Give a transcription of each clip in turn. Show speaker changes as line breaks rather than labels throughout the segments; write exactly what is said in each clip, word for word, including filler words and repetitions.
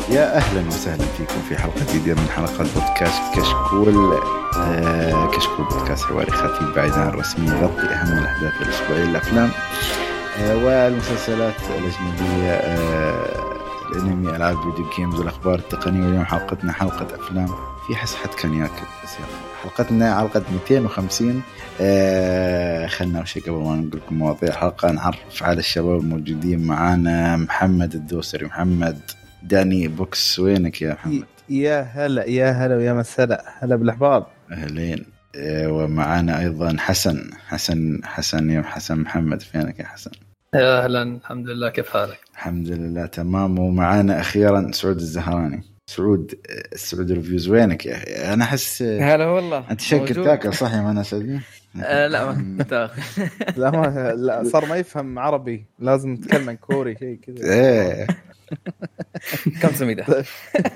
يا أهلا وسهلا فيكم في حلقة جديدة من حلقات بودكاست كشكول. آه كشكول بودكاست حواري خفيف بعيد عن الرسمي، يغطي أهم الأحداث الأسبوعية، الأفلام آه والمسلسلات الأجنبية، آه الأنمي، ألعاب فيديو جيمز والأخبار التقنية. واليوم حلقتنا حلقة أفلام في حس حد كان ياكل. بس حلقتنا حلقة مئتين وخمسين. آه خلنا أول شيء قبل ما نقول لكم مواضيع الحلقة نعرف على الشباب الموجودين معانا. محمد الدوسري. محمد داني بوكس، وينك يا محمد؟
يا هلا يا هلا ويا مساء، هلا بالأحباب.
أهلين. ومعانا أيضا حسن حسن حسن يا حسن محمد، فينك يا حسن؟
يا أهلا، الحمد لله، كيف حالك؟
الحمد لله تمام. ومعانا أخيرا سعود الزهراني. سعود سعود ريفيوز، وينك يا أخي؟ أنا أحس
هلا والله
أنت شكل تاكل صحي ما أنا سعودي.
آه لا ما كنت أخذ.
لا ما لا صار ما يفهم عربي، لازم نتكلم كوري شيء كذا.
إيه
كم سميدة.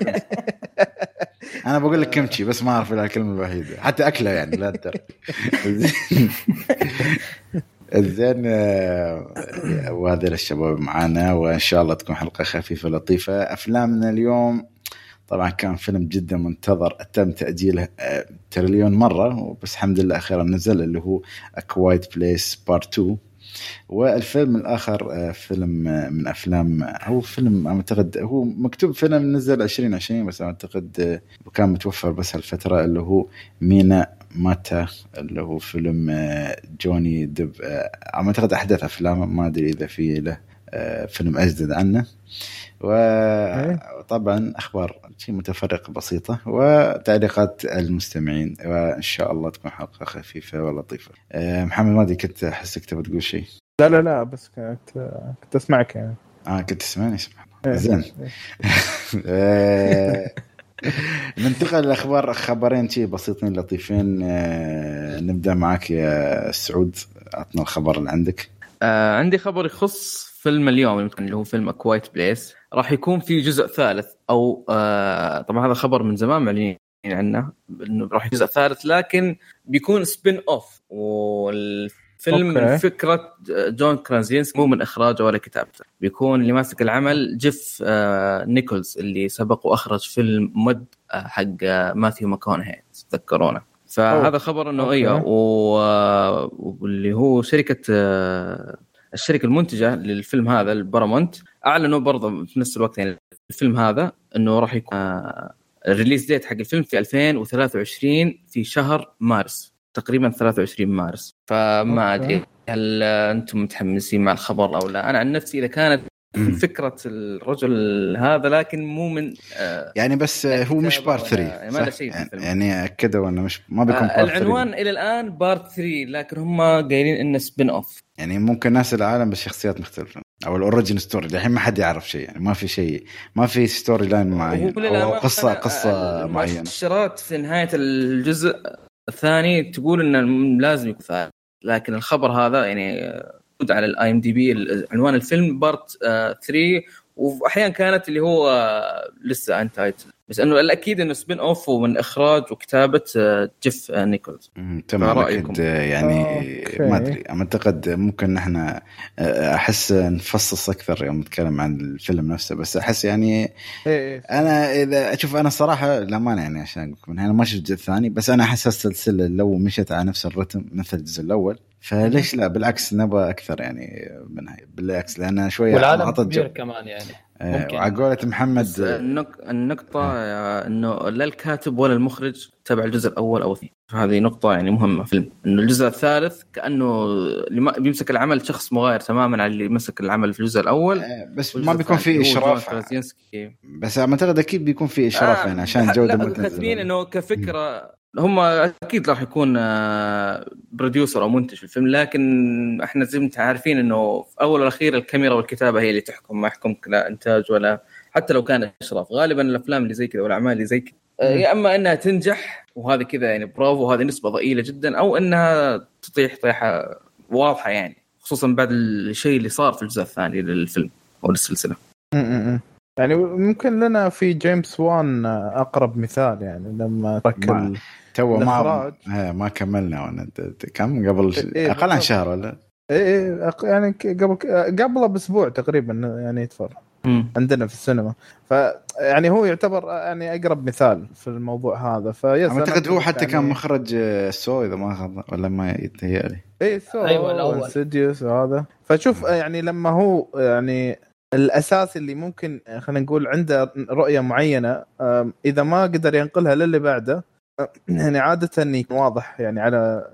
أنا بقول لك كمشي بس ما أعرف إلا الكلمة الوحيدة، حتى أكله يعني لا تدر. الزين. وهذا الشباب معنا، وإن شاء الله تكون حلقة خفيفة لطيفة. أفلامنا اليوم طبعا كان فيلم جدا منتظر، تم تأجيله تريليون مرة بس الحمد لله أخيرا نزل، اللي هو A Quiet Place Part تو. والفيلم الآخر فيلم من أفلام، هو فيلم أعتقد هو مكتوب فيلم نزل عشرين عشرين بس أعتقد وكان متوفر بس هالفترة، اللي هو مينا ماتا، اللي هو فيلم جوني ديب. أعتقد أحدث أفلامه، ما أدري إذا في له فيلم أجدد عنه. وطبعا أخبار شيء متفرقة بسيطة وتعليقات المستمعين، وإن شاء الله تكون حلقة خفيفة ولطيفة. محمد مادي كنت أحسك تبغى تقول شيء؟
لا لا لا بس كنت كنت أسمعك يعني.
آه كنت تسمعني، سبحان الله. زين. آه ننتقل للأخبار، خبرين شيء بسيطين لطيفين. آه نبدأ معك يا سعود، أعطنا الخبر اللي عندك.
آه عندي خبر يخص فيلم اليوم اللي هو فيلم A Quiet Place. راح يكون في جزء ثالث أو آه طبعا هذا خبر من زمان معلنين عنه إنه راح جزء ثالث، لكن بيكون سبين أوف. والفيلم من فكرة جون كرازينسكي، مو من إخراجه ولا كتابته. بيكون اللي ماسك العمل جيف آه نيكولز، اللي سبق وأخرج فيلم مد آه حق آه ماثيو ماكونهي تذكرونه. فهذا أوه. خبر إنه إيه، واللي هو شركة آه الشركة المنتجة للفيلم هذا البارامونت أعلنوا برضه في نفس الوقت يعني الفيلم هذا إنه راح يكون آه الريليز ديت حق الفيلم في ألفين وثلاثة وعشرين في شهر مارس، تقريبا ثلاثة وعشرين مارس. فما أدري هل أنتم متحمسين مع الخبر أو لا. أنا عن نفسي إذا كانت فكرة الرجل هذا، لكن مو من آه
يعني بس هو مش بارت ثلاثة يعني, يعني أكدوا أنه مش ما بيكون
آه العنوان إلى الآن بارت ثلاثة، لكن هم قايلين إنه سبين أوف،
يعني ممكن ناس العالم بشخصيات مختلفة أو الأوريجين ستوري. الحين ما حد يعرف شيء، يعني ما في شيء، ما في ستوري لاين معين أو قصة قصة معينة.
المؤشرات في نهاية الجزء الثاني تقول إنه لازم يكون ثالث، لكن الخبر هذا يعني على الاي ام دي بي عنوان الفيلم بارت ثلاثة، واحيانا كانت اللي هو لسه انتايت، بس انه الاكيد انه سبين اوف ومن اخراج وكتابه جيف نيكولز.
تمام اكيد يعني. ما ادري اعتقد ممكن نحن احس نفصص اكثر يوم نتكلم عن الفيلم نفسه، بس احس يعني انا اذا اشوف انا الصراحه للامانه يعني عشان اقول لكم انا ما شفت الجزء الثاني، بس انا احس السلسله لو مشت على نفس الرتم مثل الجزء الاول فليش لا، بالعكس نبغى اكثر يعني منها، بالعكس لأنها شوية
والعالم كبير كمان يعني.
وعقولة محمد
النقطة إنه لا الكاتب ولا المخرج تبع الجزء الأول أو الثاني، هذه نقطة يعني مهمة في الفيلم. إنه الجزء الثالث كأنه اللي بيمسك العمل شخص مغاير تماما على اللي مسك العمل في الجزء الأول،
بس ما بيكون فيه إشراف. بس أعتقد أكيد بيكون فيه إشراف آه يعني عشان جودة
متنزلة. إنه كفكرة هم أكيد راح يكون بروديوسر أو منتج في الفيلم، لكن إحنا زي ما أنت عارفين إنه في أول والأخير الكاميرا والكتابة هي اللي تحكم، ما يحكم لا إنتاج ولا حتى لو كان إشراف. غالبا الأفلام اللي زي كذا والأعمال اللي زي كذا يا أما إنها تنجح وهذا كذا يعني برافو، وهذه نسبة ضئيلة جدا، أو إنها تطيح طيحة واضحة يعني، خصوصا بعد الشيء اللي صار في الجزء الثاني للفيلم أو للسلسلة.
يعني ممكن لنا في جيمس وان أقرب مثال، يعني لما ترك
تو ما ما كملنا وانا كم قبل إيه اقل عن شهر ولا
ايه يعني قبل قبل باسبوع تقريبا يعني يتفرج عندنا في السينما. فيعني هو يعتبر يعني اقرب مثال في الموضوع هذا. فيس
اعتقد هو حتى
يعني
كان مخرج سو اذا ما خاب ولا ما يتهيألي.
اي سو
ايوه الاول
سيديوس وهذا. فشوف يعني لما هو يعني الاساس اللي ممكن خلينا نقول عنده رؤيه معينه، اذا ما قدر ينقلها للي بعده يعني عاده يكون واضح يعني على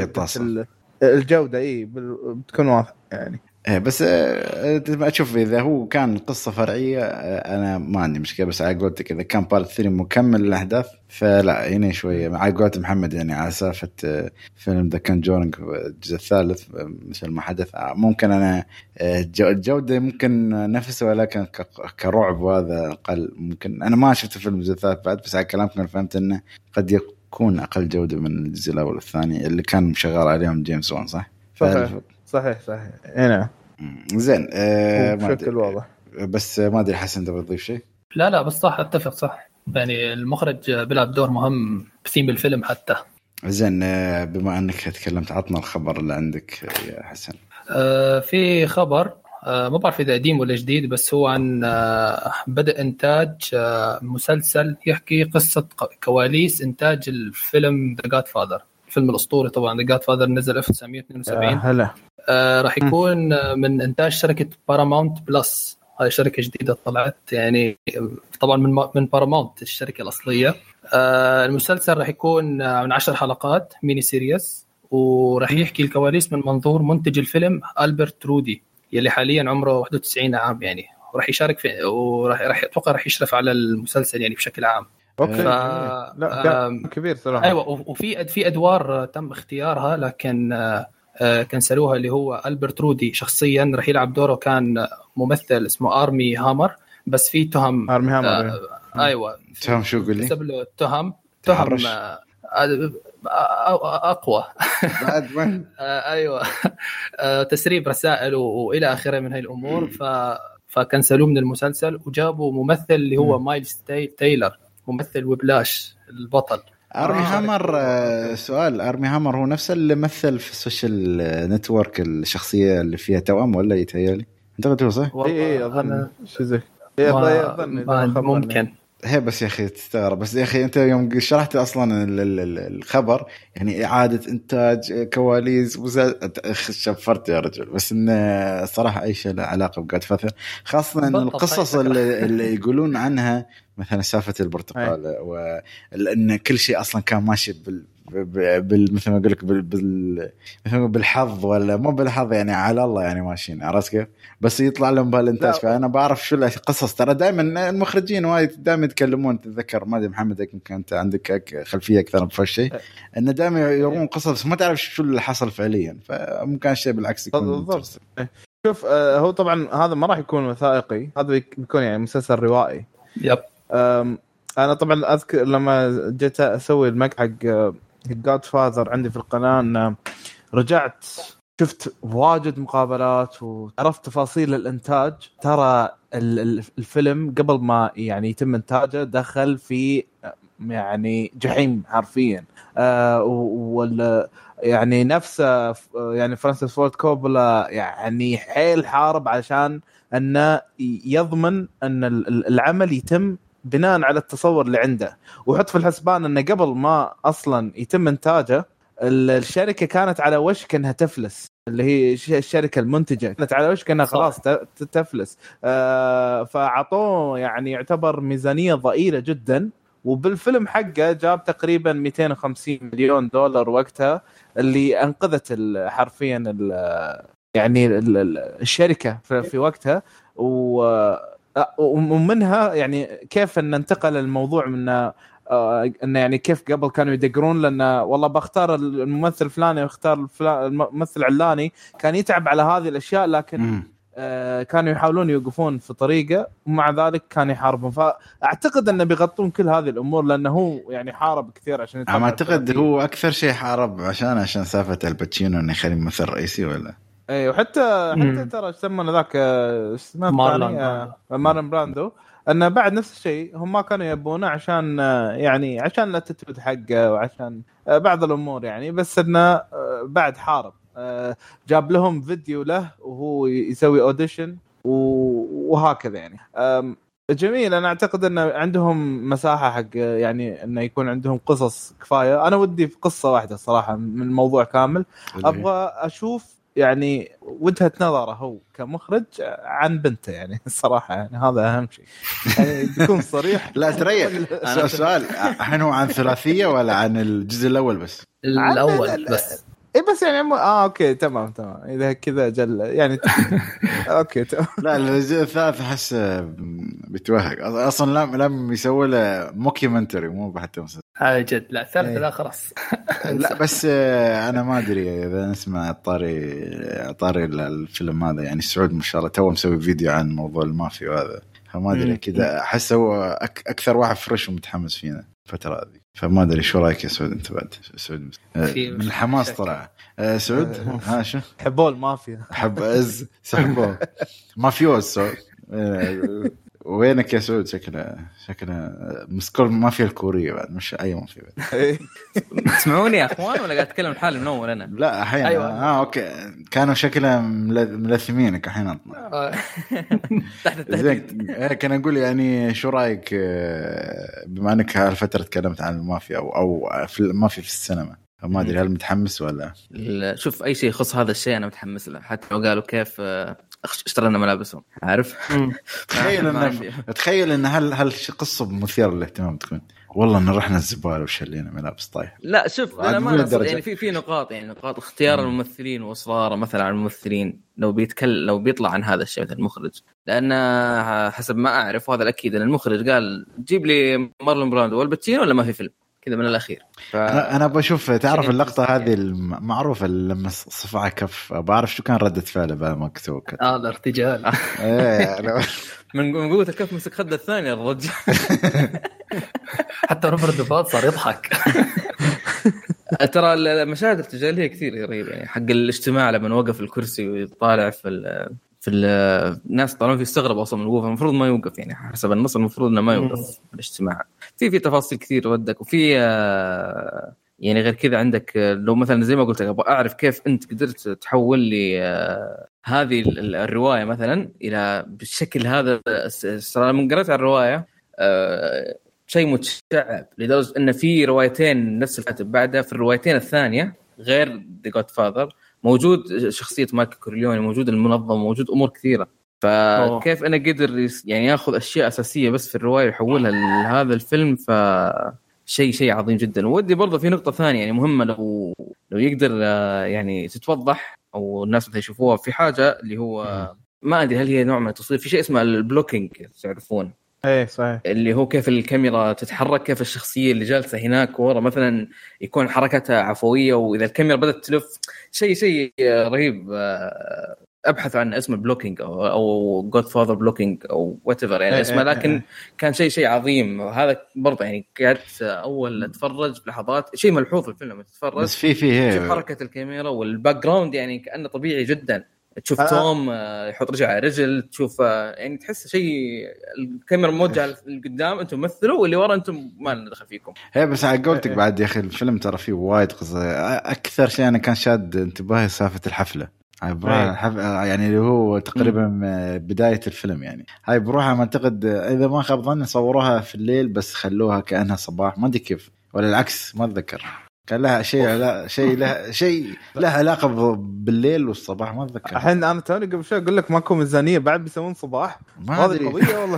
الجوده. اي بتكون واضح يعني.
ايه بس اشوف اذا هو كان قصه فرعيه انا ما عندي مشكله، بس على قولتك اذا كان بارت ثري مكمل للاحداث فلا هنا شويه. على قولت محمد يعني على سالفه فيلم ذا كونجورينج الجزء الثالث مثل ما حدث ممكن انا الجوده ممكن نفسه، ولكن كرعب وهذا اقل. ممكن انا ما شفت الفيلم الجزء الثالث بعد، بس على كلامكم فهمت انه قد يكون اقل جوده من الجزء الاول والثاني اللي كان مشغل عليهم جيمس وان. صح
صحيح صحيح صحيح هنا
زين آه
بشكل واضح.
بس ما ادري حسن تبغى تضيف شيء؟
لا لا بس صح اتفق صح يعني المخرج بيلعب دور مهم بثيم الفيلم حتى.
زين آه بما انك تكلمت عطنا الخبر اللي عندك يا حسن.
آه في خبر آه ما بعرف اذا قديم ولا جديد، بس هو عن آه بدء انتاج آه مسلسل يحكي قصة كواليس انتاج الفيلم The Godfather، الفيلم الاسطوري طبعا. The Godfather نزل ألف وتسعمية واثنين وسبعين.
هلا
آه راح يكون من إنتاج شركة باراماونت بلس، هاي شركة جديدة طلعت يعني طبعا من من باراماونت الشركة الأصلية. آه المسلسل راح يكون من عشر حلقات ميني سيريس، وراح يحكي الكواليس من منظور منتج الفيلم ألبرت رودي يلي حاليا عمره واحد وتسعين عام يعني، وراح يشارك في وراح راح أتوقع راح يشرف على المسلسل يعني بشكل عام.
اوكي
ف...
لا كبير صراحة.
ايوه وفي في ادوار تم اختيارها لكن كنسلوها، اللي هو ألبرت رودي شخصيا راح يلعب دوره كان ممثل اسمه آرمي هامر، بس في تهم
آرمي هامر
آه ايوه
تهم شو قولي
بسبب له تهم تهم آه اقوى
بعد وين
ايوه آه تسريب رسائل والى اخره من هاي الامور. ف فكنسلوه من المسلسل وجابوا ممثل اللي هو مايلز تايلر ممثل وبلاش البطل.
أرمي آه هامر آه سؤال، أرمي هامر هو نفس اللي مثل في السوشيال نتورك الشخصية اللي فيها توأم ولا يتهيألي؟ أنت هو صح؟
إيه إيه أظن شو زي
ممكن
هي بس يا أخي تستغرب. بس يا أخي أنت يوم شرحت أصلا الخبر يعني إعادة إنتاج كواليس شفرت يا رجل. بس إن صراحة أي شيء له علاقة بقاد فترة، خاصة إن القصص اللي, اللي يقولون عنها مثلا سالفة البرتقال وإن كل شيء أصلا كان ماشي بال بال مثل ما أقول لك بال بال مثل بالحظ ولا مو بالحظ يعني على الله يعني ماشيين، عرفت كيف؟ بس يطلع لهم بهالإنتاج. فأنا بعرف شو القصص. ترى دائما المخرجين وايد دائما يتكلمون. تتذكر ما أدري محمد يمكن أنت عندك خلفية أكثر بهالشيء، إن دائما يروون قصص ما تعرف شو اللي حصل فعليا، فممكن الشيء بالعكس يكون.
شوف آه هو طبعا هذا ما راح يكون وثائقي، هذا بيكون يعني مسلسل روائي.
يب
أنا طبعا أذكر لما جيت أسوي المقطع حق Godfather عندي في القناة، أن رجعت شفت واجد مقابلات وعرفت تفاصيل الإنتاج. ترى الفيلم قبل ما يعني يتم إنتاجه دخل في يعني جحيم حرفيا. أه وال يعني نفسه يعني فرانسيس فورد كوبولا يعني حيل حارب علشان أنه يضمن أن العمل يتم بناء على التصور اللي عنده. وحط في الحسبان أنه قبل ما أصلا يتم إنتاجه الشركة كانت على وشك أنها تفلس، اللي هي الشركة المنتجة كانت على وشك أنها خلاص تفلس. آه فعطوه يعني يعتبر ميزانية ضئيلة جدا، وبالفيلم حقه جاب تقريبا مئتين وخمسين مليون دولار وقتها، اللي أنقذت حرفيا يعني الشركة في وقتها. ومنها يعني كيف أن انتقل الموضوع من آه أنه يعني كيف قبل كانوا يدقرون لأنه والله بختار الممثل الفلاني واختار الممثل العلاني، كان يتعب على هذه الأشياء، لكن آه كانوا يحاولون يوقفون في طريقه ومع ذلك كانوا يحاربون. فأعتقد أنه بيغطون كل هذه الأمور لأنه هو يعني حارب كثير عشان يتابع.
أنا أعتقد هو أكثر شيء حارب عشان عشان سالفة الباتشينو إنه يخلي ممثل رئيسي ولا
اي. وحتى حتى ترى يسمونه ذاك اسمه مارلون مارلون براندو، انه بعد نفس الشيء هم ما كانوا يبونه عشان يعني عشان لا تثبت حقه وعشان بعض الامور يعني، بس انه بعد حارب جاب لهم فيديو له وهو يسوي اوديشن وهكذا يعني. جميل. انا اعتقد ان عندهم مساحه حق يعني انه يكون عندهم قصص كفايه. انا ودي في قصه واحده صراحه من الموضوع كامل. ابغى اشوف يعني وجهه نظره هو كمخرج عن بنته يعني الصراحه يعني هذا اهم شيء يعني بيكون صريح.
لا تريح سؤال الحين هو عن ثلاثيه ولا عن الجزء الاول بس؟
الاول بس.
اي بس يعني م... اه اوكي تمام تمام اذا كذا جل يعني اوكي تمام.
لا الجزء الثالث احس بيتوهق اصلا. لم لم يسوي له موكيومنتري مو حتى مسلسل
هاي جد. لا الثالث لا خلاص.
لا بس انا ما ادري اذا نسمع طاري طاري الفيلم هذا يعني سعود ما شاء الله تو مسوي فيديو عن موضوع المافيا وهذا فما ادري كذا احس هو أك اكثر واحد فريش ومتحمس فينا الفتره هذه. فما ادري شو رايك يا سعود انت بعد؟ سعود من الحماس طلع. أه سعود ها شو
حبوا المافيا
حب از سحبوا مافيوز سعود. أه وينك يا سعود؟ شكله شكله مسكول مافيا الكوريه بعد مش اي مافيا بعد.
تسمعوني يا اخوان ولا قاعد اتكلم حالي من اول انا؟
لا احيانا أيوة. اه اوكي كانوا شكله ملثمينك احيانا
تحت التهديد.
كان اقول يعني شو رايك بما انك هالفتره تكلمت عن المافيا او او في المافيا في السينما ما ادري هل متحمس ولا؟
شوف اي شيء يخص هذا الشيء انا متحمس له حتى لو قالوا كيف اشترينا ملابسهم عارف.
تخيل ان تخيل ان هل هل قصه مثيره للاهتمام تكون والله ان رحنا الزباله وشلينا ملابس طايح.
لا شوف انا ما يعني في في نقاط يعني نقاط اختيار مم. الممثلين واصراره مثلا على الممثلين لو بيتكلم لو بيطلع عن هذا الشيء مثل المخرج لان حسب ما اعرف وهذا الاكيد ان المخرج قال جيب لي مارلون براندو والباتشينو ولا ما في فيلم كذا من الأخير. ف...
أنا أنا بشوف تعرف اللقطة هذه المعروفة لما صفع كف بعرف شو كان ردة فعله بعد ما كتبوا كده.
آه الارتجال.
إيه
من قوة الكف مسك خد الثانية الرجل.
حتى روبرت دوفال صار يضحك.
ترى المشاهد الارتجالية كثير غريبة يعني حق الاجتماع لما وقف الكرسي ويطالع في ال في الناس طالما في استغرب اصلا من الوقوف المفروض ما يوقف يعني حسب النص المفروض انه ما يوقف في الاجتماع. في في تفاصيل كثير ودك وفي يعني غير كذا عندك لو مثلا زي ما قلت ابغى اعرف كيف انت قدرت تحول لي هذه الروايه مثلا الى بالشكل هذا. من قرأت الروايه شيء متشعب لدرجه ان في روايتين نفس الكاتب بعدها في الروايتين الثانيه غير The Godfather موجود شخصية مايكل كورليوني موجود المنظم موجود أمور كثيرة. فكيف أنا قدر يعني يأخذ أشياء أساسية بس في الرواية ويحولها لهذا الفيلم فشيء شيء عظيم جدا. ودي برضه في نقطة ثانية يعني مهمة لو لو يقدر يعني تتوضح أو الناس اللي يشوفوها في حاجة اللي هو ما أدري هل هي نوع من التصوير في شيء اسمه البلوكينج تعرفون؟
ايه صحيح
اللي هو كيف الكاميرا تتحرك كيف الشخصية اللي جالسة هناك ورا مثلا يكون حركتها عفوية وإذا الكاميرا بدأت تلف شيء شيء رهيب. أبحث عن اسم البلوكينج أو أو Godfather بلوكينج أو whatever يعني اسمه لكن كان شيء شيء عظيم. هذا برضه يعني قعدت أول أتفرج بلحظات شيء ملحوظ في الفيلم تتفرج
بس في في
حركة الكاميرا والباك جراوند يعني كأنه طبيعي جدا. تشوف أه. توم يحط رجل على رجل تشوف يعني تحس شيء الكاميرا موجهه لقدام انتم مثلوا واللي ورا انتم ما ندخل فيكم.
هي بس على قولتك بعد يا اخي الفيلم ترى فيه وايد قصه. اكثر شيء انا كان شاد انتباهي سالفه الحفله هاي بروح يعني اللي هو تقريبا بدايه الفيلم يعني هاي بروحها ما اعتقد اذا ما خاب ظني صوروها في الليل بس خلوها كانها صباح ما ادري كيف ولا العكس ما اتذكر كان لها شيء لا شيء لها شيء لها علاقه بالليل والصباح ما اتذكر.
الحين انا توني قبل شوي اقول لك ماكو ميزانيه بعد بيسوون صباح هذه قضيه والله.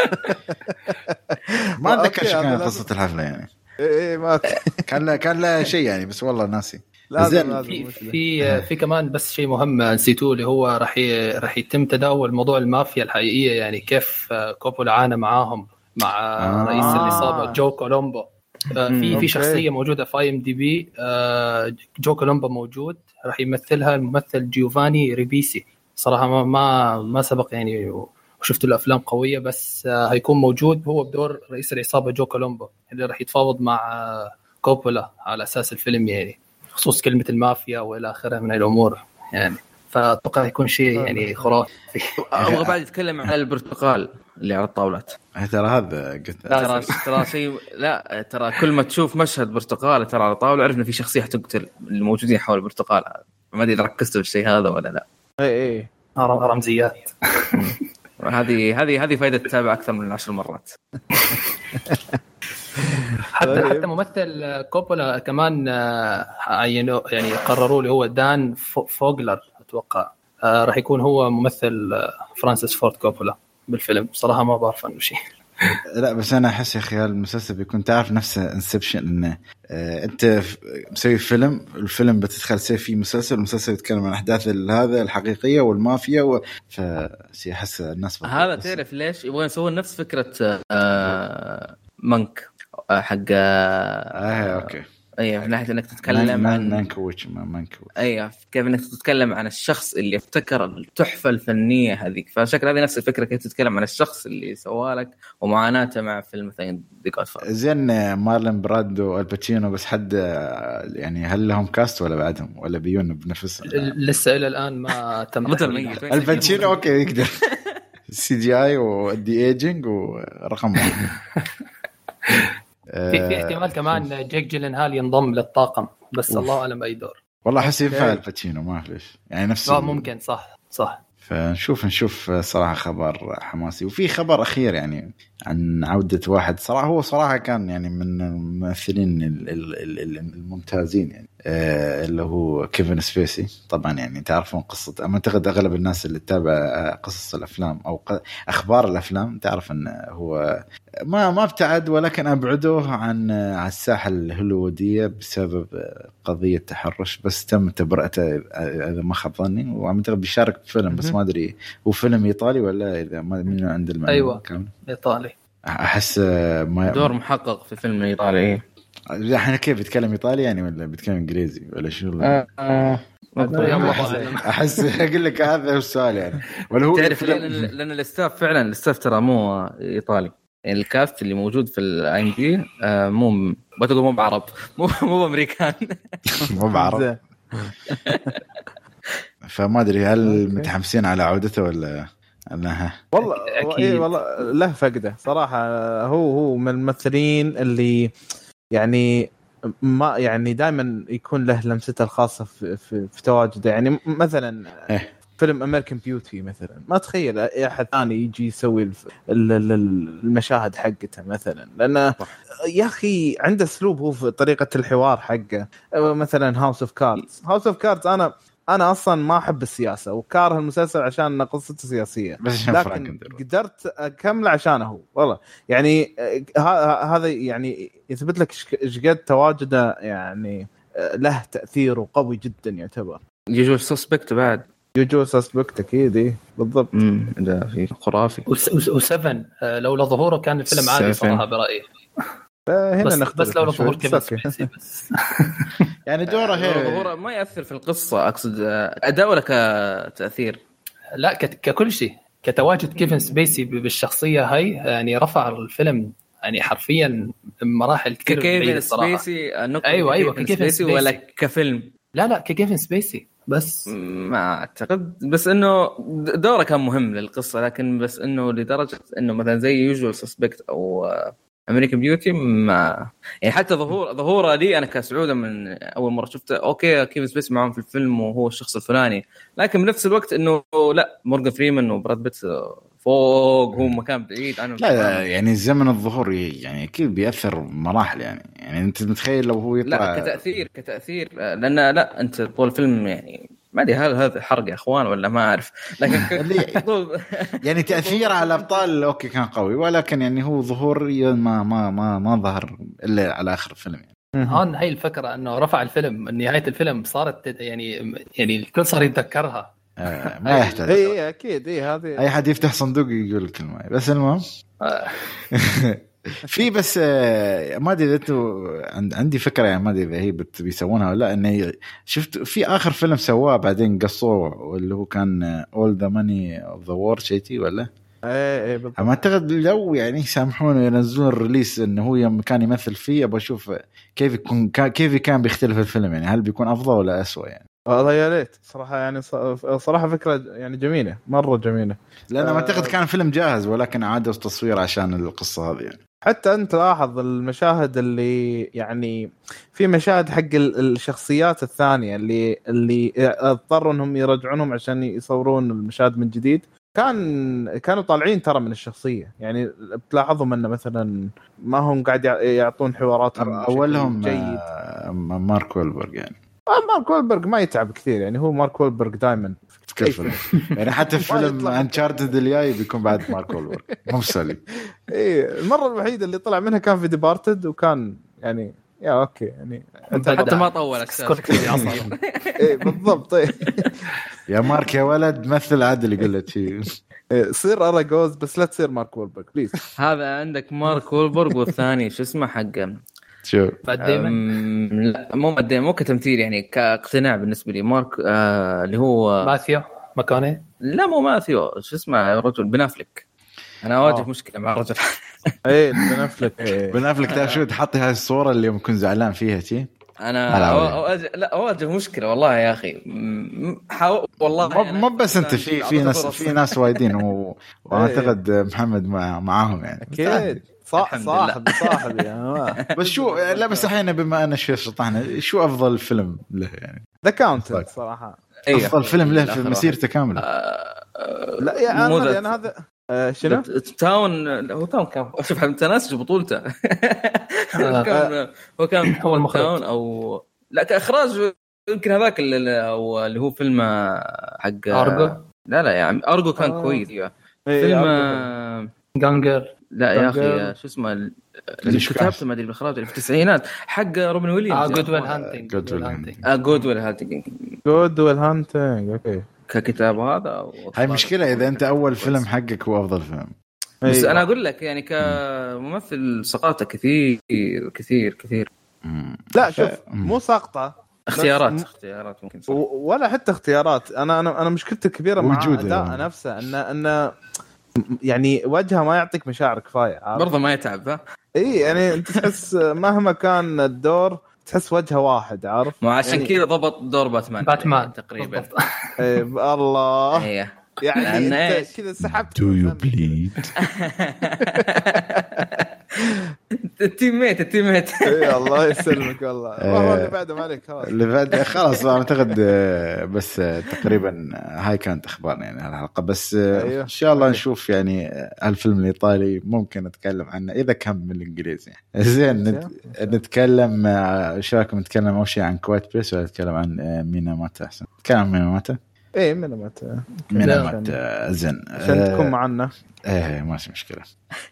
ما اتذكر شو كان قصه الحفله يعني
ايه ما
كان لا كان لا شيء يعني بس والله ناسي.
لازم في في في كمان بس شيء مهم نسيتوه اللي هو راح راح يتم تداول موضوع المافيا الحقيقيه يعني كيف كوبولا عانى معاهم مع آه. رئيس العصابه جو كولومبو. في في شخصيه موجوده في اي ام دي بي جو كولومبو موجود راح يمثلها الممثل جيوفاني ريبيسي. صراحه ما ما, ما سبق يعني وشفت له افلام قويه بس هيكون موجود هو بدور رئيس العصابه جو كولومبو اللي راح يتفاوض مع كوبولا على اساس الفيلم يعني خصوص كلمه المافيا والى اخره من الامور يعني. فأتوقع يكون شيء يعني خرافي.
أبغى بعد يتكلم عن البرتقال اللي على الطاولات.
ترى هذا قلت
ترى ترى شيء لا ترى كل ما تشوف مشهد برتقال ترى على الطاولة عرفنا في شخصية تقتل الموجودين حول البرتقال هذا. ما أدري ركزتوا بالشيء هذا ولا لا.
إيه إيه
رمزيات.
هذه هذه هذه فائده تتابع اكثر من عشر مرات.
حتى حتى ممثل كوبولا كمان عينوا يعني قرروا له هو دان فوغلر اتوقع راح يكون هو ممثل فرانسيس فورد كوبولا بالفيلم. صراحه ما بعرف عنه شيء.
لا بس انا احس يا اخي المسلسل بيكون تعرف نفسه انسبشن انه آه انت مسوي فيلم الفيلم بتدخل سي في مسلسل المسلسل يتكلم عن احداث هذا الحقيقيه والمافيا و... فشي احس الناس
هذا تعرف ليش يبغون يسوون نفس فكره آه منك حق
اه اوكي
ايوه من ناحيه انك تتكلم عن
مانكويتش مانكويتش
ايوه كيف انك تتكلم عن الشخص اللي ابتكر التحفه الفنيه هذيك. فشكل هذه نفس الفكره كيف تتكلم عن الشخص اللي سوالك ومعاناته مع فيلم مثلا ذا جاد فاذر.
زين مارلين براندو والباتشينو بس حد يعني هل لهم كاست ولا بعدهم ولا بيون بنفسهم؟
لسه الى الان ما تم.
الباتشينو اوكي يقدر سي جي اي ودي ايجينج ورقم واحد.
في في احتمال كمان جيك جيلنهال ينضم للطاقم بس أوف. الله اعلم اي دور.
والله حس ينفع الباتشينو ما ليش يعني نفسه
ممكن صح صح.
فنشوف نشوف صراحة خبر حماسي. وفي خبر أخير يعني عن عودة واحد صراحة هو صراحة كان يعني من الممثلين الممتازين يعني آه اللي هو كيفن سبيسي. طبعا يعني تعرفون قصة أما أعتقد أغلب الناس اللي تتابع قصص الأفلام أو أخبار الأفلام تعرف أنه هو ما ما ابتعد ولكن أبعده عن على الساحة الهوليوودية بسبب قضية تحرش بس تم تبرئته إذا ما خاب ظني وأعتقد بيشارك بفيلم بس ما أدري هو فيلم إيطالي ولا إذا ما من عند المعلومة.
أيوة كامل. إيطالي.
أحس ما
دور محقق في فيلم إيطالي.
إحنا كيف بيتكلم إيطالي يعني ولا بيتكلم إنجليزي ولا شو؟
آه آه.
أحس أقول لك هذا هو السؤال يعني ولا هو
تعرف لأن, لأن الاستاف فعلا الاستاف ترى مو إيطالي يعني الكاست اللي موجود في الآي إم دي آه مو بتقول مو بعرب مو مو أمريكان
مو بعرب. فما أدري هل متحمسين على عودته ولا أنها
والله أكيد. والله له فقده صراحة. هو هو من الممثلين اللي يعني ما يعني دائما يكون له لمسته الخاصة في في, في تواجده يعني مثلا إيه. فيلم أمريكان بيوتي مثلا ما تخيل أحد ثاني يجي يسوي المشاهد حقته مثلا لأنه يا أخي عنده أسلوب هو في طريقة الحوار حقه. مثلا هاوس أوف كاردز هاوس أوف كاردز أنا أنا أصلاً ما أحب السياسة وكاره المسلسل عشان قصته سياسية لكن قدرت أكمل عشانه هو والله يعني هذا يعني يثبت لك إيش قد تواجده يعني له تأثير وقوي جدا يعتبر.
يوجوال سسبكت بعد
يوجوال سسبكت أكيد إيه بالضبط.
امم ده في خرافي.
وسفن لولا ظهوره كان الفيلم عادي صراحة برأيي.
هنا
بس,
نختلف
بس لو ظهور كيفن سبيسي بس
يعني دوره هي
ظهوره ما يأثر في القصة أقصد أداؤه لك تأثير
لا ككل شيء كتواجد كيفن سبيسي بالشخصية هاي يعني رفع الفيلم يعني حرفيا مراحل كثير بعيدة الصراحة. أيوة أيوة كيفن سبيسي
ولا كفيلم
لا لا كيفن سبيسي بس
ما أعتقد بس إنه دوره كان مهم للقصة لكن بس إنه لدرجة إنه مثلا زي يوجوال سسبكت أو أمريكان بيوتي ما يعني حتى ظهور ظهوره لي أنا كسعودة من أول مرة شفته أوكي كيف سبيس معهم في الفيلم وهو الشخص الفلاني لكن بنفس الوقت إنه لا مورغان فريمان وبراد بيت فوق هو مكان بعيد عنه.
لا يعني زمن الظهور يعني كيف بيأثر مراحل يعني يعني أنت متخيل لو هو يطلع
لا كتأثير كتأثير لأن لا أنت طول الفيلم يعني ما ادري هل هذا حرق يا اخوان ولا ما اعرف لكن
يعني تاثير على الابطال اوكي كان قوي ولكن يعني هو ظهور ما ما ما ما ظهر الا على اخر الفيلم يعني.
هون هي الفكره انه رفع الفيلم نهايه الفيلم صارت يعني يعني الكل صار يتذكرها
آه ما يحتاج
اي اكيد اي هذه
اي حد يفتح صندوق يقول الكلمه بس المهم في بس ما ادري انتوا عندي فكره يعني ما ادري اذا هي بيسوونها ولا لا اني شفت في اخر فيلم سواه بعدين قصوه واللي هو كان All the Money of the War شيء ولا
ايه ايه بالضبط.
ما اعتقد لو يعني يسامحونه ينزلون الريليس انه هو يوم كان يمثل فيه ابغى اشوف كيف يكون كيف كان بيختلف الفيلم يعني هل بيكون افضل ولا اسوء يعني.
والله يا ريت صراحه يعني صراحه فكره يعني جميله مره جميله
لأن ما أعتقد كان فيلم جاهز ولكن عادوا التصوير عشان القصة هذه يعني.
حتى أنت لاحظ المشاهد اللي يعني في مشاهد حق الشخصيات الثانية اللي اللي اضطروا إنهم يرجعونهم عشان يصورون المشاهد من جديد كان كانوا طالعين ترى من الشخصيه، يعني بتلاحظهم انه مثلا ما هم قاعد يعطون حواراتهم
اولهم
جيد.
مارك وولبرغ يعني
مارك وولبرغ ما يتعب كثير، يعني هو مارك وولبرغ دائما
في كل فيلم يعني حتى في فيلم انشارتد الجاي بيكون بعد مارك وولبرغ مو مسلي.
ايه المره الوحيده اللي طلع منها كان في ديبارتد، وكان يعني يا اوكي يعني
انت حتى ما طول اساس
ايه بالضبط. ايه
يا مارك يا ولد مثل عادل يقول لك شيء
صير اراغوز بس لا تصير مارك وولبرغ بليز.
هذا عندك مارك وولبرغ والثاني شو اسمه حق
شو
لا مو مدين مو كتمثيل يعني كاقتناع بالنسبه لي مارك آه اللي هو
ماثيو ماكوني.
لا مو ماثيو شو اسمه رجل بنافلك. انا اواجه آه. مشكله مع الرجل
ايه بنافلك
بنافلك تعرف شو تحطي هاي الصوره اللي يوم كنت زعلان فيها شيء
انا أواجه لا اواجه مشكله والله يا اخي حاول والله
مو بس انت في في ناس في ناس وايدين و... واعتقد محمد مع معاهم يعني
اكيد صح صاحب صاحبي يعني.
بس شو لا بس الحين بما انا شوي شطحنا شو افضل فيلم له يعني
ذا كاونتنت صراحه
افضل فيلم له في مسيرته كامله.
لا يا انا انا هذا شنو
تاون هو تاون كان شوف انت ناس بطولته كان هو كان هو المخرج او لا كاخراج يمكن هذاك او اللي هو فيلم حق
ارجو.
لا لا يا عم ارجو كان آه. كويس يا فيلم
جانجر.
لا يا اخي شو اسمه اللي كتبته ما ادري بالاخراج اللي في التسعينات حق روبن ويليامز.
اه جود ويل هانتنج. جود ويل هانتنج
اه جود ويل هانتنج
جود ويل هانتنج اوكي
ككتاب هذا.
هاي مشكله اذا انت اول فيلم حقك هو افضل فيلم.
بس أيوة. انا اقول لك يعني كممثل سقطه كثير كثير كثير.
لا شوف مو سقطه
اختيارات اختيارات ممكن صح.
ولا حتى اختيارات. انا انا انا مشكلتي الكبيره مع اداء نفسه ان ان يعني وجهه ما يعطيك مشاعر كفايه
برضه ما يتعب ها.
اي يعني انت تحس مهما كان الدور تحس وجهه واحد عارف.
ما عشان
يعني
كذا ضبط دور باتمان
باتمان
تقريبا.
اي الله
ايه
يعني انت كذا سحبت.
Do you bleed؟
التيميت التيميت
اي الله يسلمك والله. والله اللي بعده ما عليك خلاص
اللي بعد خلاص اعتقد بس تقريبا هاي كانت اخبارنا يعني الحلقه بس. ان شاء الله نشوف يعني الفيلم الايطالي ممكن نتكلم عنه اذا كان بالانجليزي زين. نتكلم ايش رايكم نتكلم اول شيء عن كوايت بليس ولا نتكلم عن ميناماتا؟ احسن نتكلم عن ميناماتا.
ايه ميناماتا
ميناماتا زين
عشان تكون معنا.
ايه ماشي مشكله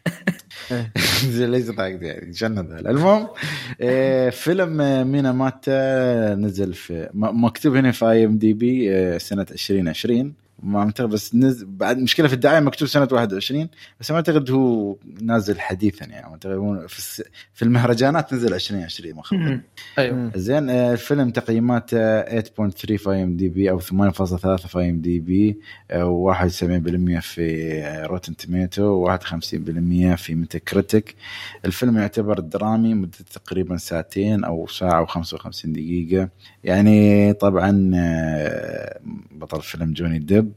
زي ليش ضايق يعني جنة. المهم إيه فيلم ميناماتا نزل في مكتوب هنا في اي ام دي بي سنه عشرين عشرين ما اعتقد بس نزل بعد مشكله في الدعايه مكتوب سنه واحد وعشرين بس ما اعتقد هو نازل حديثا يعني اعتقد في في المهرجانات نزل عشرين عشرين ما خاب.
ايوه
زين. الفيلم تقييماته ثمانية فاصلة ثلاثة في اي ام دي بي او ثمانية فاصلة ثلاثة في اي ام دي بي وواحد وسبعين بالمئة في روتن توميتو وواحد وخمسين بالمئة في ميتا كريتيك. الفيلم يعتبر درامي مدة تقريبا ساعتين او ساعه وخمسة وخمسين دقيقه يعني. طبعا بطل الفيلم جوني ديب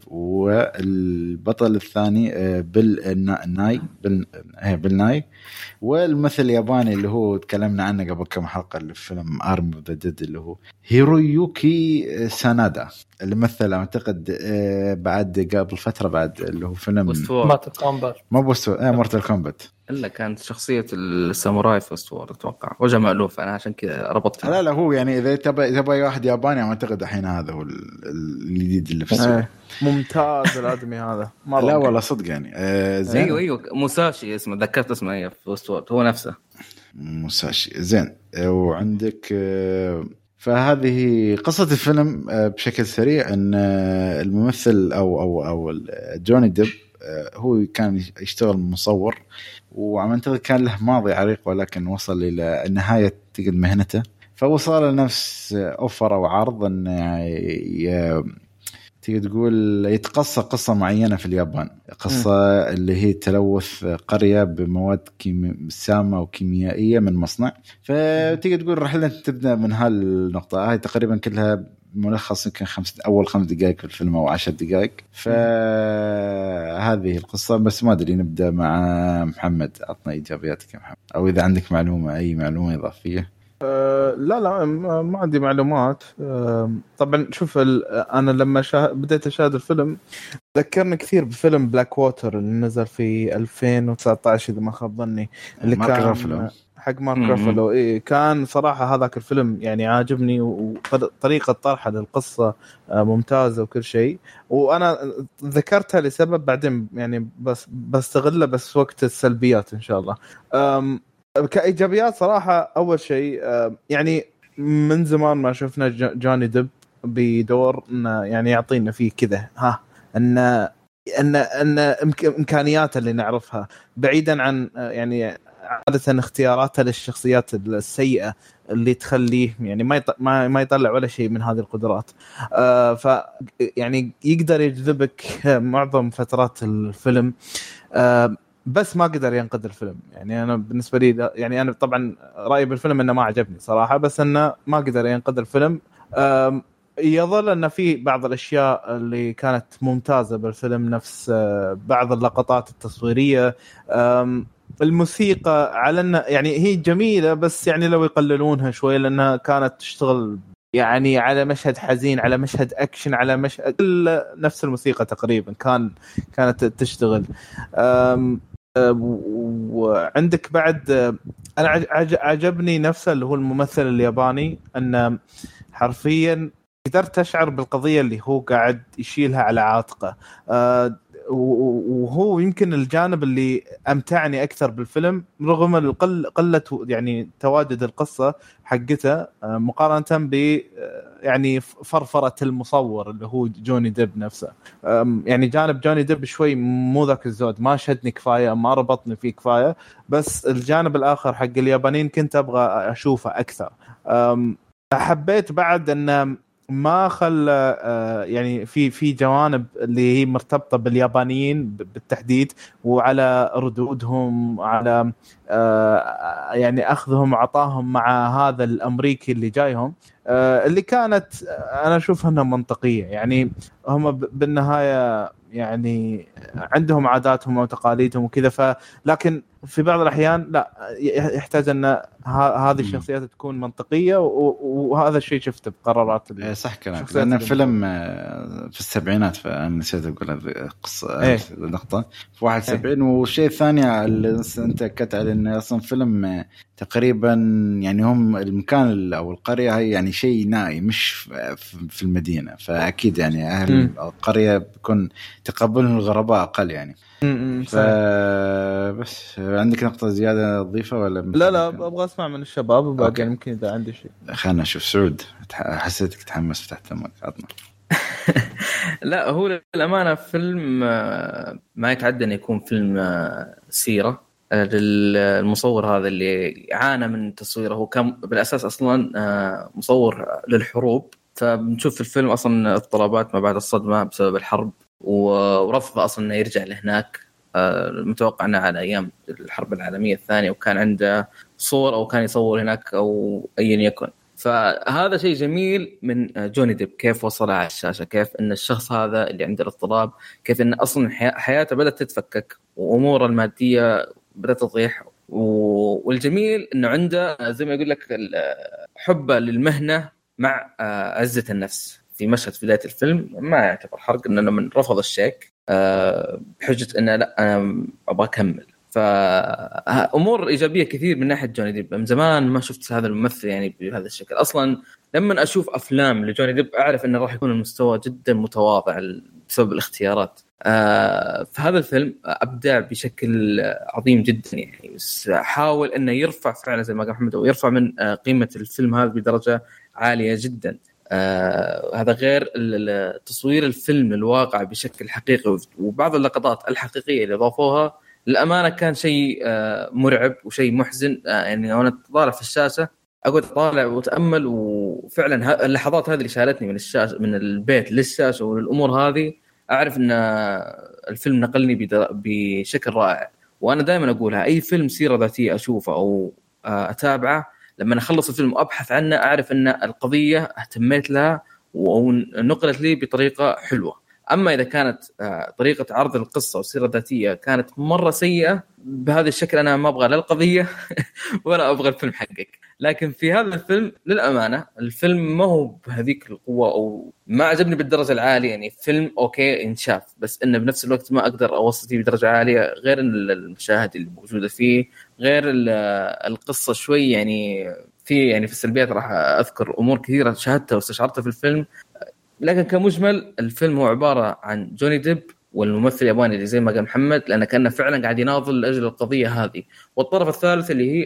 والبطل الثاني بيل ناي بيل بيل ناي والممثل الياباني اللي هو تكلمنا عنه قبل كم حلقه اللي في فيلم ارمي اوف ذا ديد اللي هو هيرويوكي سانادا اللي مثل اعتقد بعد قبل فتره بعد اللي هو فيلم
مورتال كومبات.
ما بوست اه مورتال كومبات
الا كانت شخصيه الساموراي في وستور اتوقع وجه مألوف انا عشان كذا ربطت.
لا لا هو يعني اذا تبى تبى واحد ياباني اعتقد الحين هذا هو الجديد اللي في السوق.
ممتاز الادمي هذا
مرة لا والله صدق يعني. آه زين.
ايوه ايوه موساشي اسمه ذكرت اسمه ايه في وستور هو نفسه
موساشي. زين. وعندك آه فهذه قصة الفيلم آه بشكل سريع ان آه الممثل او او او جوني ديب هو كان يشتغل مصور وعملت كان له ماضي عريق ولكن وصل إلى نهاية مهنته فوصل لنفس أوفر أو عرض أن تيجي تقول يتقصى قصة معينة في اليابان قصة م. اللي هي تلوث قرية بمواد كيمي... سامة وكيميائية من مصنع فتيجي تقول رحلة تبدأ من هالنقطة هاي تقريبا كلها ملخص يمكن خمس أول خمس دقائق في الفيلم أو عشر دقائق فهذه القصة بس ما أدري نبدأ مع محمد عطنا إيجابياتك يا محمد أو إذا عندك معلومة أي معلومة إضافية.
أه لا لا ما عندي معلومات. أه طبعا شوف انا لما شا... بديت اشاهد الفيلم ذكرني كثير بفيلم بلاك ووتر اللي نزل في ألفين وتسعة عشر اذا ما خاب ظني، اللي
مارك
كان
رافلو.
حق مارك رافلو. إيه كان صراحة هذاك الفيلم يعني عاجبني، وطريقة طرحه للقصة ممتازة وكل شيء، وأنا ذكرتها لسبب بعدين يعني بس بستغله بس وقت السلبيات إن شاء الله. كإيجابيات صراحة أول شيء يعني من زمان ما شفنا جوني ديب بدور إنه يعني يعطينا فيه كذا ها إن إن إن إمكانياته اللي نعرفها بعيدا عن يعني عادة اختياراتها للشخصيات السيئة اللي تخليه يعني ما يط... ما ما يطلع ولا شيء من هذه القدرات. آه ف يعني يقدر يجذبك معظم فترات الفيلم، آه بس ما قدر ينقذ الفيلم. يعني انا بالنسبه لي يعني انا طبعا رايي بالفيلم انه ما عجبني صراحه، بس انه ما قدر ينقذ الفيلم. آه يظل ان في بعض الاشياء اللي كانت ممتازه بالفيلم، نفس آه بعض اللقطات التصويريه، آه الموسيقى على أن يعني هي جميلة، بس يعني لو يقللونها شوي لأنها كانت تشتغل يعني على مشهد حزين، على مشهد أكشن، على مشهد نفس الموسيقى تقريبا كان كانت تشتغل. أم وعندك بعد أنا عجبني نفسه اللي هو الممثل الياباني، أن حرفيا قدرت أشعر بالقضية اللي هو قاعد يشيلها على عاتقه. أه وهو يمكن الجانب اللي أمتعني أكثر بالفيلم رغم القل قلة يعني تواجد القصة حقته مقارنة ب يعني فرفرة المصور اللي هو جوني ديب نفسه. يعني جانب جوني ديب شوي مو ذاك الزود، ما شدني كفاية، ما ربطني فيه كفاية، بس الجانب الآخر حق اليابانيين كنت أبغى أشوفه أكثر. حبيت بعد أن ما خلى يعني في في جوانب اللي هي مرتبطة باليابانيين بالتحديد، وعلى ردودهم، على يعني أخذهم عطاهم مع هذا الأمريكي اللي جايهم، اللي كانت أنا أشوفها أنها منطقية. يعني هم بالنهاية يعني عندهم عاداتهم وتقاليدهم وكذا، ف لكن في بعض الأحيان لا يحتاج أن هذه الشخصيات تكون منطقية، وهذا الشيء شفته بقرارات
صح كلامك، لأن الفيلم في السبعينات، فأنا نسيت أقول هذه القصة ايه؟ النقطة في واحد وسبعين. ايه؟ والشيء الثاني اللي أنت أكدت على إنه أصلا فيلم تقريبا يعني هم المكان أو القرية هي يعني شيء نائي مش في المدينة، فأكيد يعني أهل م. القرية بيكون تقبلهم الغرباء أقل يعني. فبس عندك نقطة زيادة تضيفها ولا؟
لا لا أبغى أسمع من الشباب وبعدين يمكن إذا عندي شيء.
خلنا نشوف. سعود حسيتك تحمس فتحت تمك عطنا.
لا هو للأمانة فيلم ما يتعدى أن يكون فيلم سيرة للمصور هذا اللي عانى من تصويره. هو كان بالأساس أصلا مصور للحروب، فبنشوف في الفيلم أصلا اضطرابات ما بعد الصدمة بسبب الحرب، ورفض أصلا أنه يرجع لهناك. المتوقع أنه على أيام الحرب العالمية الثانية، وكان عنده صور أو كان يصور هناك أو أيا يكن. فهذا شيء جميل من جوني ديب، كيف وصلها على الشاشة، كيف أن الشخص هذا اللي عنده الاضطراب كيف أن أصلا حياته بدأت تتفكك وأموره المادية بدأت تضيح. والجميل أنه عنده زي ما يقول لك حبه للمهنة مع عزة النفس. في مشهد في بداية الفيلم ما يعتبر حرق أنه من رفض الشيك بحجة أنه لا أنا أبغى أكمل. فأمور إيجابية كثير من ناحية جوني ديب. من زمان ما شفت هذا الممثل يعني بهذا الشكل. أصلا لما أشوف أفلام لجوني ديب أعرف أنه راح يكون المستوى جدا متواضع بسبب الاختيارات. فهذا الفيلم أبدع بشكل عظيم جدا يعني، حاول أنه يرفع فعلا زي ما قال محمد ويرفع من قيمة الفيلم هذا بدرجة عالية جدا. آه هذا غير تصوير الفيلم الواقع بشكل حقيقي، وبعض اللقطات الحقيقية اللي ضافوها للأمانة كان شيء آه مرعب وشيء محزن. آه يعني أنا طالع في الشاشة أقول طالع وتأمل، وفعلا اللحظات هذه اللي شالتني من الشاشة من البيت للشاشة والأمور هذه أعرف أن الفيلم نقلني بشكل رائع. وأنا دائما أقولها، أي فيلم سيرة ذاتية أشوفه أو آه أتابعه لما أخلص الفيلم وأبحث عنه أعرف أن القضية اهتميت لها ونقلت لي بطريقة حلوة. أما إذا كانت طريقة عرض القصة والسيرة الذاتية كانت مرة سيئة بهذا الشكل، أنا ما أبغى لا القضية وانا ابغى الفيلم حقك. لكن في هذا الفيلم للامانه الفيلم ما هو بهذيك القوه او ما عجبني بالدرجه العاليه. يعني فيلم اوكي انشاف، بس انه بنفس الوقت ما اقدر اوصل فيه بدرجه عاليه، غير المشاهد اللي موجوده فيه، غير القصه شوي يعني في يعني في السلبيات راح اذكر امور كثيره شاهدتها واستشعرتها في الفيلم. لكن كمجمل الفيلم هو عباره عن جوني ديب والممثل الياباني اللي زي ما قال محمد، لأنه كان فعلا قاعد يناضل لأجل القضية هذه. والطرف الثالث اللي هي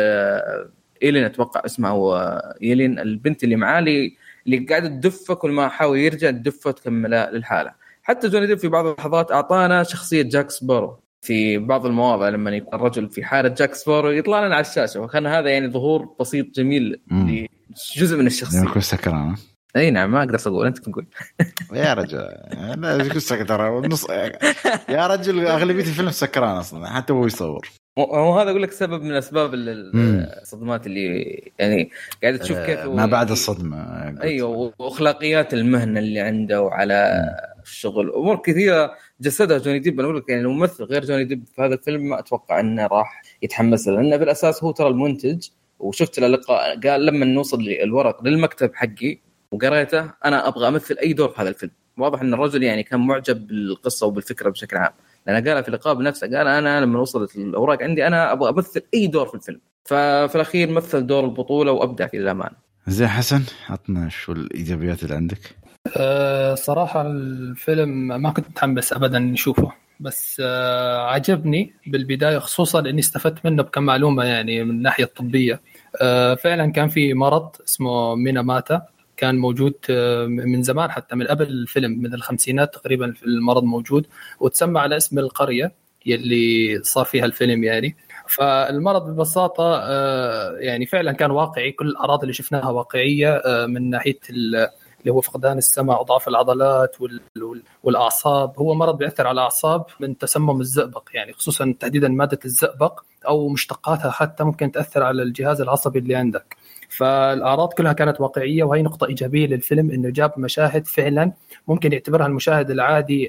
إيلين، أتوقع اسمها هو إيلين، البنت اللي معاه اللي, اللي قاعدة تدفه كل ما حاول يرجع تدفه تكمل للحالة. حتى جوني ديب في بعض اللحظات أعطانا شخصية جاك سبارو في بعض المواضع، لما يكون الرجل في حالة جاك سبارو يطلع لنا على الشاشة، وكان هذا يعني ظهور بسيط جميل لجزء من الشخصية.
يكون سكران.
اي نعم، ما اقدر اقول، انت تقول.
يا رجل انا كنت سكران نص يا رجل، اغلبيه الفيلم سكران اصلا حتى هو يصور.
هو هذا اقول لك سبب من اسباب الصدمات اللي يعني قاعد تشوف كيف
ما بعد الصدمه.
ايوه، واخلاقيات المهنه اللي عنده وعلى مم. الشغل، امور كثيره جسدها جوني ديب. انا اقول لك يعني الممثل غير جوني ديب في هذا الفيلم ما اتوقع انه راح يتحمس له، لانه بالاساس هو ترى المنتج. وشفت له لقاء قال لما نوصل للورق للمكتب حقي وقريته انا ابغى امثل اي دور في هذا الفيلم. واضح ان الرجل يعني كان معجب بالقصه وبالفكره بشكل عام، لأنه قال في اللقاء بنفسه قال أنا لما وصلت الأوراق عندي أنا أبغى أمثل أي دور في الفيلم. ففي الأخير مثل دور البطولة وأبدع في الأمانة.
زي حسن، عطنا شو الإيجابيات اللي عندك؟
أه صراحة الفيلم ما كنت متحمس أبدا نشوفه، بس أه عجبني بالبداية، خصوصا لأني استفدت منه بكم معلومة يعني من الناحية الطبية. أه فعلا كان في مرض اسمه ميناماتا، كان موجود من زمان حتى من قبل الفيلم، من الخمسينات تقريبا المرض موجود، وتسمى على اسم القرية يلي صار فيها الفيلم يعني. فالمرض ببساطة يعني فعلا كان واقعي، كل الأعراض اللي شفناها واقعية، من ناحية اللي هو فقدان السمع وضعف العضلات والأعصاب. هو مرض بيأثر على الأعصاب من تسمم الزئبق، يعني خصوصا تحديدا مادة الزئبق أو مشتقاتها حتى ممكن تأثر على الجهاز العصبي اللي عندك. فالأعراض كلها كانت واقعية، وهي نقطة إيجابية للفيلم، إنه جاب مشاهد فعلا ممكن يعتبرها المشاهد العادي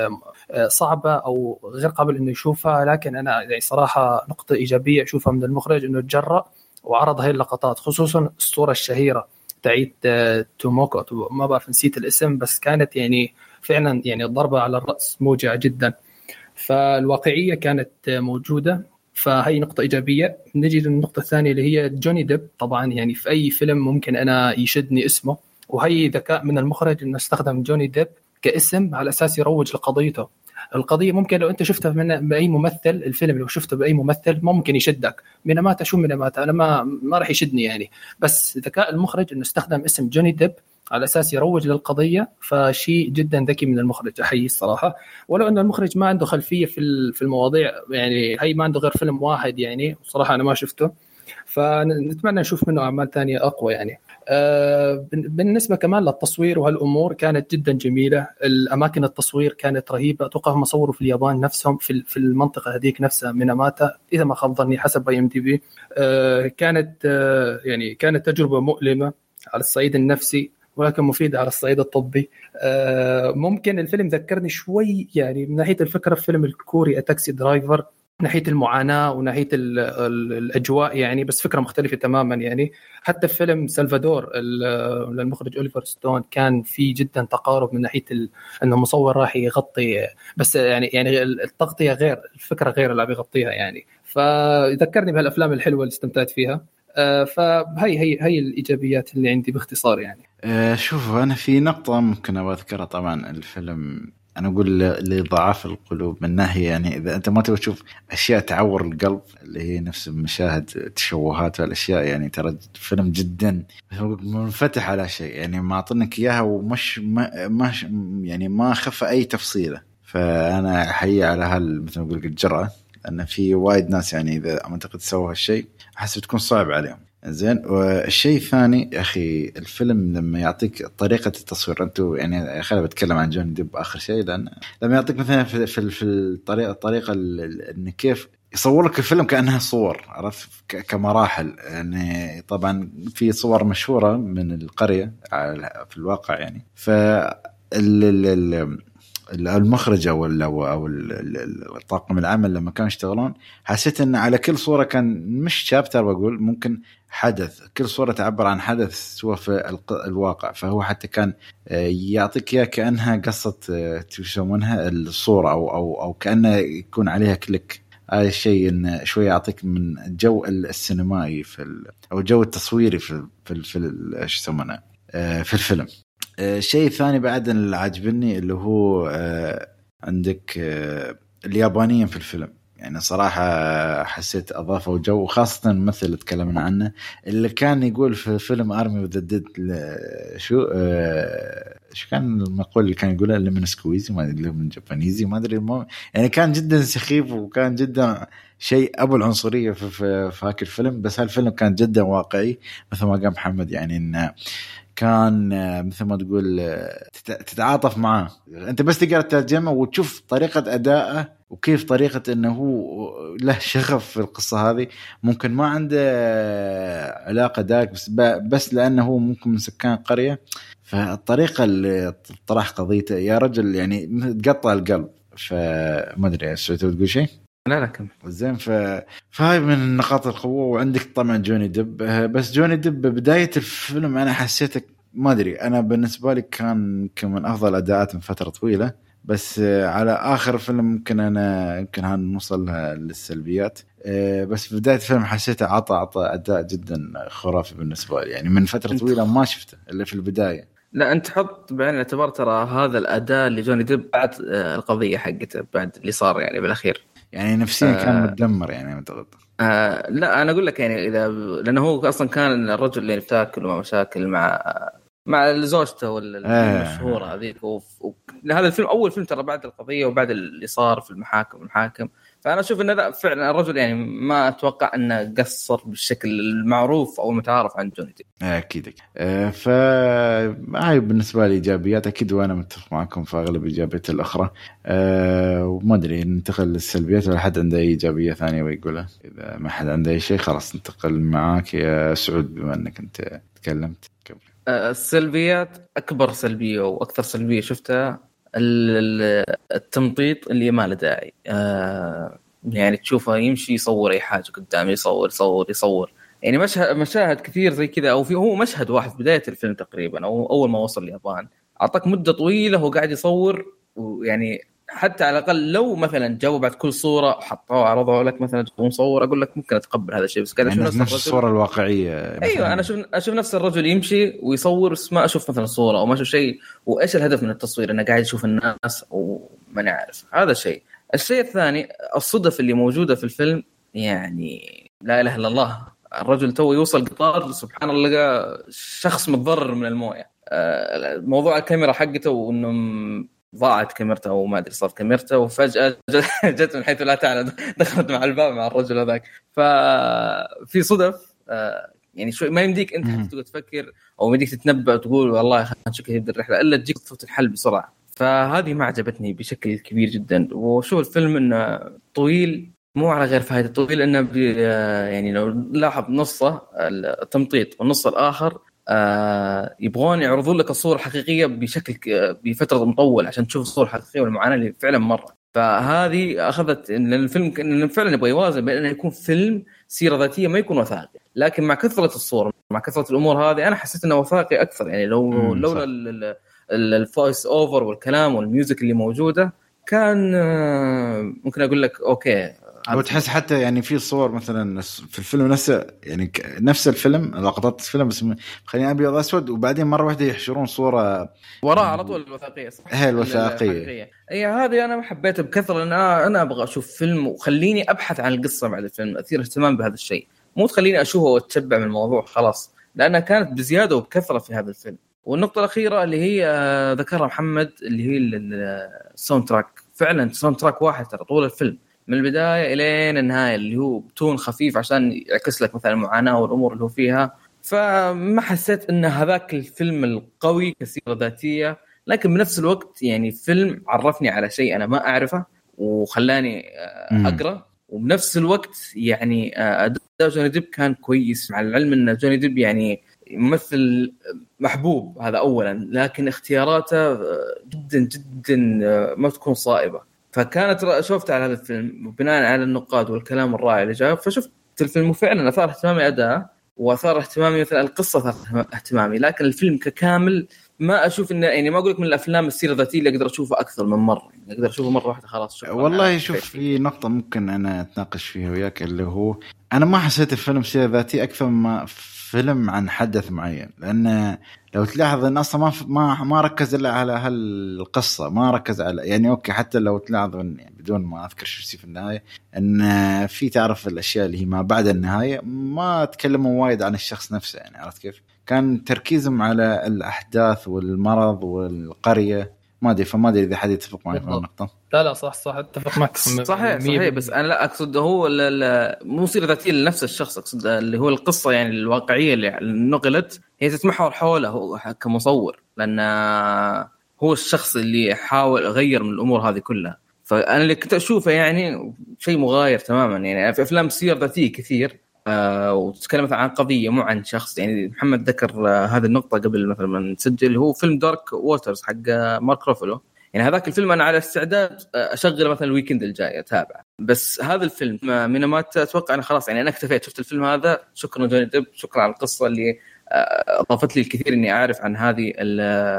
صعبة أو غير قابل إنه يشوفها، لكن أنا يعني صراحة نقطة إيجابية أشوفها من المخرج إنه تجرأ وعرض هاي اللقطات، خصوصا الصورة الشهيرة تعيد توموكو، ما بعرف نسيت الاسم، بس كانت يعني فعلا يعني ضربة على الرأس موجعة جدا. فالواقعية كانت موجودة، فهي نقطة إيجابية. نجي للنقطة الثانية اللي هي جوني ديب. طبعا يعني في أي فيلم ممكن أنا يشدني اسمه، وهي ذكاء من المخرج إنه استخدم جوني ديب كاسم على أساس يروج لقضيته. القضية ممكن لو أنت شفتها من بأي ممثل، الفيلم لو شفته بأي ممثل ممكن يشدك، ميناماتا شو ميناماتا أنا ما ما راح يشدني يعني، بس ذكاء المخرج إنه استخدم اسم جوني ديب على أساس يروج للقضية، فشيء جدا ذكي من المخرج، أحيي الصراحة. ولو أن المخرج ما عنده خلفية في في المواضيع، يعني هي ما عنده غير فيلم واحد يعني، صراحة أنا ما شفته، فنتمنى نشوف منه أعمال تانية أقوى يعني. آه بالنسبة كمان للتصوير وهالأمور كانت جدا جميلة. الأماكن التصوير كانت رهيبة، أتوقع هم صوروا في اليابان نفسهم في في المنطقة هذيك نفسها ميناماتا إذا ما خاب ظني حسب أي إم دي بي. آه كانت آه يعني كانت تجربة مؤلمة على الصعيد النفسي، ولكن مفيدة على الصعيد الطبي. آه ممكن الفيلم ذكرني شوي يعني من ناحية الفكرة في فيلم الكوري تاكسي درايفر، ناحية المعاناة وناحية ال ال الأجواء يعني، بس فكرة مختلفة تماما يعني. حتى في فيلم سلفادور للمخرج أوليفر ستون كان في جدا تقارب من ناحية أنه مصور راح يغطي، بس يعني يعني التغطية غير، الفكرة غير اللي بيغطيها يعني. فذكرني بهالأفلام الحلوة اللي استمتعت فيها. آه فهي هي هي الإيجابيات اللي عندي باختصار يعني.
آه شوف أنا في نقطة ممكن أذكرها. طبعا الفيلم أنا أقول لضعاف القلوب من ناحية يعني إذا أنت ما تبغى تشوف أشياء تعور القلب اللي هي نفس مشاهد تشوهات والأشياء، يعني ترى فيلم جدا منفتح على شيء، يعني ما أعطنك إياها ومش ما, ما يعني ما خف أي تفصيلة. فأنا أحيي على هال مثل ما أقول الجرأة، لأن في وايد ناس يعني إذا أعتقد سووا هالشيء أحس بتكون صعب عليهم. زين. والشيء الثاني يا أخي الفيلم لما يعطيك طريقة التصوير، أنتوا يعني خلينا بتكلم عن جون ديب آخر شيء، لأن لما يعطيك مثلا في في, في الطريقة الطريقة إن كيف يصور لك الفيلم كأنها صور، عرفت كمراحل يعني. طبعا في صور مشهورة من القرية في الواقع يعني. ف المخرج او او الطاقم العمل لما كانوا يشتغلون حسيت ان على كل صوره كان مش شابتر بقول ممكن حدث كل صوره تعبر عن حدث سوى في الواقع فهو حتى كان يعطيك اياه كانها قصه تسمونها الصوره او او او كانه يكون عليها كليك. هذا الشيء إن شوي يعطيك من الجو السينمائي في او الجو التصويري في في في ايش يسمونه في الفيلم. الشيء الثاني بعد اللي عجبني اللي هو عندك اليابانيين في الفيلم يعني صراحة حسيت أضافوا جو وخاصة الممثل اللي تكلمنا عنه اللي كان يقول في فيلم أرمي وذا ديد شو شو كان المقول اللي كان يقوله اللي من سكويزي ما أدري من جابانيزي ما أدري المهم يعني كان جدا سخيف وكان جدا شيء أبو العنصرية في في, في هاك الفيلم. بس هالفيلم كان جدا واقعي مثل ما قال محمد يعني إنه كان مثل ما تقول تتعاطف معاه أنت بس تقرأ الترجمة وتشوف طريقة أدائه وكيف طريقة أنه هو له شغف في القصة هذه ممكن ما عنده علاقة داك بس بس لأنه هو ممكن من سكان قرية فالطريقة اللي طرح قضيته يا رجل يعني تقطع القلب. فما أدري إيش تقول شيء
لا لا كم
زين ف... فهاي من نقاط القوة. وعندك طبعا جوني ديب بس جوني ديب بداية الفيلم أنا حسيتك ما أدري أنا بالنسبة لي كان من أفضل أداءات من فترة طويلة بس على آخر فيلم ممكن أنا يمكن هنوصل للسلبيات بس في بداية الفيلم حسيته عطى عطى أداء جدا خرافي بالنسبة لي يعني من فترة طويلة ما شفته إلا في البداية.
لا أنت حط بعين الاعتبار ترى هذا الأداء اللي جوني ديب بعد القضية حقته بعد اللي صار يعني بالأخير
يعني نفسيا آه كان متدمر يعني متغطى.
آه لا أنا أقول لك يعني إذا لأنه هو أصلا كان الرجل اللي بتاكل وما مشاكل مع مع زوجته والمشهورة آه. هذيك هذا الفيلم أول فيلم ترى بعد القضية وبعد اللي صار في المحاكم المحاكم فأنا أشوف إن هذا فعلا الرجل يعني ما أتوقع أنه قصر بالشكل المعروف أو المتعارف عن جوني ديب.
أكيد آه فهاي بالنسبة لي إيجابيات أكيد وأنا متفق معكم في أغلب إيجابيات الأخرى آه وما أدري ننتقل للسلبيات ولا حد عنده أي إيجابية ثانية ويقولها. إذا ما حد عنده أي شيء خلاص ننتقل معاك يا سعود بما أنك أنت تكلمت قبل.
السلبيات أكبر سلبية وأكثر سلبية شفتها التمطيط اللي ما له داعي آه يعني تشوفه يمشي يصور أي حاجة قدامه يصور يصور يصور يعني مشهد مشاهد كثير زي كذا أو في هو مشهد واحد في بداية الفيلم تقريبا أو أول ما وصل اليابان أعطاك مدة طويلة هو قاعد يصور ويعني حتى على الأقل لو مثلا جاوب بعد كل صورة حطوه عرضوه لك مثلا مصور أقول لك ممكن أتقبل هذا الشيء بس قاعد
أشوف نفس الصورة الواقعية
أيوة أنا أشوف أشوف نفس الرجل يمشي ويصور بس ما أشوف مثلا صورة أو ما أشوف شيء وإيش الهدف من التصوير أنا قاعد أشوف الناس وما نعرف هذا الشيء. الشيء الثاني الصدف اللي موجودة في الفيلم يعني لا إله إلا الله الرجل تو يوصل قطار سبحان الله لقى شخص متضرر من الموية موضوع الكاميرا حقته وإنه ضاعت كاميرته أو ما أدري صار كاميرته وفجأة جت من حيث لا تعلم دخلت مع الباب مع الرجل هذاك. ففي صدف يعني شوي ما يمديك أنت حتى تفكر أو ما يمديك تتنبأ وتقول والله خلنا نشوف كيف الرحلة إلا تجيك صوت الحل بسرعة. فهذه ما عجبتني بشكل كبير جدا. وشوف الفيلم إنه طويل مو على غير فائدة طويل إنه يعني لو لاحظ نصه التمطيط والنص الآخر آه يبغون يعرضون لك الصورة الحقيقية بشكل بفترة مطولة عشان تشوف الصورة الحقيقية والمعاناة اللي فعلا مرة. فهذه أخذت إن الفيلم إن فعلا يبغى يوازن بين إنه يكون فيلم سيرة ذاتية ما يكون وثائقي لكن مع كثرة الصور مع كثرة الأمور هذه أنا حسيت إنه وثائقي أكثر يعني لو لولا الفويس أوفر والكلام والميوزك اللي موجودة كان آه ممكن أقول لك أوكي.
أو تحس حتى يعني في صور مثلا في الفيلم نفسه يعني نفس الفيلم لقطات الفيلم بس خلينا أبيض أسود وبعدين مرة واحدة يحشرون صورة
وراء على طول الوثائقية صح؟
هي الوثائقية
أي هذه أنا ما حبيتها بكثرة لأن أنا أنا أبغى أشوف فيلم وخليني أبحث عن القصة بعد الفيلم أثير اهتمام بهذا الشيء مو تخليني أشوفه وأتشبع من الموضوع خلاص لأنها كانت بزيادة وبكثرة في هذا الفيلم. والنقطة الأخيرة اللي هي ذكرها محمد اللي هي الساوند تراك فعلا ساوند تراك واحد ترى طول الفيلم من البداية إلين النهاية اللي هو بتون خفيف عشان يعكس لك مثلا المعاناة والأمور اللي هو فيها. فما حسيت إن هذاك الفيلم القوي كسيرة ذاتية لكن بنفس الوقت يعني فيلم عرفني على شيء أنا ما أعرفه وخلاني أقرأ وبنفس الوقت يعني أداء جوني ديب كان كويس مع العلم إن جوني ديب يعني ممثل محبوب هذا أولا، لكن اختياراته جدا جدا ما تكون صائبة. فكانت شوفت على هذا الفيلم وبناء على النقاد والكلام الرائع اللي جاء، فشفت الفيلم فعلا أثار اهتمامي أداء وأثار اهتمامي مثلا القصة أثار اهتمامي، لكن الفيلم ككامل ما أشوف إنه يعني ما أقولك من الأفلام السيرة الذاتية اللي أقدر أشوفها أكثر من مرة، يعني أقدر أشوفه مرة واحدة خلاص.
والله شوف في نقطة ممكن أنا أتناقش فيها وياك، اللي هو أنا ما حسيت الفيلم سيرة ذاتية أكثر ما فيلم عن حدث معين، لأن لو تلاحظ إن أصلا ما ما ما ركز إلا على هالقصة، ما ركز على يعني أوكي حتى لو تلاحظ إن يعني بدون ما أذكر شو يصير في النهاية إن في تعرف الأشياء اللي هي ما بعد النهاية، ما تكلموا وايد عن الشخص نفسه، يعني عرفت كيف؟ كان تركيزهم على الأحداث والمرض والقرية، ما أدري فما أدري إذا حد يتفق معي في النقطة.
لا لا صح صح اتفق معك
صحيح صحيح، بس أنا لا أقصد هو مو سيرة ذاتية لنفس الشخص، أقصد اللي هو القصة يعني الواقعية اللي نقلت هي تتمحور حوله هو كمصور، لأن هو الشخص اللي حاول غير من الأمور هذه كلها. فأنا اللي كنت أشوفه يعني شيء مغاير تماما، يعني في أفلام سيرة ذاتية كثير آه وتتكلم عن قضية مو عن شخص. يعني محمد ذكر آه هذه النقطة قبل مثلا ما نسجل، هو فيلم دارك ووترز حق آه مارك روفلو، يعني هذاك الفيلم أنا على استعداد أشغله مثلا الويكند الجاي أتابع. بس هذا الفيلم من ما أتوقع أنا خلاص يعني أنا اكتفيت، شفت الفيلم هذا شكرا جوني ديب، شكرا على القصة اللي أضافت لي الكثير إني أعرف عن هذه ال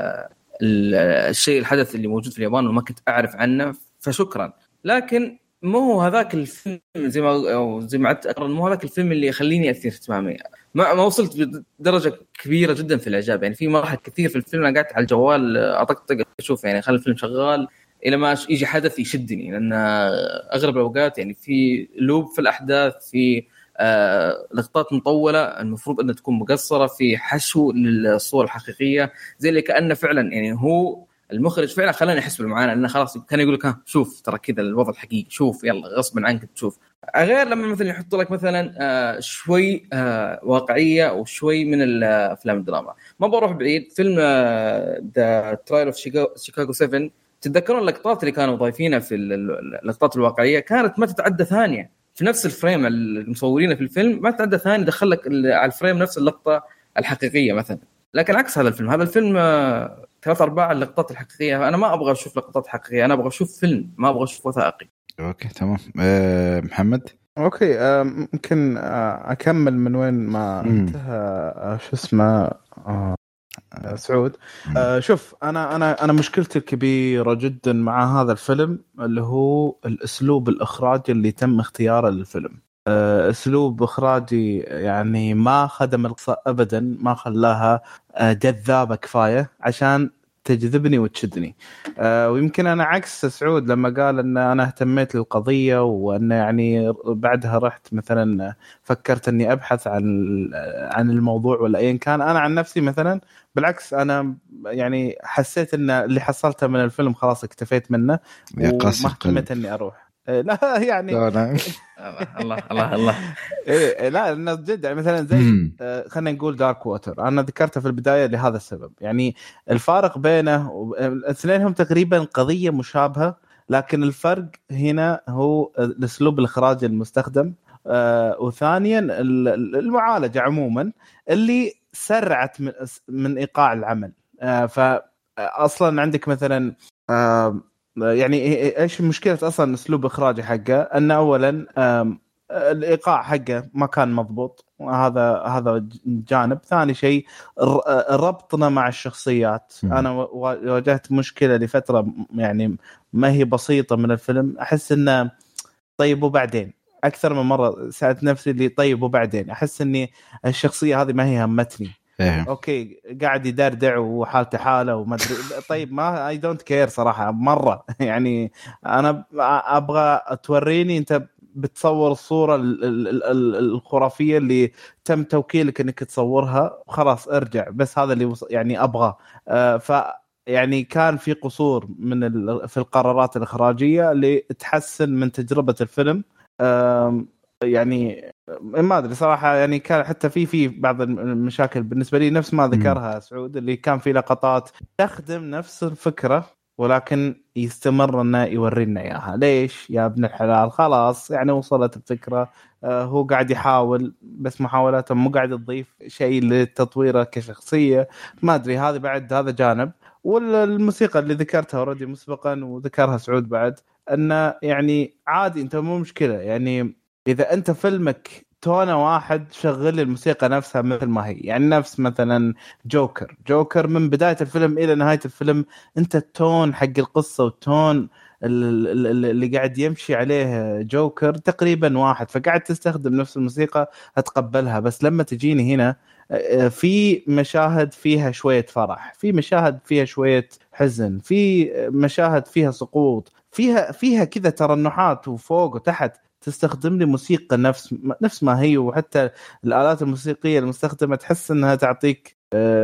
ال الشيء الحدث اللي موجود في اليابان وما كنت أعرف عنه، فشكرا. لكن مو هذاك الفيلم زي ما أو زي ما عدت أقرأ، مو هذاك الفيلم اللي يخليني أثير اهتمامي، ما ما وصلت بدرجة كبيرة جدا في الإعجاب. يعني في مراحل كثير في الفيلم أنا قعدت على الجوال أطقطق أشوف يعني خلي الفيلم شغال إلى ما يجي حدث يشدني، لأن أغلب الأوقات يعني في لوب في الأحداث، في آه لقطات مطولة المفروض أن تكون مقصرة، في حشو للصور الحقيقية، زي اللي كأنه فعلا يعني هو المخرج فعلا خلاني أحس بالمعاناة، لأنه خلاص كان يقول لك ها شوف ترى كذا الوضع الحقيقي، شوف يلا غصبا عنك تشوف. غير لما مثلا يحط لك مثلا آه شوي آه واقعية وشوي من الأفلام الدراما. ما بروح بعيد، فيلم The Trial of Chicago سفن، تتذكرون اللقطات اللي كانوا ضايفينها في اللقطات الواقعية كانت ما تتعدى ثانية في نفس الفريم المصورين في الفيلم، ما تتعدى ثانية دخلك على الفريم نفس اللقطة الحقيقية مثلا. لكن عكس هذا الفيلم، هذا الفيلم آه ثلاث أرباع اللقطات الحقيقية. أنا ما أبغى أشوف لقطات حقيقية، أنا أبغى أشوف فيلم، ما أبغى أشوف وثائقي.
أوكي تمام. أه محمد.
أوكي أه ممكن أه أكمل من وين ما انتهى أه شو اسمه أه سعود. أه شوف أنا أنا أنا مشكلتي الكبيرة جدا مع هذا الفيلم اللي هو الأسلوب الإخراجي اللي تم اختياره للفيلم. أسلوب إخراجي يعني ما خدم القصة أبدا، ما خلاها جذابة كفاية عشان تجذبني وتشدني. أه ويمكن أنا عكس سعود لما قال أن أنا اهتميت للقضية، وأن يعني بعدها رحت مثلا فكرت أني أبحث عن عن الموضوع ولا أيا كان. أنا عن نفسي مثلا بالعكس، أنا يعني حسيت أن اللي حصلته من الفيلم خلاص اكتفيت منه وما اهتميت أني أروح. لا يعني
الله الله الله
إيه لا الناس جد يعني مثلا زي آه خلينا نقول دارك ووتر، أنا ذكرته في البداية لهذا السبب. يعني الفارق بينه الاثنين هم تقريبا قضية مشابهة، لكن الفرق هنا هو الأسلوب الإخراجي المستخدم، آه وثانيا المعالجة عموما اللي سرعت من, من إيقاع العمل. آه فأصلا عندك مثلا آه يعني ايش مشكله اصلا اسلوب اخراجي حقه؟ ان اولا الايقاع حقه ما كان مضبوط، هذا هذا جانب. ثاني شيء ربطنا مع الشخصيات. انا واجهت مشكله لفتره يعني ما هي بسيطه من الفيلم، احس انه طيب وبعدين اكثر من مره سالت نفسي اللي طيب وبعدين، احس اني الشخصيه هذه ما هي همتني. إيه. اوكي قاعد يدردع وحالته حاله وما ادري طيب ما اي دونت كير صراحه مره. يعني انا ابغى توريني انت بتصور الصوره الخرافيه اللي تم توكيلك انك تصورها وخلاص ارجع، بس هذا اللي يعني ابغى. آه ف يعني كان في قصور من في القرارات الاخراجيه اللي تحسن من تجربه الفيلم. آه يعني ما ادري صراحه، يعني كان حتى في في بعض المشاكل بالنسبه لي نفس ما ذكرها سعود، اللي كان في لقطات تخدم نفس الفكره ولكن يستمر انه يورينا اياها. ليش يا ابن الحلال؟ خلاص يعني وصلت الفكره، هو قاعد يحاول بس محاولاته مو قاعد تضيف شيء لتطويره كشخصية. ما أدري، هذا بعد هذا جانب. والموسيقى اللي ذكرتها أوريدي مسبقا وذكرها سعود بعد، أنه يعني عادي، أنت مو مشكلة يعني إذا أنت فيلمك تونه واحد شغل الموسيقى نفسها مثل ما هي. يعني نفس مثلا جوكر جوكر من بداية الفيلم إلى نهاية الفيلم أنت التون حق القصة والتون اللي قاعد يمشي عليه جوكر تقريبا واحد، فقاعد تستخدم نفس الموسيقى أتقبلها. بس لما تجيني هنا في مشاهد فيها شوية فرح، في مشاهد فيها شوية حزن، في مشاهد فيها سقوط، فيها فيها كذا ترنحات وفوق وتحت، تستخدم لي موسيقى نفس نفس ما هي. وحتى الآلات الموسيقية المستخدمة تحس أنها تعطيك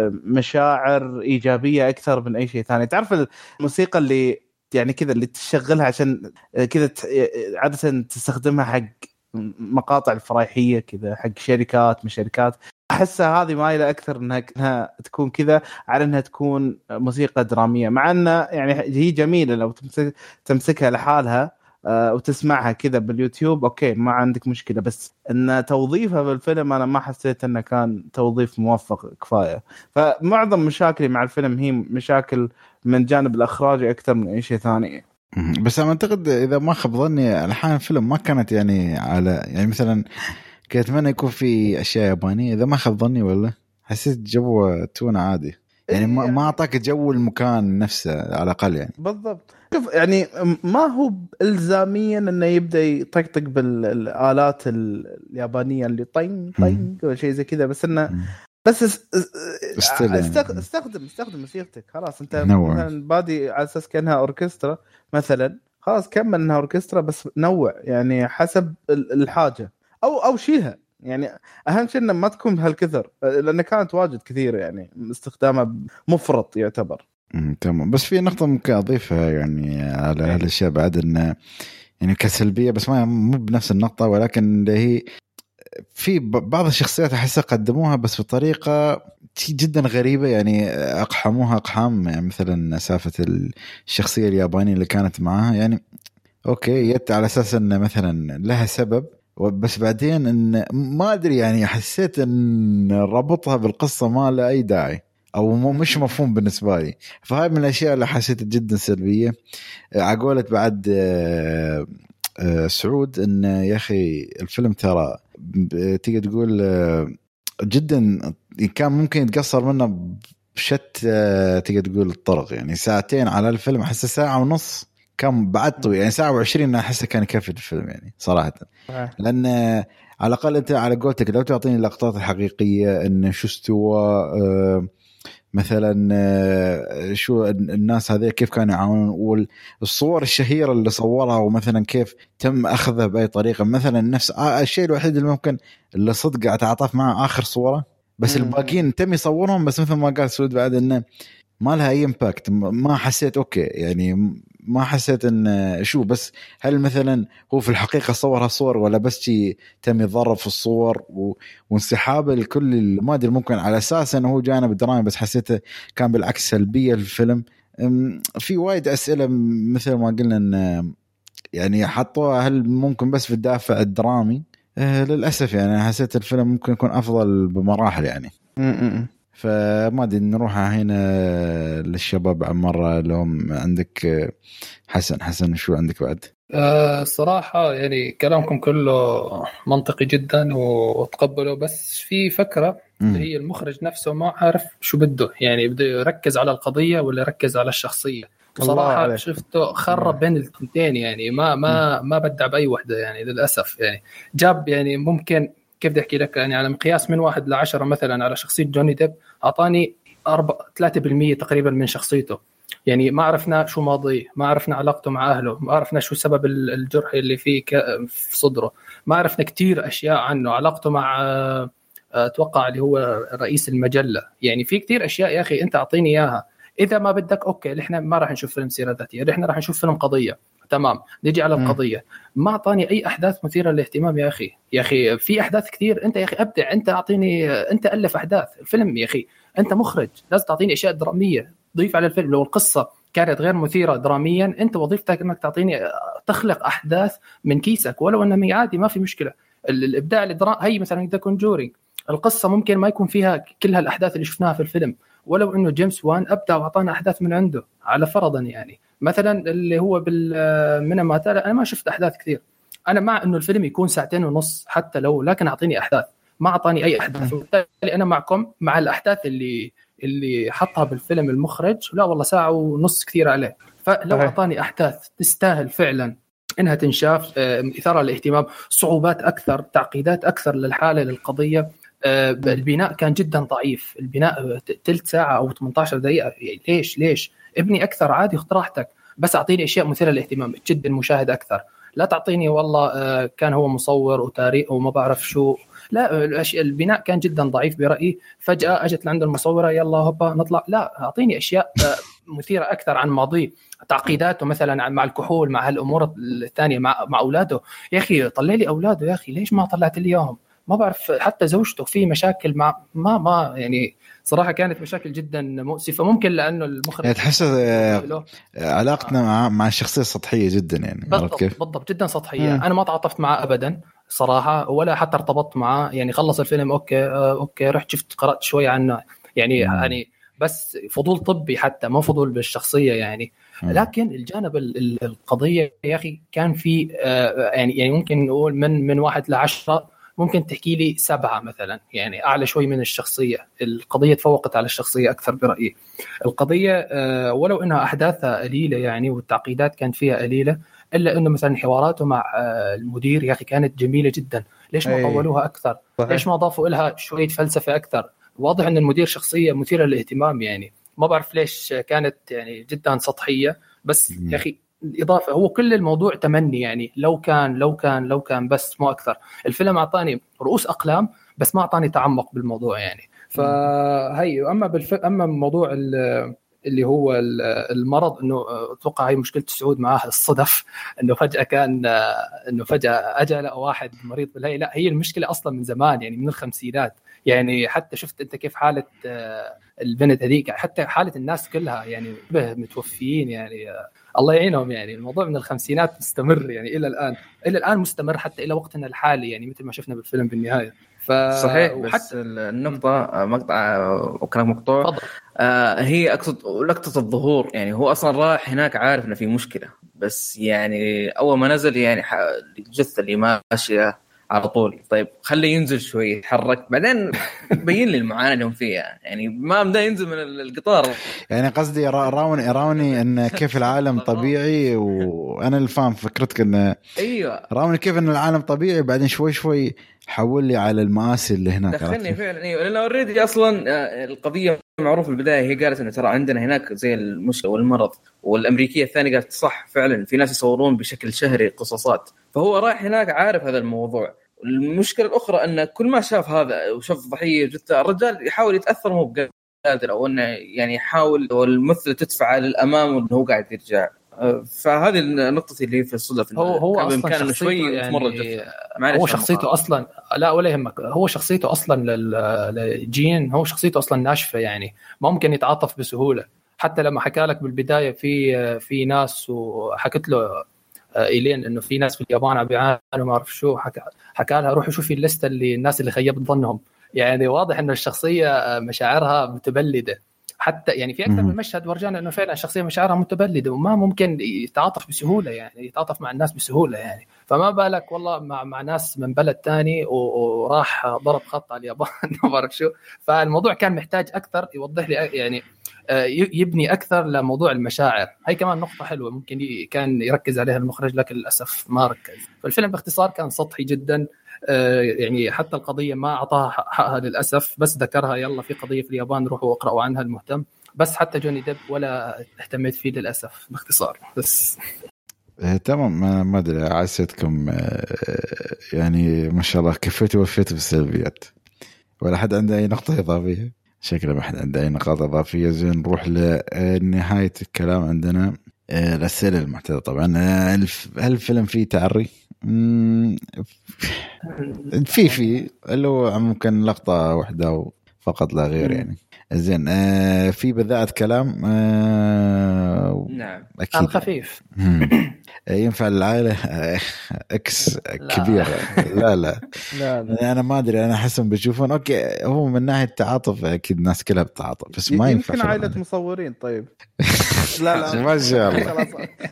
مشاعر إيجابية أكثر من أي شيء ثاني. تعرف الموسيقى اللي يعني كذا اللي تشغلها عشان كذا عادة تستخدمها حق مقاطع الفرايحية كذا، حق شركات من شركات، أحسها هذه مايلة أكثر إنها تكون كذا على إنها تكون موسيقى درامية. مع أن يعني هي جميلة لو تمسك تمسكها لحالها وتسمعها كذا باليوتيوب أوكي ما عندك مشكلة، بس إن توظيفها بالفيلم أنا ما حسيت إنه كان توظيف موفق كفاية. فمعظم مشاكلي مع الفيلم هي مشاكل من جانب الإخراج أكثر من أي شيء ثاني.
بس أنا أعتقد إذا ما خاب ظني الحين الفيلم ما كانت يعني على يعني مثلا كنت أتمنى يكون في أشياء يابانية، إذا ما خاب ظني ولا حسيت جو تون عادي يعني ما ما أعطاك جو المكان نفسه على الأقل يعني.
بالضبط. شوف يعني ما هو إلزاميا إنه يبدأ يطقطق بالآلات اليابانية اللي طين طين ولا شيء زي كذا، بس إنه بس استخدم استخدم استخدم موسيقتك خلاص. أنت مثلا بادي على أساس كأنها أوركسترا مثلا، خلاص كمل إنها أوركسترا بس نوع يعني حسب الحاجة أو أو شيلها. يعني أهم شيء إنه ما تكون بهالكثر، لأن كانت واجد كثير يعني استخدامها مفرط يعتبر.
تمام. بس في نقطة ممكن أضيفها يعني على هالأشياء بعد، إنه يعني كسلبية بس ما مو بنفس النقطة، ولكن اللي هي في بعض الشخصيات أحسها قدموها بس بطريقة جدا غريبة يعني أقحموها أقحام. يعني مثلا سالفة الشخصية اليابانية اللي كانت معها يعني أوكي يت على أساس إن مثلا لها سبب، بس بعدين إن ما أدري يعني حسيت إن ربطها بالقصة ما له أي داعي أو مش مفهوم بالنسبة لي. فهاي من الأشياء اللي حسيت جدا سلبية. عقولة بعد سعود إن يا أخي الفيلم ترى تيجي تقول جدا كان ممكن يتقصر منه بشت تيجي تقول الطرق. يعني ساعتين على الفيلم أحس ساعة ونص كان بعد طويل، يعني ساعة وعشرين أحسه كان يكفي الفيلم يعني صراحة. لأن على الأقل أنت على قولتك لو تعطيني اللقطات الحقيقية إن شو استوى أه مثلا أه شو الناس هذه كيف كانوا يعاونون، والصور الشهيرة اللي صورها ومثلا كيف تم أخذها بأي طريقة. مثلا نفس الشيء الوحيد اللي ممكن اللي صدق أتعاطف معه آخر صورة، بس الباقيين تم يصورهم بس مثل ما قال سعود بعد إنه ما لها أي إمباكت. ما حسيت أوكي يعني ما حسيت إن شو، بس هل مثلا هو في الحقيقة صورها صور ولا بس شيء تم يضرب في الصور و... وانسحاب الكل المادي ممكن على أساس إنه هو جانب درامي، بس حسيته كان بالعكس سلبية الفيلم. في وايد أسئلة مثل ما قلنا إن يعني حطوها هل ممكن بس في الدافع الدرامي. أه للأسف يعني حسيت الفيلم ممكن يكون أفضل بمراحل يعني. م-م. فما ادري نروح هنا للشباب عمرة لهم عندك حسن. حسن شو عندك بعد؟
أه صراحة يعني كلامكم كله منطقي جدا وتقبله، بس في فكرة اللي هي المخرج نفسه ما عارف شو بده، يعني بده يركز على القضية ولا يركز على الشخصية. بصراحة شفته خرب بين الاثنين، يعني ما ما ما بدع بأي وحدة يعني للأسف. يعني جاب يعني ممكن كيف بدي أحكي لك يعني على مقياس من واحد لعشرة مثلا على شخصية جوني ديب أعطاني أربعة ثلاثة بالمية تقريبا من شخصيته. يعني ما عرفنا شو ماضيه، ما عرفنا علاقته مع أهله، ما عرفنا شو سبب الجرح اللي فيه في صدره، ما عرفنا كتير أشياء عنه، علاقته مع أتوقع اللي هو رئيس المجلة. يعني في كتير أشياء يا أخي أنت أعطيني إياها. إذا ما بدك أوكي إحنا ما راح نشوف فيلم سيرة ذاتية، إحنا راح نشوف فيلم قضية. تمام، نيجي على القضية. ما أعطاني أي أحداث مثيرة للاهتمام يا أخي. يا أخي في أحداث كتير، أنت يا أخي أبدع، أنت أعطيني، أنت ألف أحداث الفيلم يا أخي، أنت مخرج لازم تعطيني أشياء درامية ضيف على الفيلم. لو القصة كانت غير مثيرة دراميا أنت وظيفتك أنك تعطيني تخلق أحداث من كيسك، ولو أنها عادي ما في مشكلة. الابداع الادراء هي مثلا ذا كونجورينج، القصه ممكن ما يكون فيها كل هالاحداث اللي شفناها في الفيلم، ولو انه جيمس وان ابدع واعطانا احداث من عنده على فرضا يعني مثلا اللي هو بالمنى ما ترى انا ما شفت احداث كثير. انا مع انه الفيلم يكون ساعتين ونص حتى لو، لكن اعطيني احداث، ما اعطاني اي احداث. وبالتالي انا معكم مع الاحداث اللي اللي حطها بالفيلم المخرج، لا والله ساعه ونص كثير عليه. فلو اعطاني احداث تستاهل فعلا انها تنشاف، اثاره للاهتمام، صعوبات اكثر، تعقيدات اكثر للحاله للقضيه. البناء كان جدا ضعيف، البناء ثلث ساعه او ثمانية عشر دقيقه، ليش ليش ابني اكثر عادي خذ راحتك، بس اعطيني اشياء مثيره للاهتمام تشد المشاهد اكثر. لا تعطيني والله كان هو مصور وتاريخ وما بعرف شو، لا الاشياء البناء كان جدا ضعيف برايي. فجاه اجت لعند المصوره يلا هوبا نطلع، لا اعطيني اشياء مثيره اكثر عن ماضيه، تعقيداته مثلا مع الكحول مع هالامور الثانيه مع مع اولاده. يا اخي طلع لي اولاده يا اخي، ليش ما طلعت لي اياهم؟ ما بعرف، حتى زوجته في مشاكل مع ما ما يعني صراحه كانت مشاكل جدا مؤسفه. ممكن لانه المخرج
يعني تحس علاقتنا مع مع الشخصيه سطحيه جدا يعني.
بالضبط كيف؟ بالضبط جدا سطحيه. مم. انا ما تعاطفت معه ابدا صراحه، ولا حتى ارتبطت معه يعني. خلص الفيلم اوكي آه اوكي رحت شفت قرات شوي عنه يعني مم. يعني بس فضول طبي حتى، ما فضول بالشخصيه يعني. مم. لكن الجانب القضيه يا اخي كان في آه يعني يعني ممكن نقول من من واحد لعشرة ممكن تحكي لي سبعة مثلا، يعني أعلى شوي من الشخصية. القضية تفوقت على الشخصية أكثر برأيي. القضية ولو أنها أحداثها قليلة يعني والتعقيدات كانت فيها قليلة، إلا أنه مثلا حواراته مع المدير يا أخي كانت جميلة جدا. ليش ما طولوها أكثر؟ صحيح. ليش ما ضافوا لها شوية فلسفة أكثر؟ واضح أن المدير شخصية مثيرة للاهتمام يعني. ما بعرف ليش كانت يعني جدا سطحية. بس يا أخي الإضافة هو كل الموضوع تمني يعني، لو كان لو كان لو كان بس مو أكثر. الفيلم أعطاني رؤوس أقلام بس ما أعطاني تعمق بالموضوع يعني. فهي أما بالف... أما موضوع اللي هو المرض، إنه أتوقع هي مشكلة سعود معاه الصدف، إنه فجأة كان إنه فجأة أجى لقى واحد مريض بالهي. لا هي المشكلة أصلا من زمان يعني، من الخمسينات يعني. حتى شفت أنت كيف حالة البنت هذيك، حتى حالة الناس كلها يعني متوفيين يعني، الله يعينهم يعني. الموضوع من الخمسينات مستمر يعني إلى الآن، إلى الآن مستمر حتى إلى وقتنا الحالي يعني، مثل ما شفنا بالفيلم بالنهاية. ف...
صحيح. بس النقطة مقطع وكلام مقطوع آه هي أقصد لقطة الظهور يعني. هو أصلا راح هناك عارف إنه في مشكلة، بس يعني أول ما نزل يعني الجثة اللي ماشية على طول، طيب خليه ينزل شوي يتحرك، بعدين بين لي المعاناة اللي هم فيها يعني. ما بدأ ينزل من القطار
يعني. قصدي راوني راوني ان كيف العالم طبيعي، وانا الفهم فكرتك ان
ايوه
راوني كيف ان العالم طبيعي، بعدين شوي شوي حول لي على المآسي اللي هناك.
دخلني فعلا ايوه، لانه اوريدي اصلا القضيه معروفه في البدايه. هي قالت انه ترى عندنا هناك زي المشكله والمرض، والامريكيه الثانيه قالت صح فعلا في ناس يصورون بشكل شهري قصصات. فهو رايح هناك عارف هذا الموضوع. المشكله الاخرى ان كل ما شاف هذا وشاف ضحيه جثه، الرجال يحاول يتاثر مو بقادر، او انه يعني يحاول والممثل تدفع للامام وانه هو قاعد يرجع. فهذه النقطة اللي في الصدف.
هو هو أصلاً
شوي
يعني هو شخصيته أصلاً لا ولا يهمك، هو شخصيته أصلاً للجين، هو شخصيته أصلاً ناشفة يعني، ما ممكن يتعاطف بسهولة. حتى لما حكى لك بالبداية في في ناس، وحكت له إيلين إنه في ناس في اليابان عم بيعانوا ما أعرف شو، حكى حكى لها روحي شوفي الليستة اللي الناس اللي خيبت ظنهم يعني. واضح إنه الشخصية مشاعرها متبلدة. حتى يعني في أكثر من مشهد ورجعنا إنه فعلا الشخصية مشاعرها متبلدة وما ممكن يتعاطف بسهولة يعني، يتعاطف مع الناس بسهولة يعني. فما بالك والله مع مع ناس من بلد تاني وراح ضرب خط على اليابان ما بعرف شو. فالموضوع كان محتاج أكثر يوضح لي يعني، يبني أكثر لموضوع المشاعر. هاي كمان نقطة حلوة ممكن كان يركز عليها المخرج، لكن للأسف ما ركز. فالفيلم باختصار كان سطحي جدا يعني. حتى القضية ما أعطاها حقها للأسف، بس ذكرها يلا في قضية في اليابان روحوا واقرأوا عنها المهتم. بس حتى جوني ديب ولا اهتميت فيه للأسف باختصار بس.
تمام. ما أدري عسيتكم يعني ما شاء الله كفيتوا وفيتوا بالسلبيات. ولا حد عنده أي نقطة إضافية؟ شكله ما حد عنده أي نقاط إضافية. زين نروح لنهاية الكلام. عندنا الأسئلة المعتادة طبعا. هل الفيلم فيه تعري؟ في في اللي هو ممكن لقطة واحدة فقط لا غير يعني. زين آه في بذاءة كلام آه
نعم
أكيد
خفيف.
ينفع العائلة اكس كبير. لا لا
لا لا
انا ما ادري، انا احسهم بيشوفون اوكي هو من ناحيه التعاطف اكيد الناس كلها بتتعاطف بس ما ينفع
يمكن عائله مصورين. طيب لا لا
ما شاء الله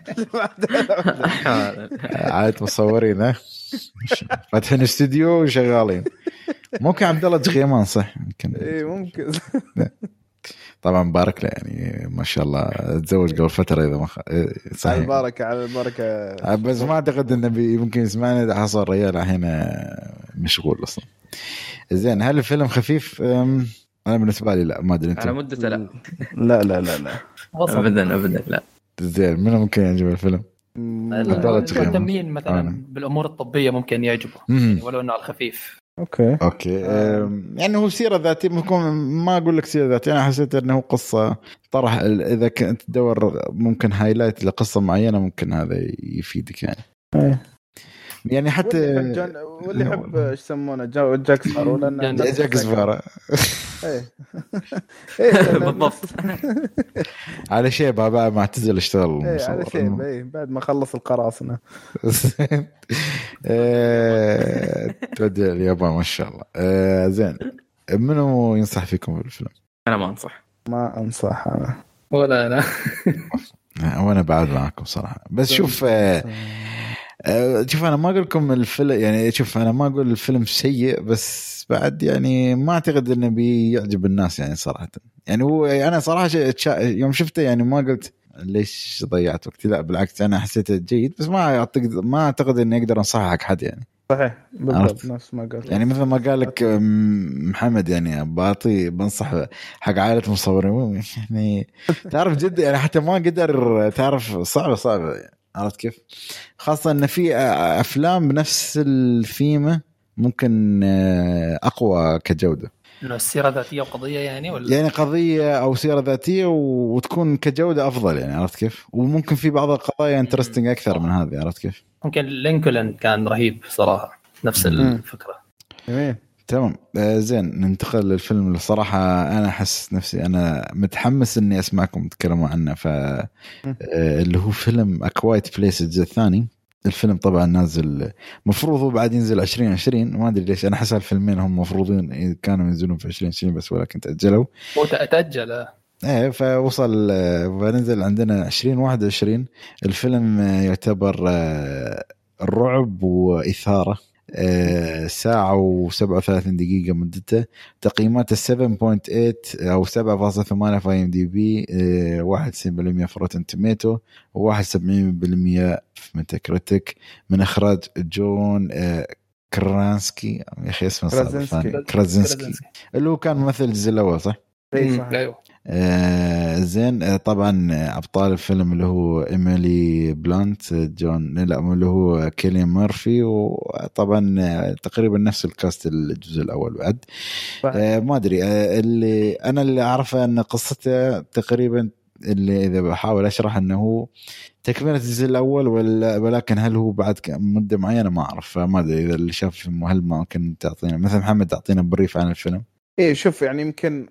عائله مصورين ها فاتحين استوديو وشغالين. ممكن عبد الله جغيمان صح يمكن
اي ممكن.
طبعا مبارك له يعني ما شاء الله تزوج قبل فتره اذا ما خ...
صحيح. على البركه على البركه.
بس ما اعتقد انه ممكن يسمعني اذا حصل ريال الحين مشغول اصلا. زين هل الفيلم خفيف؟ انا بالنسبه لي لا، ما ادري انت.
على مدته لا
لا لا لا لا
ابدا ابدا لا.
زين منو ممكن يعجب الفيلم؟
المهتمين مثلا آه. بالامور الطبيه ممكن يعجبه يعني ولو انه على الخفيف.
اوكي
اوكي آه. يعني هو سيره ذاتيه ممكن ما اقول لك سيره ذاتيه، انا حسيت انه هو قصه طرح. اذا كنت تدور ممكن هايلايت لقصه معينه ممكن هذا يفيدك يعني.
أيه.
يعني حتى
واللي يحب ايش يسمونه جاك سبارو لان
جاك سبارو
ايه ايه
بالضبط على شيء بابا ما اعتزل اشتغل
ايه على شيء ايه بعد ما خلص القراصنه تودي اليابان ما شاء الله. زين منو ينصح فيكم بالفيلم؟
انا ما انصح
ما انصح انا
ولا انا
وانا بعد معكم صراحه. بس شوف شوف انا ما اقول لكم الفيلم يعني شوف انا ما اقول الفيلم سيء بس بعد يعني ما اعتقد انه بيعجب الناس يعني صراحه. يعني هو انا صراحه يوم شفته يعني ما قلت ليش ضيعت وقتي، لا بالعكس انا حسيته جيد بس ما اعتقد ما اعتقد اني اقدر انصحه حق حد يعني.
صحيح بالضبط نفس ما قلت
يعني مثل ما قال لك محمد يعني باطي بنصح حق عائله مصورين يعني تعرف جد يعني حتى ما قدر تعرف صعبه صعبه يعني. عرفت كيف؟ خاصة إن في أفلام بنفس الثيمة ممكن أقوى كجودة.
إنه السيرة ذاتية وقضية يعني ولا؟
يعني قضية أو سيرة ذاتية وتكون كجودة أفضل يعني. عرفت كيف؟ وممكن في بعض القضايا انترستينج أكثر من هذه. عرفت كيف؟
ممكن لينكولن كان رهيب صراحة نفس الفكرة.
جميل
تمام. آه زين ننتقل للفيلم اللي صراحة أنا أحس نفسي أنا متحمس إني أسمعكم تتكلموا عنه ف آه اللي هو فيلم A Quiet Place الجزء الثاني. الفيلم طبعا نازل مفروض هو بعد ينزل عشرين عشرين ما أدري ليش أنا حسب الفيلمين هم مفروضين كانوا ينزلون في عشرين عشرين بس ولكن تأجلوا
وتأجل
ايه فوصل فنزل عندنا عشرين واحد وعشرين. الفيلم يعتبر الرعب وإثارة ساعة وسبعة وثلاثين دقيقة مدته. تقييمات سبعة فاصلة ثمانية أو سبعة فاصلة ثمانية في إم دي بي، واحد وتسعين بالمئة في روتن توميتو وواحد وسبعين بالمئة في ميتاكريتيك. من إخراج جون كرانسكي يا أخي اسمه صعب كرازنسكي اللي هو كان ممثل الجزء الأول صح؟
أيوه
آه زين آه طبعا أبطال الفيلم اللي هو إيميلي بلانت جون لا اللي هو كيليان ميرفي وطبعا آه تقريبا نفس الكاست الجزء الأول بعد آه ما أدري آه اللي أنا اللي أعرفه أن قصته تقريبا اللي إذا بحاول أشرح أنه تكملة الجزء الأول ولكن هل هو بعد مدة معينة ما أعرف فما أدري إذا اللي شاف الفيلم هل ما ممكن تعطينا مثلا محمد تعطينا بريف عن الفيلم.
ايه شوف يعني يمكن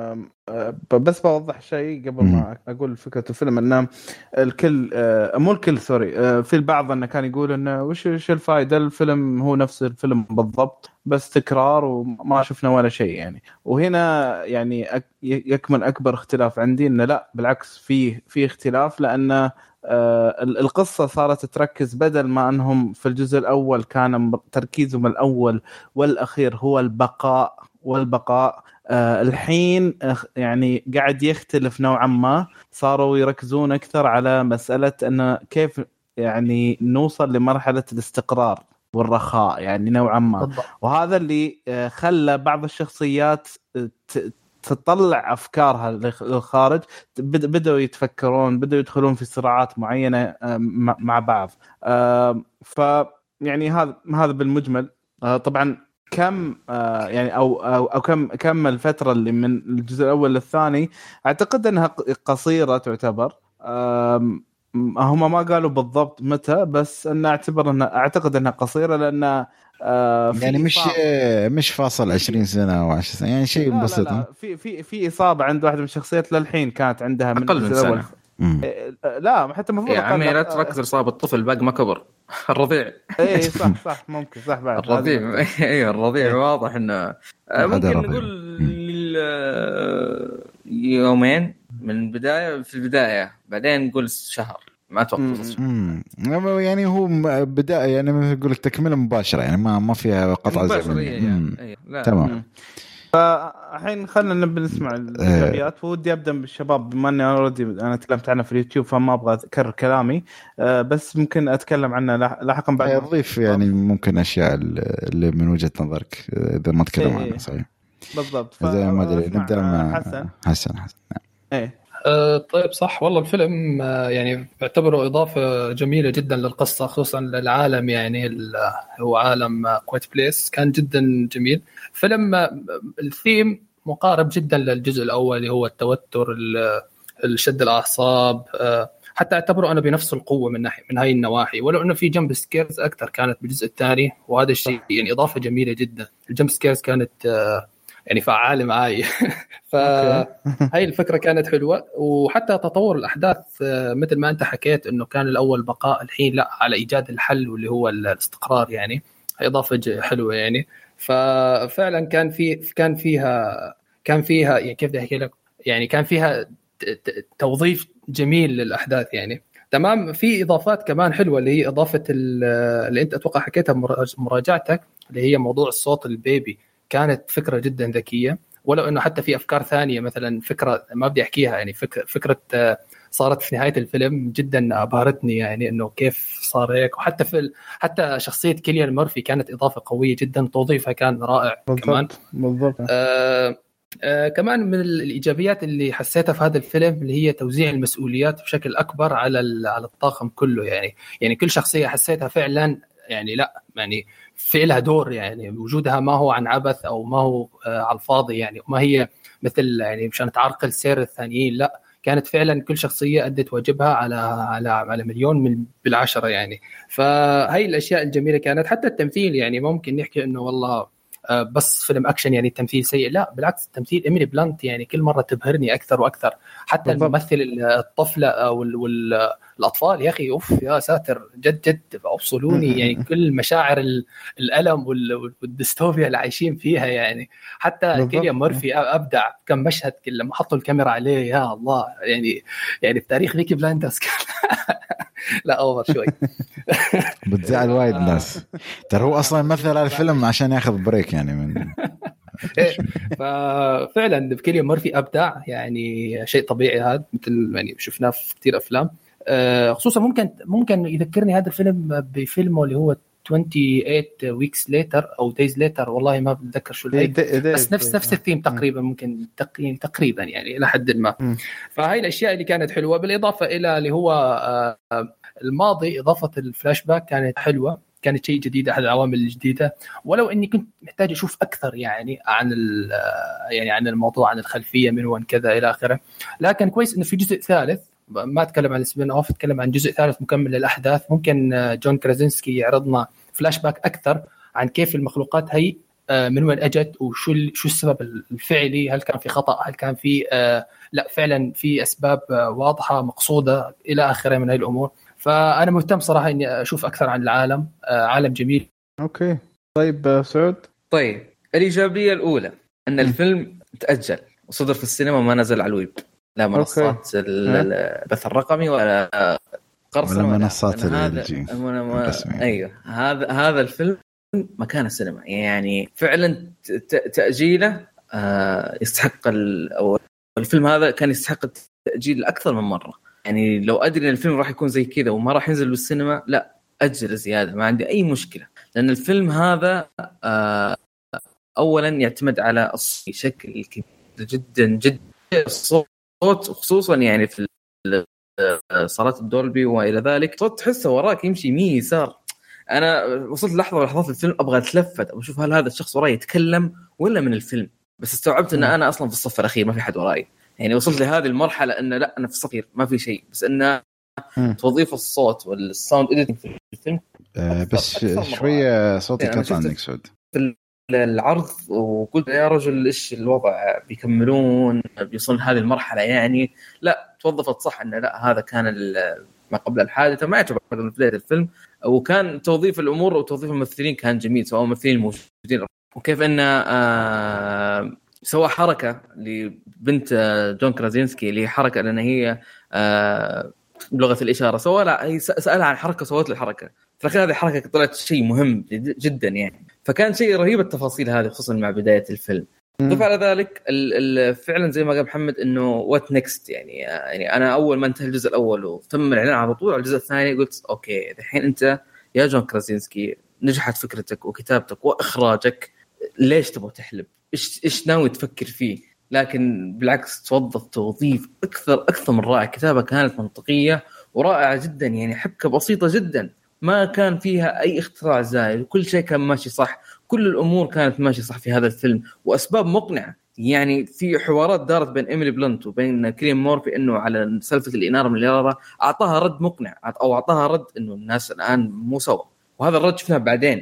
بس بوضح شيء قبل ما اقول فكره الفيلم انه الكل مو الكل سوري في البعض انه كان يقول انه وش وش الفائده الفيلم هو نفس الفيلم بالضبط بس تكرار وما شفنا ولا شيء يعني. وهنا يعني يكمن اكبر اختلاف عندي انه لا بالعكس فيه في اختلاف لان القصة صارت تركز بدل ما أنهم في الجزء الأول كان تركيزهم الأول والأخير هو البقاء والبقاء آه الحين يعني قاعد يختلف نوعا ما. صاروا يركزون أكثر على مسألة أنه كيف يعني نوصل لمرحلة الاستقرار والرخاء يعني نوعا ما. وهذا اللي آه خلى بعض الشخصيات تطلع أفكارها للخارج بدأوا يتفكرون بدأوا يدخلون في صراعات معينة مع بعض. ف يعني هذا هذا بالمجمل. طبعا كم يعني أو أو أو كم كم الفترة اللي من الجزء الأول للثاني أعتقد أنها قصيرة تعتبر هم ما قالوا بالضبط متى، بس أنا أعتبر أن أعتقد أنها قصيرة لأن آه
يعني مش
إصابة.
مش فاصل عشرين سنة أو عشر سنة، يعني شيء
لا
بسيط.
لا لا في في في إصابة عند واحدة من الشخصيات للحين كانت عندها من
أقل من سنة.
إيه لا حتى المفروض
يا عمي لا تركز إصابة الطفل باقي ما كبر. الرضيع
ايه صح صح ممكن صح بعد
الرضيع ايوه الرضيع
إيه.
واضح انه ممكن نقول يومين من البداية في البداية، بعدين نقول شهر ما اتوقع.
يعني هو بداية يعني مثل نقول التكملة مباشرة، يعني ما ما فيها قطع زمنية.
يعني. أيه. لا.
تمام.
فالحين خلنا نبي نسمع الإيجابيات. ودي أبدأ بالشباب بما أني أوريدي أنا تكلمت عنه في اليوتيوب فما أبغى أكرر كلامي، بس ممكن أتكلم عنه لاحقا بعد.
أضيف يعني ممكن أشياء اللي من وجهة نظرك إذا ما تكلم عنها. صحيح
بالضبط.
إذا ما أدري نبدأ مع حسن. حسن حسن
إيه أه طيب صح والله الفيلم أه يعني بعتبره إضافة جميلة جدا للقصة، خصوصا للعالم. يعني هو عالم كويت بليس كان جدا جميل. فيلم الثيم مقارب جدا للجزء الأول اللي هو التوتر، الشد الأعصاب، أه حتى أعتبره أنا بنفس القوة من ناحية من هاي النواحي، ولو إنه في جمب سكيرز أكثر كانت بالجزء الثاني، وهذا الشيء يعني إضافة جميلة جدا. الجمب سكيرز كانت أه يعني فعالة معي. فهاي الفكرة كانت حلوة. وحتى تطور الأحداث مثل ما أنت حكيت إنه كان الأول بقاء، الحين لا على إيجاد الحل واللي هو الاستقرار، يعني إضافة حلوة يعني. ففعلا كان في كان فيها كان فيها يعني كيف بدي أحكي لك، يعني كان فيها توظيف جميل للأحداث يعني. تمام. في إضافات كمان حلوة اللي هي إضافة اللي أنت أتوقع حكيتها مراجعتك، اللي هي موضوع الصوت البيبي. كانت فكرة جدا ذكية، ولو أنه حتى في أفكار ثانية مثلا فكرة ما بدي أحكيها، يعني فكرة, فكرة صارت في نهاية الفيلم جدا أبهرتني، يعني أنه كيف صار هيك. وحتى في ال... حتى شخصية كيليان مورفي كانت إضافة قوية جدا، توظيفها كان رائع. بالضبط. كمان
بالضبط.
آه آه كمان من الإيجابيات اللي حسيتها في هذا الفيلم اللي هي توزيع المسؤوليات بشكل أكبر على على الطاقم كله. يعني يعني كل شخصية حسيتها فعلا يعني لا يعني في لها دور، يعني وجودها ما هو عن عبث أو ما هو آه على الفاضي، يعني ما هي مثل يعني مشان تعرقل سير الثانيين، لا كانت فعلا كل شخصية أدت واجبها على على على مليون من بالعشرة يعني. فهاي الأشياء الجميلة كانت. حتى التمثيل يعني ممكن نحكي إنه والله آه بس فيلم أكشن يعني التمثيل سيء، لا بالعكس تمثيل إيميلي بلانت يعني كل مرة تبهرني أكثر وأكثر. حتى بالضبط. الممثل الطفلة أو الأطفال يا أخي أوف يا ساتر جد جد أوصلوني يعني كل مشاعر الألم والديستوفيا اللي عايشين فيها يعني. حتى كيليان مورفي أبدع كم مشهد لما حطوا الكاميرا عليه يا الله يعني يعني في تاريخ بيكي بلايندرز لا أوفر شوي.
بتزعل وايد ناس ترى هو أصلا مثل الفيلم عشان ياخذ بريك يعني من
ففعلا كيليان مورفي أبدع يعني شيء طبيعي. هذا مثل يعني شفناه في كتير أفلام خصوصا ممكن ممكن يذكرني هذا الفيلم بفيلمه اللي هو ثمانية وعشرين weeks later أو days later، والله ما بتذكر شو الهي بس نفس نفس الثيم تقريبا ممكن تقريبا يعني إلى حد ما. فهاي الأشياء اللي كانت حلوة، بالإضافة إلى اللي هو الماضي إضافة الفلاش باك كانت حلوة، كانت شيء جديد أحد العوامل الجديدة. ولو إني كنت محتاج أشوف أكثر يعني عن يعني عن الموضوع عن الخلفية من وين كذا إلى آخره، لكن كويس إنه في جزء ثالث ما أتكلم عن سبين أوف، أتكلم عن جزء ثالث مكمل للأحداث. ممكن جون كرازينسكي يعرضنا فلاش باك أكثر عن كيف المخلوقات هي من وين أجت وشو شو السبب الفعلي، هل كان في خطأ، هل كان في لا فعلا في أسباب واضحة مقصودة إلى آخره من هاي الأمور. فأنا مهتم صراحة إني أشوف أكثر عن العالم، عالم جميل.
أوكي طيب سعود.
طيب الإيجابية الأولى أن الفيلم تأجل وصدر في السينما وما نزل على الويب، لا منصات البث الرقمي ولا
قرصنة ولا منصات
الجي. أيوه هذا هذا الفيلم مكان السينما، يعني فعلا تأجيله يستحق أو الفيلم هذا كان يستحق التأجيل أكثر من مرة. يعني لو أدري أن الفيلم راح يكون زي كذا وما راح ينزل بالسينما لا أجل زيادة، ما عندي أي مشكلة، لأن الفيلم هذا أولا يعتمد على الصوت بشكل كبير جدا جدا، الصوت خصوصا يعني في صالات الدولبي وإلى ذلك صوت تحسه وراك يمشي يمين يسار. أنا وصلت لحظة من لحظات الفيلم أبغى أتلفت أو أشوف هل هذا الشخص وراي يتكلم ولا من الفيلم، بس استوعبت أن أنا أصلا في الصف الأخير ما في حد وراي. يعني وصلت لهذه المرحلة أن لا أنا في الصف الأخير ما في شيء، بس أن توظيف الصوت والساوند اديتنج في الفيلم
آه بس شويه صوتي قطع عنك سعود
في العرض، وقلت يا رجل ايش الوضع، بيكملون بيوصلون هذه المرحله يعني؟ لا توظفت صح، انه لا هذا كان ما قبل الحادثه، ما يعتبر من بدايه الفيلم، وكان توظيف الامور وتوظيف الممثلين كان جميل، سواء ممثلين موجودين وكيف انه آه سوى حركه لبنت جون كرازينسكي اللي هي حركه لان هي آه بلغه الاشاره، سوى لا هي سالها عن حركه سوت الحركه في الأخير، هذه حركه طلعت شيء مهم جدا يعني، فكان شيء رهيب التفاصيل هذه خصوصا مع بدايه الفيلم. ضيف على ذلك فعلا زي ما قال محمد انه وات نيكست يعني يعني انا اول ما انتهى الجزء الاول وتم الاعلان على طول على الجزء الثاني قلت اوكي الحين انت يا جون كراسينسكي نجحت فكرتك وكتابتك واخراجك، ليش تبغى تحلب؟ ايش ايش ناوي تفكر فيه؟ لكن بالعكس توظف توظيف اكثر اكثر من رائع، كتابه كانت منطقيه ورائعه جدا يعني، حبكه بسيطه جدا ما كان فيها اي اختراع زايد، وكل شيء كان ماشي صح، كل الامور كانت ماشي صح في هذا الفيلم، واسباب مقنعه يعني. في حوارات دارت بين إيميلي بلنت وبين كريم مورفي انه على سالفه الاناره من اليارة، اعطاها رد مقنع او اعطاها رد انه الناس الان مو سوا، وهذا الرد شفناه بعدين.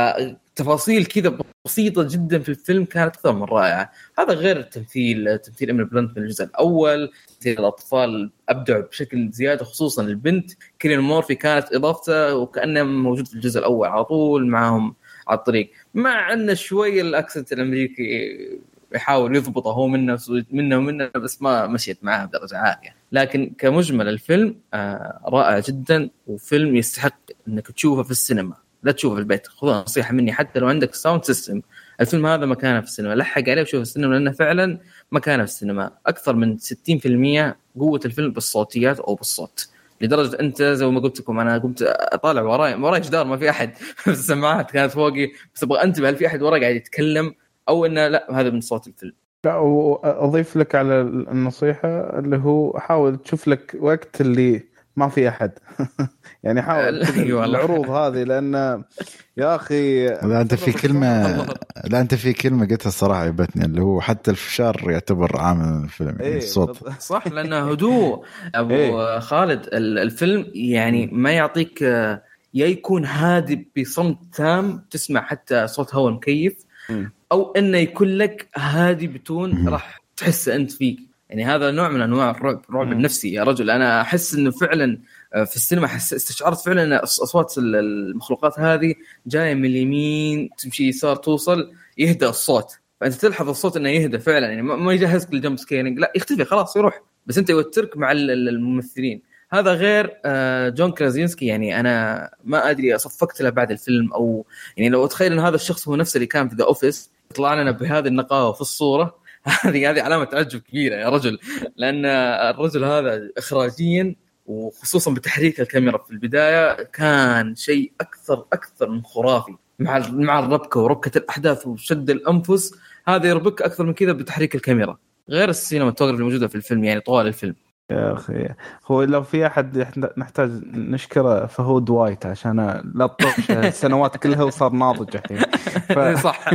فتفاصيل كذا بسيطه جدا في الفيلم كانت اكثر من رائعه. هذا غير التمثيل، تمثيل إيميلي بلنت من الجزء الاول، تمثيل الاطفال ابدعوا بشكل زياده، خصوصا البنت كريم مورفي كانت اضافته وكانه موجود في الجزء الاول على طول معهم على الطريق، مع ان شويه الاكسنت الامريكي يحاول يضبطه هو منه منه ومنه، بس ما مشيت معاه بدرجه عاليه. لكن كمجمل الفيلم آه رائع جدا، وفيلم يستحق انك تشوفه في السينما، لا تشوفه في البيت. خذها نصيحه مني، حتى لو عندك ساوند سيستم الفيلم هذا مكانه في السينما، لحق عليه وشوف السينما، لانه فعلا مكانه في السينما. اكثر من ستين بالمئة قوه الفيلم بالصوتيات او بالصوت، لدرجه انت زي ما قلت لكم انا قمت اطالع وراي وراي جدار ما في احد السماعات كانت فوقي، بس ابغى انتبه هل في احد وراي قاعد يتكلم او انه لا هذا من صوت الفيلم.
لا واضيف لك على النصيحه اللي هو حاول تشوف لك وقت اللي ما في احد يعني حاول العروض هذه، لان يا اخي
لا انت في كلمه لا انت في كلمه قلتها الصراحه عجبتني، اللي هو حتى الفشار يعتبر عامل الفيلم يعني
إيه
الصوت
صح، لانه هدوء ابو إيه؟ خالد الفيلم يعني ما يعطيك، يا يكون هادي بصمت تام تسمع حتى صوت هواء مكيف، او انه يكون لك هادي بتون راح تحس انت فيك يعني. هذا نوع من انواع الرعب، الرعب النفسي يا رجل. انا احس انه فعلا في السينما حس استشعرت فعلا ان اصوات المخلوقات هذه جايه من اليمين تمشي يسار توصل يهدى الصوت، فانت تلحظ الصوت انه يهدى فعلا يعني، ما يجهزك للجمب سكيرنج، لا يختفي خلاص يروح، بس انت يوترك مع الممثلين. هذا غير جون كرازينسكي يعني، انا ما ادري صفقت له بعد الفيلم او يعني لو اتخيل ان هذا الشخص هو نفسه اللي كان في ذا اوفيس يطلع لنا بهذه النقاوه في الصوره هذه هذه علامه تعجب كبيره يا رجل، لان الرجل هذا اخراجيا وخصوصا بتحريك الكاميرا في البدايه كان شيء اكثر اكثر من خرافي، مع مع الربكه وربكه الاحداث وشد الانفس، هذا يربك اكثر من كذا بتحريك الكاميرا، غير السينماتوجرافي الموجوده في الفيلم يعني طوال الفيلم.
يا أخي هو لو في أحد نحتاج نشكره فهو دوايت، عشان لا تطفش السنوات كلها وصار ناضج الحين ف...
صح.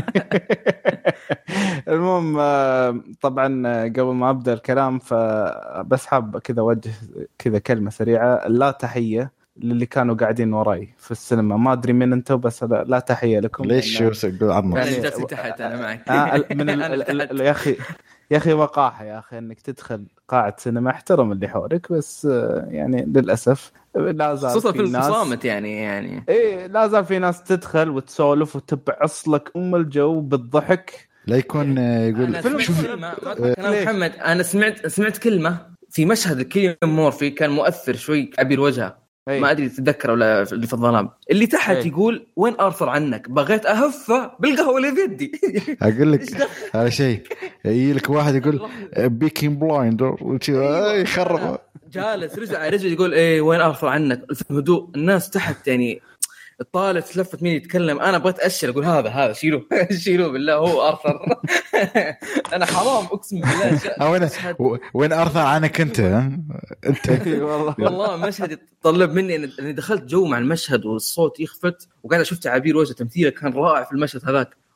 المهم طبعا قبل ما أبدأ الكلام فبس حاب كذا وجه كذا كلمة سريعة، لا تحية للي كانوا قاعدين وراي في السينما، ما أدري من أنتوا بس لا تحية لكم.
ليش شو سقول عظمة
يعني جالس تحت أنا معك
آه من ال... يا أخي يا أخي وقاحة يا أخي إنك تدخل قاعة سينما، احترم اللي حولك، بس يعني للأسف لا زال
خصوصا
في,
في
ناس
الصامت يعني يعني
إيه لا زال في ناس تدخل وتسولف وتبعص لك أم الجو بالضحك،
لا يكون يقول
أنا شوف كلمة أنا محمد أنا سمعت سمعت كلمة في مشهد كريم مورفي كان مؤثر شوي، عبير وجهه أي. ما أدري تتذكر ولا اللي في الظلام اللي تحت أي. يقول وين أرثر عنك، بغيت أهفه بالقهوة اللي في يدي أقول
لك هذا شيء يجي لك واحد يقول بيكين بلايندر يخرب
جالس رجع رجع يقول إيه وين أرثر عنك في هدوء، الناس تحت يعني طالت لفت مين يتكلم، أنا بغيت أشير أقول هذا هذا شيلوه شيلوه بالله هو أرثر أنا حرام أقسم بالله
وين وين أرثر عنك أنت أنت
والله والله مشهد يتطلب مني أني دخلت جو مع المشهد والصوت يخفت، وقاعد شفت عبير وجه تمثيله كان رائع في المشهد هذاك،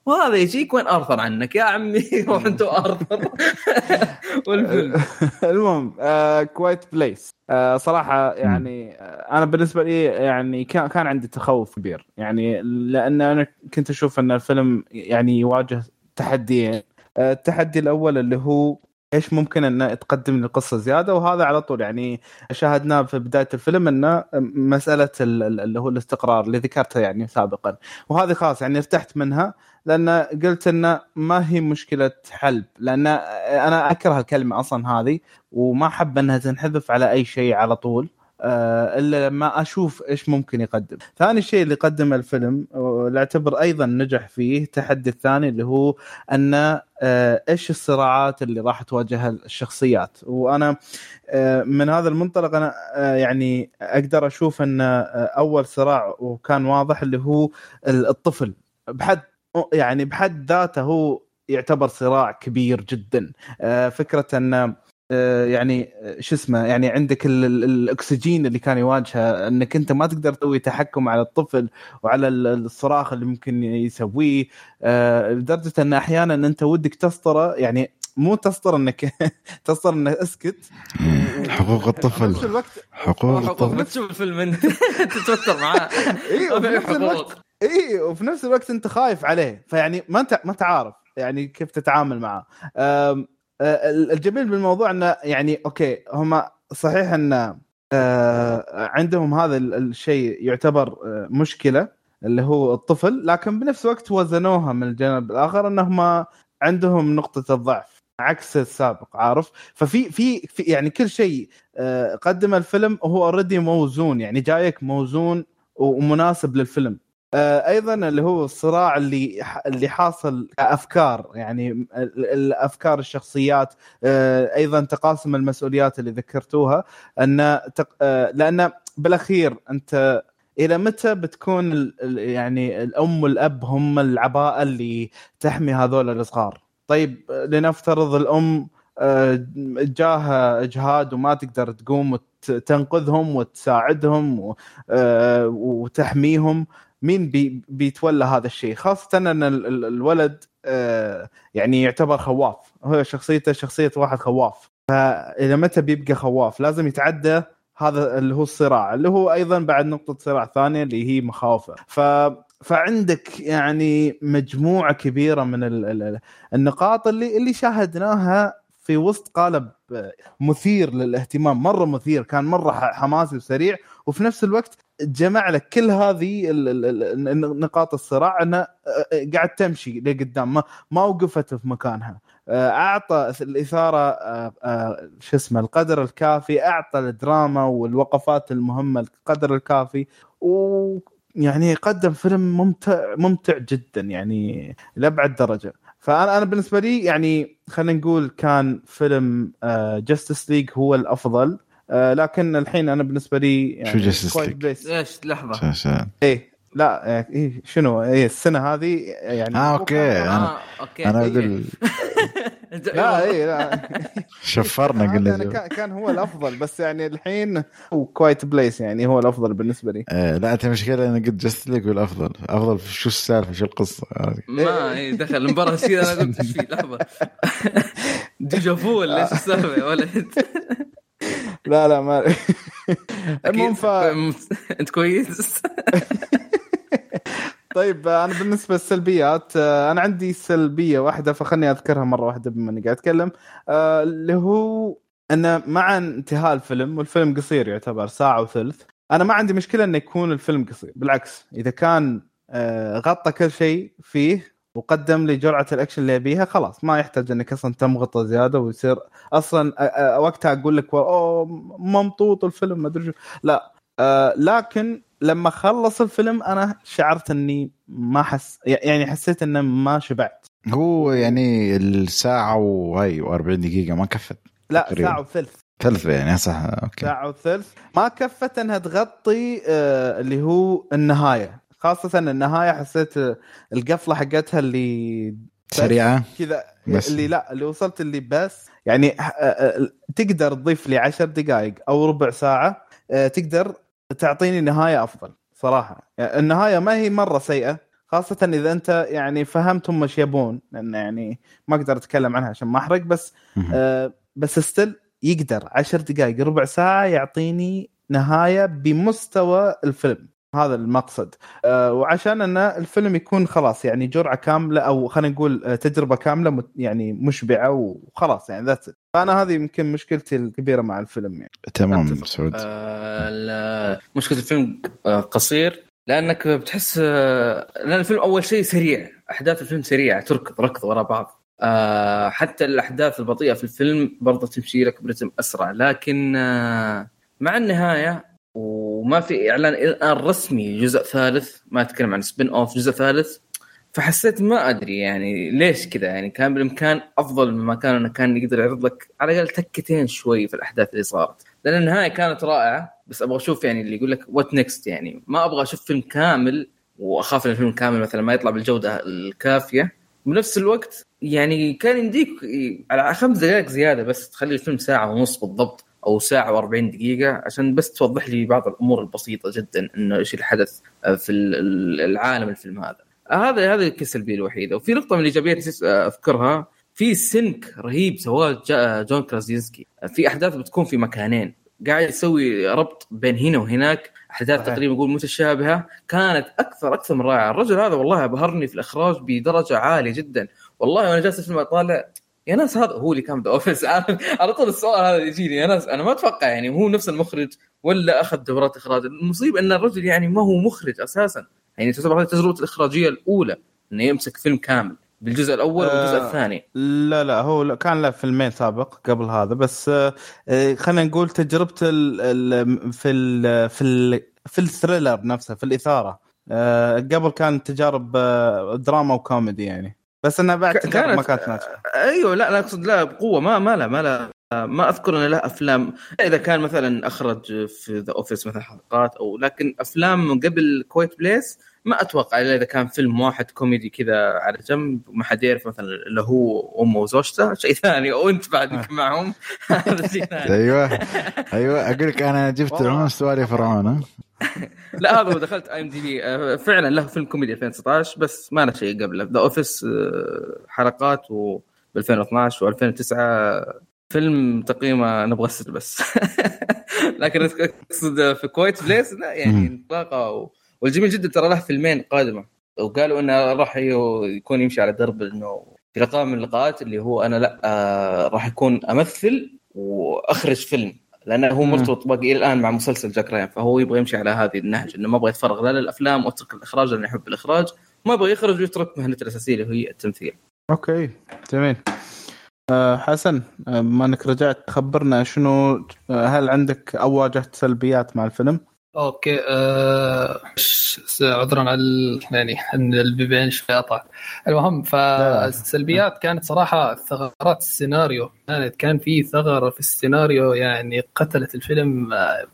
وهذا يجيك وين ارثر عنك يا عمي وانتوا ارثر. والفيلم
المهم كوايت بليس صراحه يعني انا بالنسبه لي يعني كان كان عندي تخوف كبير يعني لان انا كنت اشوف ان الفيلم يعني يواجه تحديين. التحدي الاول اللي هو ايش ممكن انه تقدم لي قصه زياده، وهذا على طول يعني شاهدناه في بدايه الفيلم انه مساله اللي هو الاستقرار اللي ذكرتها يعني سابقا، وهذه خلاص يعني ارتحت منها لان قلت انه ما هي مشكله حلب، لان انا اكره الكلمه اصلا هذه وما احب انها تنحذف على اي شيء على طول الا لما اشوف ايش ممكن يقدم. ثاني شيء اللي قدمه الفيلم اللي اعتبر ايضا نجح فيه التحدي الثاني اللي هو ان ايش الصراعات اللي راح تواجهها الشخصيات، وانا من هذا المنطلق انا يعني اقدر اشوف ان اول صراع وكان واضح اللي هو الطفل بحد يعني بحد ذاته هو يعتبر صراع كبير جدا. فكره ان يعني شو اسمه يعني عندك الاكسجين اللي كان يواجهه انك انت ما تقدر تسوي تحكم على الطفل وعلى الصراخ اللي ممكن يسويه لدرجه ان احيانا انت ودك تسطره يعني مو تسطر انك تسطر انك اسكت.
حقوق الطفل
في الوقت
حقوق الطفل
ما تشوف الفيلم انت تتوتر معاه.
اي حقوق اي وفي نفس الوقت انت خايف عليه فيعني ما انت ما تعرف يعني كيف تتعامل معه. الجميل بالموضوع انه يعني اوكي هم صحيح ان عندهم هذا الشيء يعتبر مشكله اللي هو الطفل، لكن بنفس الوقت وزنوها من الجانب الاخر انهم عندهم نقطه الضعف عكس السابق عارف. ففي في, في يعني كل شيء قدم الفيلم هو اوريدي موزون يعني جايك موزون ومناسب للفيلم. ايضا اللي هو الصراع اللي اللي حاصل افكار يعني الافكار الشخصيات، ايضا تقاسم المسؤوليات اللي ذكرتوها ان لان بالاخير انت الى متى بتكون يعني الام والاب هم العباءه اللي تحمي هذول الصغار؟ طيب لنفترض الام جاها اجهاد وما تقدر تقوم وتنقذهم وتساعدهم وتحميهم، مين بي بيتولى هذا الشيء؟ خاصة أن الولد يعني يعتبر خواف، هو شخصيته شخصية واحد خواف، فإذا متى بيبقى خواف لازم يتعدى هذا اللي هو الصراع اللي هو أيضا بعد نقطة صراع ثانية اللي هي مخاوفه. ف فعندك يعني مجموعة كبيرة من النقاط اللي اللي شاهدناها في وسط قالب مثير للاهتمام، مرة مثير كان مرة حماسي وسريع، وفي نفس الوقت جمع لك كل هذه نقاط الصراع أنها قاعد تمشي لقدام ما ما وقفت في مكانها. أعطى الإثارة شو اسمه القدر الكافي، أعطى الدراما والوقفات المهمة القدر الكافي، ويعني قدم فيلم ممتع ممتع جدا يعني لأبعد درجة. فأنا أنا بالنسبة لي يعني خلينا نقول كان فيلم جاستس ليج هو الأفضل، لكن الحين أنا بالنسبة لي يعني
شو جاستس ليج؟
إيش لحظة
إيه لا إيه شنو إيه السنة هذه يعني
آه أوكي أنا
آه، أوكي.
أنا أقول
لا إيه لا
شفرنا قلنا
أنا كان كان هو الأفضل، بس يعني الحين هو كوايت بليس يعني هو الأفضل بالنسبة لي.
آه لا أنت مشكلة أنا قلت جاستس ليج والأفضل أفضل في شو السالفة شو القصة
ما إيه دخل المباراة سيدة أنا قلت إيش في لحظة ديجافول ليش السالفة يا ولد؟
لا لا ما المهم ف
أنت كويس.
طيب أنا بالنسبة للسلبيات أنا عندي سلبية واحدة فخلني أذكرها مرة واحدة بما أني قاعد أتكلم، اللي هو أن مع انتهاء الفيلم والفيلم قصير يعتبر ساعة وثلث، أنا ما عندي مشكلة أن يكون الفيلم قصير، بالعكس إذا كان غطى كل شيء فيه وقدم لي جرعة الأكشن اللي أبيها خلاص ما يحتاج أنك أصلا تمغطى زيادة ويصير أصلا وقتها أقول لك أوه ممطوط الفيلم ما أدري لا. أه لكن لما خلص الفيلم أنا شعرت أني ما حس يعني حسيت أنه ما شبعت.
هو يعني الساعة وهاي وأربعين دقيقة ما كفت؟
لا
تقريبا.
ساعة وثلث
ثلث يعني صح أوكي.
ساعة وثلث ما كفت أنها تغطي أه اللي هو النهاية، خاصة النهاية حسيت القفلة حقتها اللي
سريعة
كذا اللي لا اللي وصلت اللي بس يعني تقدر تضيف لي عشر دقائق أو ربع ساعة تقدر تعطيني نهاية أفضل صراحة. يعني النهاية ما هي مرة سيئة خاصة إذا أنت يعني فهمتم مش يبون، لأن يعني ما أقدر أتكلم عنها عشان ما أحرق، بس آه بس استل يقدر عشر دقائق ربع ساعة يعطيني نهاية بمستوى الفيلم. هذا المقصد. أه وعشان أن الفيلم يكون خلاص يعني جرعة كاملة أو خلينا نقول تجربة كاملة يعني مشبعة وخلاص يعني ذات. فأنا هذه يمكن مشكلتي الكبيرة مع الفيلم يعني.
تمام سعود.
آه مشكلة الفيلم قصير لأنك بتحس لأن الفيلم أول شيء سريع، أحداث الفيلم سريعة تركض ركض وراء بعض. آه حتى الأحداث البطيئة في الفيلم برضه تمشي لك برتم أسرع، لكن آه مع النهاية وما في إعلان الآن رسمي جزء ثالث، ما أتكلم عن سبين أوف جزء ثالث، فحسيت ما أدري يعني ليش كذا. يعني كان بالإمكان أفضل مما كان أنه كان يقدر يعرض لك على الأقل تكتين شوي في الأحداث اللي صارت، لأن النهاية كانت رائعة. بس أبغى أشوف يعني اللي يقول لك وات نيكست، يعني ما أبغى أشوف فيلم كامل وأخاف إن الفيلم كامل مثلا ما يطلع بالجودة الكافية. بنفس الوقت يعني كان يمديك على خمس دقائق زيادة بس تخلي الفيلم ساعة ونص بالضبط أو ساعة وأربعين دقيقة عشان بس توضح لي بعض الأمور البسيطة جدا إنه إيش الحدث في العالم الفيلم هذا. هذا هذا السلبية الوحيدة. وفي نقطة من الإيجابيات أذكرها، في سينك رهيب سواه جون كراسينسكي في أحداث بتكون في مكانين، قاعد يسوي ربط بين هنا وهناك، أحداث تقريبا نقول متشابهة، كانت أكثر أكثر من رائعة. الرجل هذا والله أبهرني في الإخراج بدرجة عالية جدا والله. وأنا جالس الفيلم أطالع يا ناس هذا هو اللي كان ذا أوفيس. على طول السؤال هذا يجيني يا ناس، أنا ما أتوقع يعني هو نفس المخرج ولا أخذ دورات إخراج. المصيبة أن الرجل يعني ما هو مخرج أساسا، يعني تعتبر هذه التجربة الإخراجية الأولى إنه يمسك فيلم كامل بالجزء الأول والجزء
آه
الثاني.
لا لا هو كان له فيلمين سابق قبل هذا، بس آه خلينا نقول تجربة ال ال في ال في ال في الثريلر نفسه، في الإثارة. آه قبل كان تجارب آه دراما وكوميدي يعني، بس أنا بعد تجارب ما كانت ناجحة.
أيوة لا لا أقصد لا بقوة، ما ما لا ما لا ما أذكر أن له أفلام إذا كان مثلا أخرج في ذا أوفيس مثلا حلقات أو، لكن أفلام قبل كويت بليس ما أتوقع إلا إذا كان فيلم واحد كوميدي كذا على جنب ما حد يعرف مثلا اللي هو أمه وزوجته شيء ثاني، أو أنت بعدك معهم هذا شيء ثاني.
أيوة أيوة أقول لك أنا جبت العموم سوالي فرعون.
لا هذا دخلت اي ام دي بي فعلا له فيلم كوميدي ألفين وتسعة عشر بس ما له شيء قبله. ذا أوفيس حلقات و ألفين واثني عشر وألفين وتسعة فيلم تقييمه نبغى السد بس. لكن اقصد في كويت بليس لا يعني انطلاقه. والجميل جدا ترى له فيلمين قادمه، وقالوا انه راح يكون يمشي على درب انه في لقاء من اللقاءات اللي هو انا لا آه راح يكون امثل واخرج فيلم، لانه هو مرتبط باقي الان مع مسلسل جاك راين، فهو يبغى يمشي على هذه النهج انه ما يبغى يتفرغ لا للافلام ويترك الاخراج لانه يحب الاخراج، ما يبغى يخرج ويترك مهنته الاساسيه اللي هي التمثيل.
اوكي جميل. أه حسن ما انك رجعت خبرنا شنو، هل عندك او واجهت سلبيات مع الفيلم؟
اوكي أه عذرا على يعني ان البيبين شوي قطع. المهم فالسلبيات كانت صراحه ثغرات السيناريو، كانت كان في ثغره في السيناريو يعني قتلت الفيلم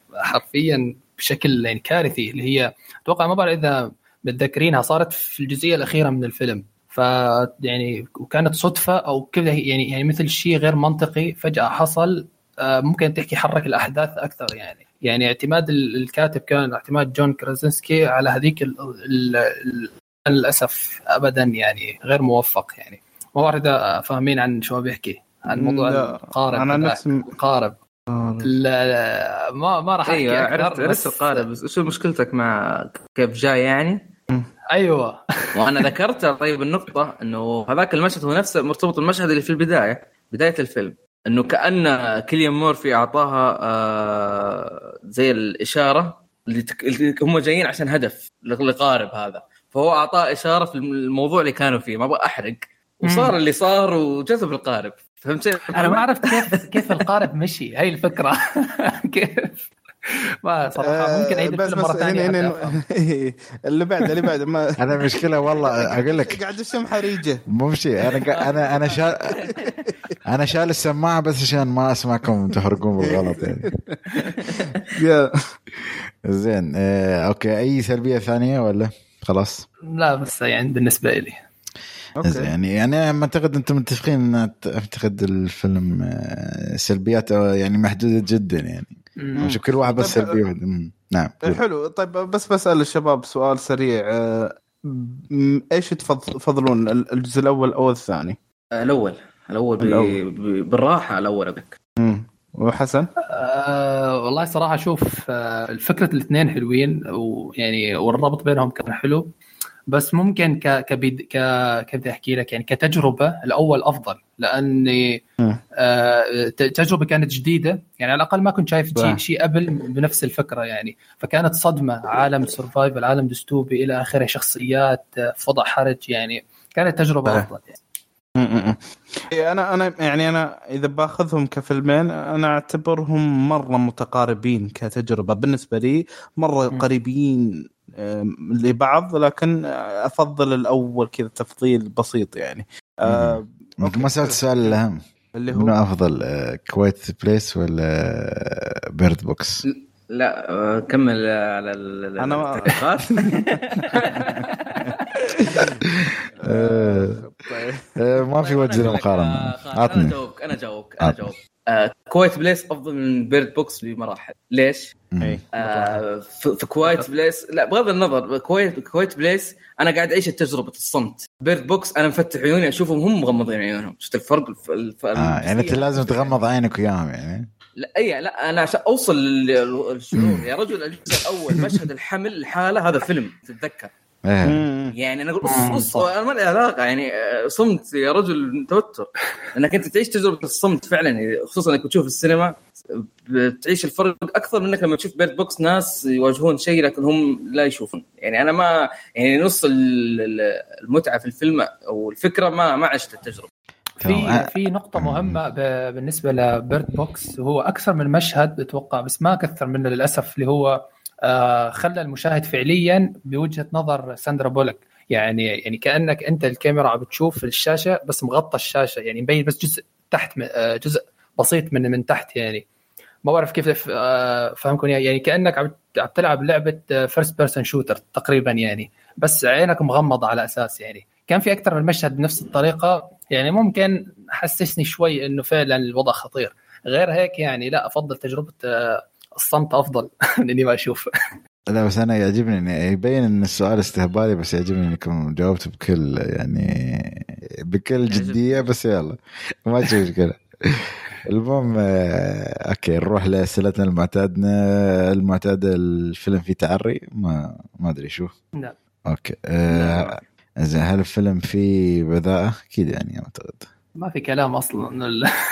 حرفيا بشكل يعني كارثي، اللي هي اتوقع ما بعرف اذا متذكرينها صارت في الجزئيه الاخيره من الفيلم. ف يعني وكانت صدفه او كذا يعني يعني مثل شيء غير منطقي فجاه حصل، ممكن تحكي حرك الاحداث اكثر. يعني يعني اعتماد الكاتب كان اعتماد جون كراسينسكي على هذيك للاسف ابدا يعني غير موفق. يعني ما بعرف اذا فاهمين عن شو بيحكي عن موضوع القارب.
انا نسم
قارب لا, لا ما ما راح احكي.
أيوة عرفت عرفت القارب، بس شو مشكلتك مع كيف جاي يعني؟
ايوه
وانا ذكرت طيب النقطه انه هذاك المشهد هو نفسه مرتبط بالمشهد اللي في البدايه بدايه الفيلم، انه كأن كيليان مورفي اعطاها آه زي الاشاره اللي, تك... اللي هم جايين عشان هدف لقارب هذا، فهو اعطاه اشاره في الموضوع اللي كانوا فيه، ما ابغى احرق، وصار اللي صار وجذب القارب. فهمت؟
انا ما عرفت كيف كيف القارب مشي، هاي الفكره. كيف ما صراحه ممكن اعيد الفيلم مره ثانيه.
اللي بعد اللي بعد ما
انا مشكله والله اقول لك
قاعد الشم حريجه
ممشي. انا انا انا شال انا شال السماعه بس عشان ما اسمعكم تحرقون بالغلط يعني.
يا
زين آه، اوكي اي سلبيه ثانيه ولا خلاص؟
لا بس يعني بالنسبه لي
يعني يعني ما اعتقد انتم متفقين ان اعتقد الفيلم سلبياته يعني محدوده جدا يعني مش كل واحد بس سلبي واحد. نعم
حلو. طيب بس بسأل الشباب سؤال سريع، ايش تفضلون الجزء الاول او الثاني؟
الاول الاول, الأول. بالراحه الاول ابك.
امم وحسن؟
أه والله صراحه اشوف آه الفكره الاثنين حلوين، ويعني والربط بينهم كان حلو، بس ممكن ك كبد ك كيف احكي لك يعني كتجربه الاول افضل، لان آه تجربه كانت جديده، يعني على الاقل ما كنت شايف شيء شيء قبل بنفس الفكره يعني، فكانت صدمه، عالم سرفايفل، عالم ديستوبي الى اخره، شخصيات، فضاء حرج، يعني كانت تجربه افضل يعني.
امم انا انا يعني انا اذا باخذهم كفيلمين انا اعتبرهم مره متقاربين كتجربه بالنسبه لي، مره م. قريبين لبعض، لكن افضل الاول كذا تفضيل بسيط يعني.
آه ما سألت السؤال الاهم اللي هو منو افضل، كويت بليس ولا بيرد بوكس؟
لا كمل على التعليقات.
ما في وجه للمقارنه.
انا جاوبك انا جاوبك انا جاوبك كويت بليس افضل من بيرد بوكس بمراحل. ليش؟ آه في كويت بليس لا بغض النظر، كويت كويت بليس انا قاعد اعيش تجربه الصمت. بيرد بوكس انا مفتح عيوني اشوفهم هم مغمضين عيونهم. شفت الفرق؟ الف... الف...
آه يعني انت لازم تغمض عينك وياهم يعني.
لا اي لا انا عشان اوصل للشعور يا رجل. الجزء الاول مشهد الحمل الحاله هذا فيلم تتذكر يعني. انا اقول أص أص انا ما لي علاقه يعني. صمت يا رجل توتر انك انت تعيش تجربه الصمت فعلا، خصوصا انك بتشوف السينما بتعيش الفرق اكثر منك لما تشوف بيرد بوكس ناس يواجهون شيء لكن هم لا يشوفون. يعني انا ما يعني نص المتعه في الفيلم او الفكره ما ما عشت التجربه.
في في نقطة مهمة بالنسبة لبيرد بوكس، هو أكثر من مشهد بتوقع بس ما كثر منه للأسف، اللي هو آه خلى المشاهد فعليا بوجهة نظر ساندرا بولك. يعني يعني كأنك أنت الكاميرا عم بتشوف الشاشة بس مغطى الشاشة، يعني مبين بس جزء تحت، جزء بسيط من من تحت يعني. ما بعرف كيف آه فهمكم يعني كأنك عم تلعب لعبة فيرست بيرسون شوتر تقريبا يعني، بس عينك مغمضة على أساس يعني. كان في أكثر من مشهد بنفس الطريقة يعني، ممكن حسسني شوي إنه فعلا الوضع خطير. غير هيك يعني لا، أفضل تجربة الصمت أفضل من إني ما أشوف.
لا بس أنا يعجبني إن يبين إن السؤال استهبالي، بس يعجبني إنكم جاوبت بكل يعني بكل جدية. بس يلا ما تشوف مشكلة. المهم أوكي نروح لأسئلتنا المعتادنا المعتادة. الفيلم فيه تعري ما ما أدري شو.
لا
أوكي أه إذا هل الفيلم فيه بذاءة؟ أكيد يعني أنا أعتقد
ما في كلام أصلاً.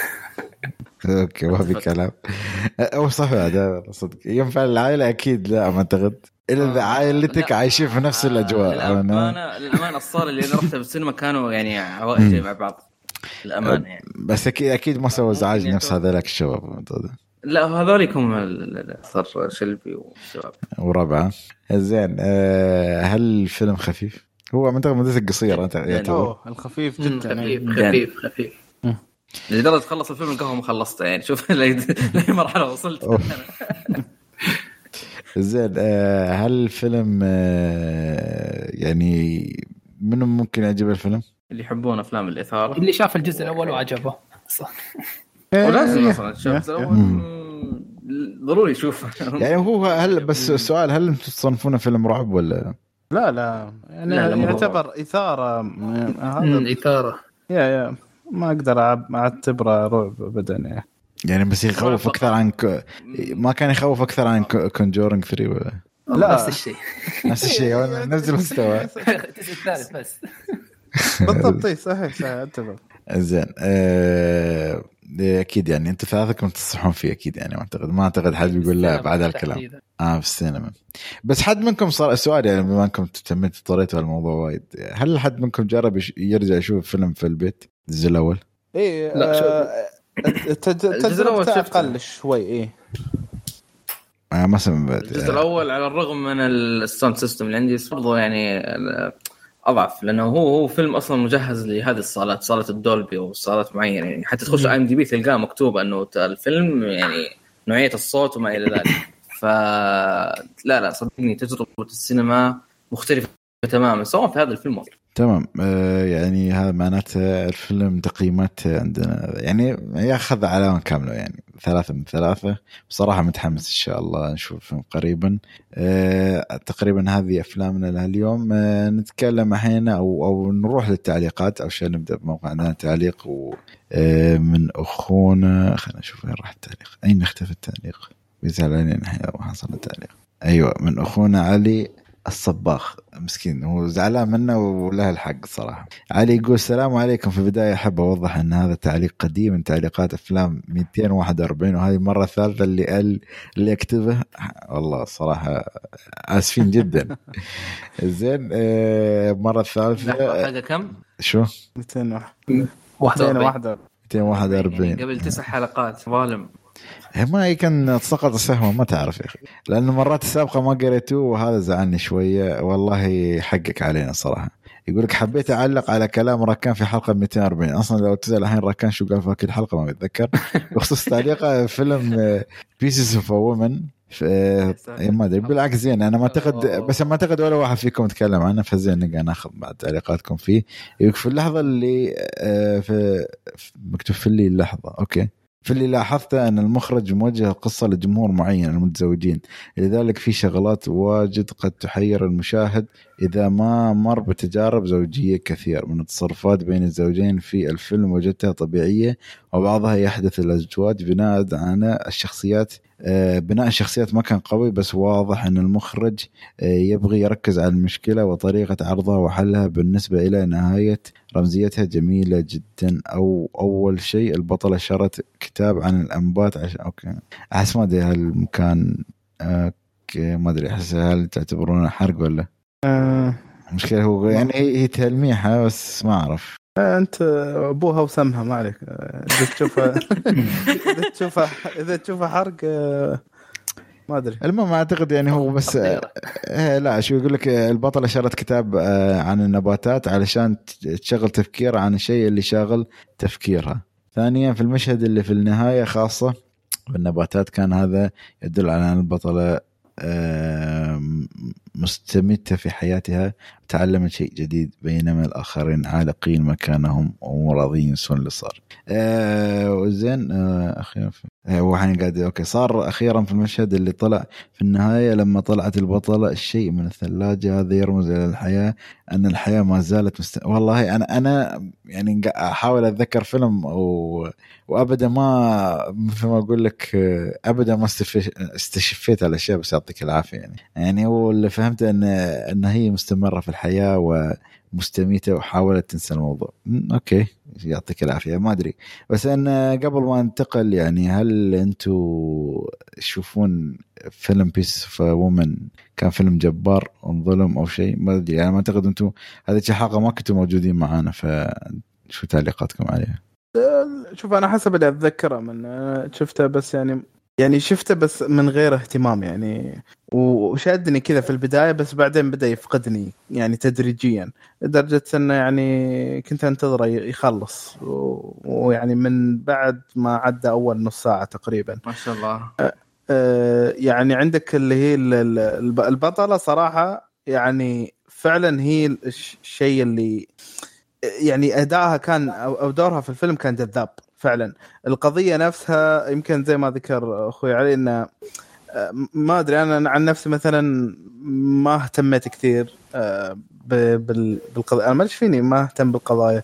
أوكي ما في كلام. أو صح هذا صدق ينفع العائلة أكيد لا ما أعتقد إلا إذا عائلتك عايشين في نفس الأجواء.
الأمانة الأمانة الصالة اللي أنا رحتها بالسينما كانوا يعني عوائل مع بعض الأمانة يعني.
بس أكيد أكيد ما سووا إزعاج نفس هذولك الشباب.
لا هذولك هم الصر شلبي والشباب
وربعه. زين أه هل الفيلم خفيف؟ هو منطقة مدته قصيرة أنت
يعتبر الخفيف جدا
خفيف خفيف خفيف
لدرجة تخلص الفيلم القهوة ما خلصته يعني. شوف لأي مرحلة وصلت.
زين أه هل الفيلم أه يعني منو ممكن يعجب الفيلم؟
اللي يحبون أفلام الإثارة،
اللي شاف الجزء الأول وعجبه
ولازم أصلا شاف الأول ضروري يشوف.
يعني هو هل بس السؤال هل أنتم تصنفونه فيلم رعب ولا
لا؟ لا يعني لا لا يعتبر إثارة.
هذا إثارة
يا يا ما أقدر أعتبره رعب أبدا يعني.
يعني بس يخوف أكثر عن ك... ما كان يخوف أكثر عن كونجورينج ثري ولا
لا نفس الشيء
نفس الشيء ولا نفس المستوى
الثالث بس
بالضبط. صحيح صحيح أتفق.
زين أه... اكيد يعني انتوا ثلاثتكم تصحون فيه اكيد يعني. ما اعتقد ما اعتقد حد بيقول لا بعد هالكلام. اه في السينما. بس حد منكم صار سؤال يعني بما انكم تهتمتوا طريتوا الموضوع وايد، هل حد منكم جرب يرجع يشوف فيلم في البيت الجزء الاول؟
ايه لا تجربة اقل شوي. ايه
آه ما سمعت
الجزء الاول على الرغم من الساوند سيستم اللي عندي برضه يعني اضعف، لانه هو هو فيلم اصلا مجهز لهذه الصالات، صاله الدولبي او صالات معينه يعني. حتى تخش اي ام دي بي تلقاه مكتوب انه الفيلم يعني نوعيه الصوت وما الى ذلك. فلا لا صدقني تجربه السينما مختلفه تماما سواء في هذا الفيلم أصلاً.
تمام. آه يعني هذا معناته الفيلم تقييمات عندنا يعني ياخذ علامه كامله يعني ثلاثة من ثلاثة. بصراحة متحمس إن شاء الله نشوف فيلم قريبا. أه تقريبا هذه أفلامنا لهاليوم. أه نتكلم الحين أو أو نروح للتعليقات. أو شيء نبدأ بموقعنا تعليق و أه من أخونا. خلينا نشوف وين راح التعليق. أين اختفى التعليق؟ بيزعل علينا الحين لو حصل التعليق. أيوة من أخونا علي الصباخ مسكين هو زعلان منه وله الحق صراحة. علي يقول السلام عليكم. في البداية أحب أوضح أن هذا تعليق قديم من تعليقات أفلام مئتين وواحد وأربعين وهذه المرة الثالثة اللي قال اللي أكتبه. والله صراحة آسفين جدا. زين مرة الثالثة
حاجة كم؟
شو
مئتين وواحد
وأربعين
قبل تسع حلقات ظالم.
ما يمكن سقط السهم ما تعرف يا أخي لأن مرات السابقة ما قريتوه وهذا زعلني شوية. والله حقك علينا صراحة. يقولك حبيت أعلق على كلام راكان في حلقة مئتين وأربعين. أصلا لو تسأل الحين راكان شو قال في كل حلقة ما بتذكر. بخصوص تعليقه فيلم Pieces of a Woman ما أدري بالعكس زين. أنا ما أعتقد بس ما أعتقد ولا واحد فيكم تكلم عنه فزين نقدر ناخذ بعد تعليقاتكم فيه. يقولك في اللحظة اللي في مكتوب في اللي اللحظة أوكي في اللي لاحظته أن المخرج موجه القصة لجمهور معين المتزوجين لذلك في شغلات واجد قد تحير المشاهد إذا ما مر بتجارب زوجية كثير. من التصرفات بين الزوجين في الفيلم وجدتها طبيعية وبعضها يحدث الأزواج بناء على الشخصيات بناء الشخصيات ما كان قوي بس واضح أن المخرج يبغي يركز على المشكلة وطريقة عرضها وحلها. بالنسبة إلى نهاية رمزيتها جميلة جدا. أو أول شيء البطلة شرت كتاب عن الأنبات عشان أوكي أحس ما أدري هالمكان أوكي ما أدري أحس هل تعتبرونه حرق ولا
أه
مشكلة هو يعني هي تلميحة بس ما أعرف.
أنت أبوها وسمها ما عليك. إذا تشوفها إذا تشوفها إذا تشوفها حرق ما أدري.
المهم أعتقد يعني هو بس آه لا شو يقول لك البطلة شرت كتاب آه عن النباتات علشان تشغل تفكير عن الشيء اللي شاغل تفكيرها. ثانيا في المشهد اللي في النهاية خاصة بالنباتات كان هذا يدل على أن البطلة آه مستمتة في حياتها تعلمت شيء جديد بينما الآخرين عالقين مكانهم وراضين ينسون اللي صار. آه وزين آه أخيرا آه وحين قاعد أوكي صار أخيرا في المشهد اللي طلع في النهاية لما طلعت البطلة الشيء من الثلاجة هذا يرمز إلى الحياة أن الحياة ما زالت مست... والله أنا أنا يعني أحاول أتذكر فيلم و... وأبدا ما مثل ما أقول لك أبدا ما استشفيت على الأشياء بس يعطيك العافية يعني يعني هو اللي فهمت أن أن هي مستمرة في الحياة ومستميتة وحاولت تنسى الموضوع. أوكي يعطيك العافية. ما أدري بس أنا قبل ما انتقل يعني هل أنتوا تشوفون فيلم بيس اوف وومن كان فيلم جبار انظلم أو شيء ما أدري يعني ما أعتقد أنتوا هذه الحلقة ما كنتوا موجودين معانا فشو تعليقاتكم عليها؟
شوف أنا حسب اللي أتذكره من شفته بس يعني يعني شفته بس من غير اهتمام يعني وشادني كذا في البداية بس بعدين بدأ يفقدني يعني تدريجيا لدرجة أنه يعني كنت أنتظره يخلص ويعني من بعد ما عدى أول نص ساعة تقريبا
ما شاء الله.
يعني عندك اللي هي البطلة صراحة يعني فعلا هي الشيء اللي يعني أداءها كان أو دورها في الفيلم كان جذاب فعلا. القضية نفسها يمكن زي ما ذكر أخوي علي إنه ما أدري أنا عن نفسي مثلا ما اهتميت كثير بالقضايا. أنا ما فيني ما اهتم بالقضايا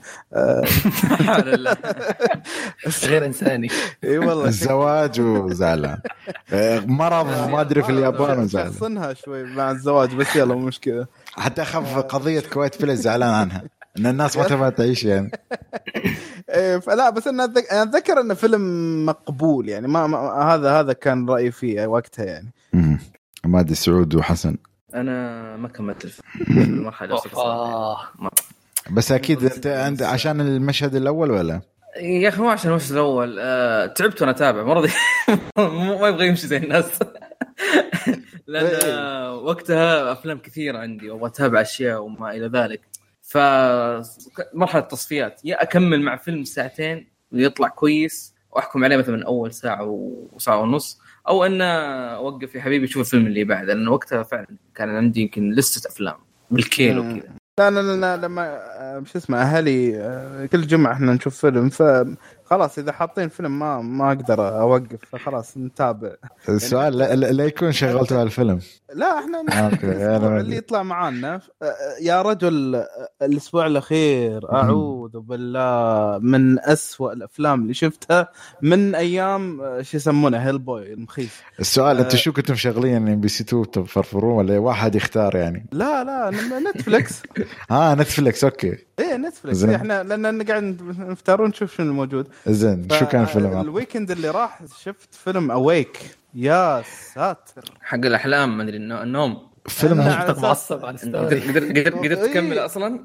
غير إنساني.
إيه والله
الزواج وزعلان مرض ما أدري في اليابان وزعلان
شخصنها شوي مع الزواج بس يلا مشكلة
حتى أخاف قضية كويت فلس زعلان عنها إن الناس ما تبغى تعيش يعني.
فلا بس أنا أتذكر أن فيلم مقبول يعني ما, ما هذا هذا كان رأيي فيه وقتها يعني.
ما أدري سعود وحسن.
أنا ما كملت المرحلة
بس أكيد أنت عند عشان المشهد الأول ولا؟
يا أخي مو عشان المشهد الأول أه... تعبت وأنا أتابع مرضي ما يبغى يمشي زي الناس لأن وقتها أفلام كثيرة عندي وأبغى أتابع أشياء وما إلى ذلك. فمرحلة التصفيات يا أكمل مع فيلم ساعتين ويطلع كويس وأحكم عليه مثلا من أول ساعة وساعة ونص أو أن أوقف يا حبيبي شوف الفيلم اللي بعد لأن وقتها فعلا كان عندي يمكن لستة أفلام بالكيلو كذا.
لا لا لا لما مش اسمه أهلي كل جمعة إحنا نشوف فيلم ف خلاص اذا حاطين فيلم ما ما اقدر اوقف فخلاص نتابع.
السؤال لا, لا يكون شغلته على الفيلم.
لا احنا اللي يطلع معانا يا رجل الاسبوع الاخير اعوذ بالله من أسوأ الافلام اللي شفتها من ايام شو يسمونه هيل بوي المخيف.
السؤال انت شو كنتم شغالين ام بي سي تو تفرفرون ولا واحد يختار يعني؟
لا لا نتفليكس.
اه نتفليكس اوكي.
ايه نتفليكس احنا لان قاعد نفترون نشوف شنو الموجود.
زين شو كان الفيلم؟
الويكند اللي راح شفت فيلم اويك. يا ساتر
حق الاحلام ما ادري النوم
فيلم
معصب على
ستوري. قدرت قدرت تكمل اصلا؟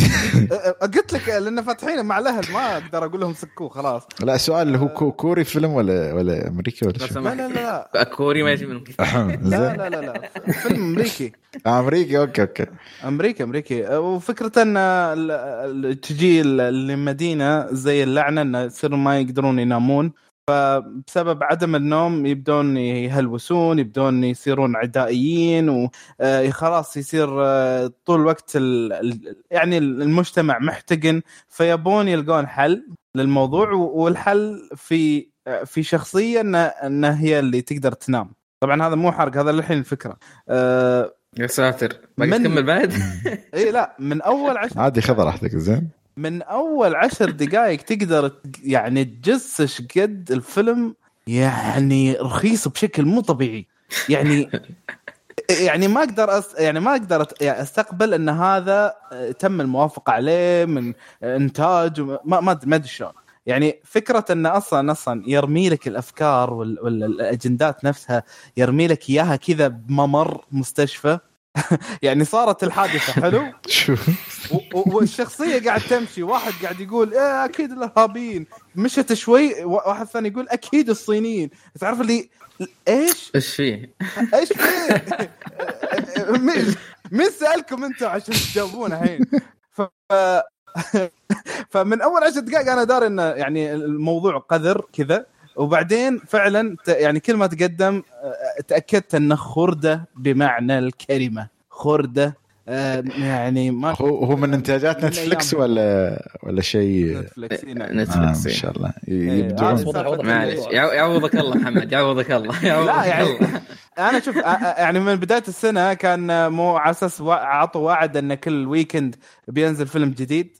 قلت لك لان فاتحين مع الاهل ما اقدر اقول لهم سكوه خلاص.
لا سؤال اللي هو كوري فيلم ولا ولا امريكي ولا شو؟
لا لا لا
كوري ما يجي من
لا لا لا لا فيلم امريكي.
امريكي اوكي اوكي
امريكي امريكي وفكرة ان تجي لمدينة زي اللعنة ان يصيروا ما يقدرون ينامون فبسبب عدم النوم يبدون يهلوسون يبدون يصيرون عدائيين وخلاص يصير طول الوقت يعني المجتمع محتقن فيبون يلقون حل للموضوع والحل في في شخصية أنها هي اللي تقدر تنام. طبعا هذا مو حرق هذا الحين الفكرة. أه
يا ساتر باقي تكمل بعد؟
اي لا من أول عشر
عادي خذ راحتك زين.
من أول عشر دقائق تقدر يعني تجسش قد الفيلم يعني رخيص بشكل مو طبيعي يعني يعني ما أقدر أس يعني ما أقدر أستقبل أن هذا تم الموافقة عليه من إنتاج ما ما ما أدري شلون يعني فكرة أن أصلا أصلا يرمي لك الأفكار والأجندات نفسها يرمي لك إياها كذا بممر مستشفى يعني صارت الحادثة حلو والشخصية قاعد تمشي واحد قاعد يقول إيه أكيد الإرهابيين مشت شوي واحد ثاني يقول أكيد الصينيين تعرف اللي إيش
إيش فيه
إيش فيه مين سألكم أنتوا عشان تجاوبون الحين ف فمن أول عشر دقائق أنا داري إن يعني الموضوع قذر كذا وبعدين فعلا يعني كل ما تقدم تأكدت أنه خردة بمعنى الكلمة خردة يعني ما
هو هو من إنتاجات نتفليكس ولا ولا شيء
نتفليكس
نتفليكس
إن شاء الله
يبدون
معلش يعوضك الله محمد يعوضك الله
لا يعني أنا شوف يعني من بداية السنة كان مو على أساس عطوا وعد أن كل ويكند بينزل فيلم جديد.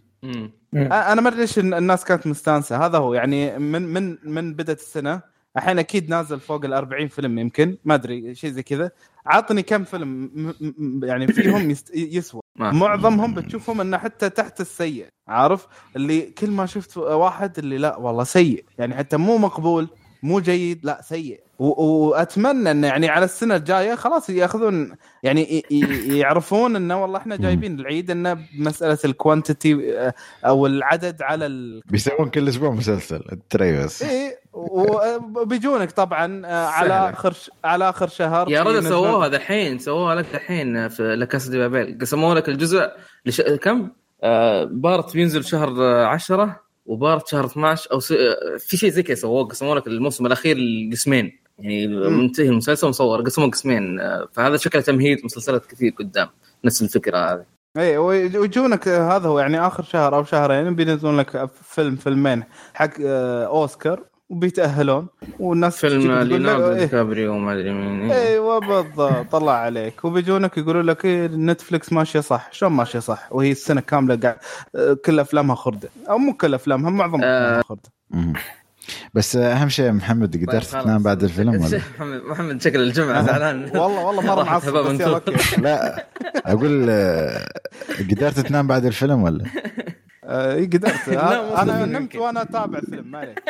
أنا ما أدري ليش الناس كانت مستانسة هذا هو يعني من من من بداية السنة الحين أكيد نازل فوق الأربعين فيلم يمكن ما أدري شيء زي كذا. عطني كم فيلم يعني فيهم يسوى معظمهم بتشوفهم أنه حتى تحت السيء عارف اللي كل ما شفت واحد اللي لا والله سيء يعني حتى مو مقبول مو جيد لا سيء وأتمنى أن يعني على السنة الجاية خلاص يأخذون يعني يعرفون أنه والله إحنا جايبين العيد أنه مسألة الكوانتيتي أو العدد على ال...
بيسوون كل أسبوع مسلسل التريوس
إيه وبيجونك طبعا على آخر على آخر شهر
يا رجل سووها ذا الحين سووها لك الحين في لكاسا دي بابيل قسموا لك الجزء لش... كم آه بارت بينزل شهر عشرة وبارت شهر اثناشر أو س... في شيء زي كذا سووه قسموا لك الموسم الأخير القسمين يعني منتهي المسلسل مصور قسموا قسمين فهذا شكله تمهيد مسلسلات كثير قدام نفس الفكرة هذه.
اي ويجونك هذا هو يعني آخر شهر أو شهرين بينزلون لك فيلم فيلمين حق أوسكار وبيتأهلون والناس
فيلم ليوناردو دي كابريو وما ادري مين
ايوه بالضبط طلع عليك وبيجونك يقولوا لك إيه نتفليكس ماشيه صح شلون ماشيه صح وهي السنه كامله قاعد كل افلامها خرده او مو كل افلامها معظم افلامها
آه
خرده.
بس اهم شيء محمد قدرت تنام بعد الفيلم ولا
محمد محمد شكل الجمعه زعلان
والله والله مره معصب
لا اقول قدرت تنام بعد الفيلم ولا
اي قدرت انا نمت وانا اتابع فيلم ما عليك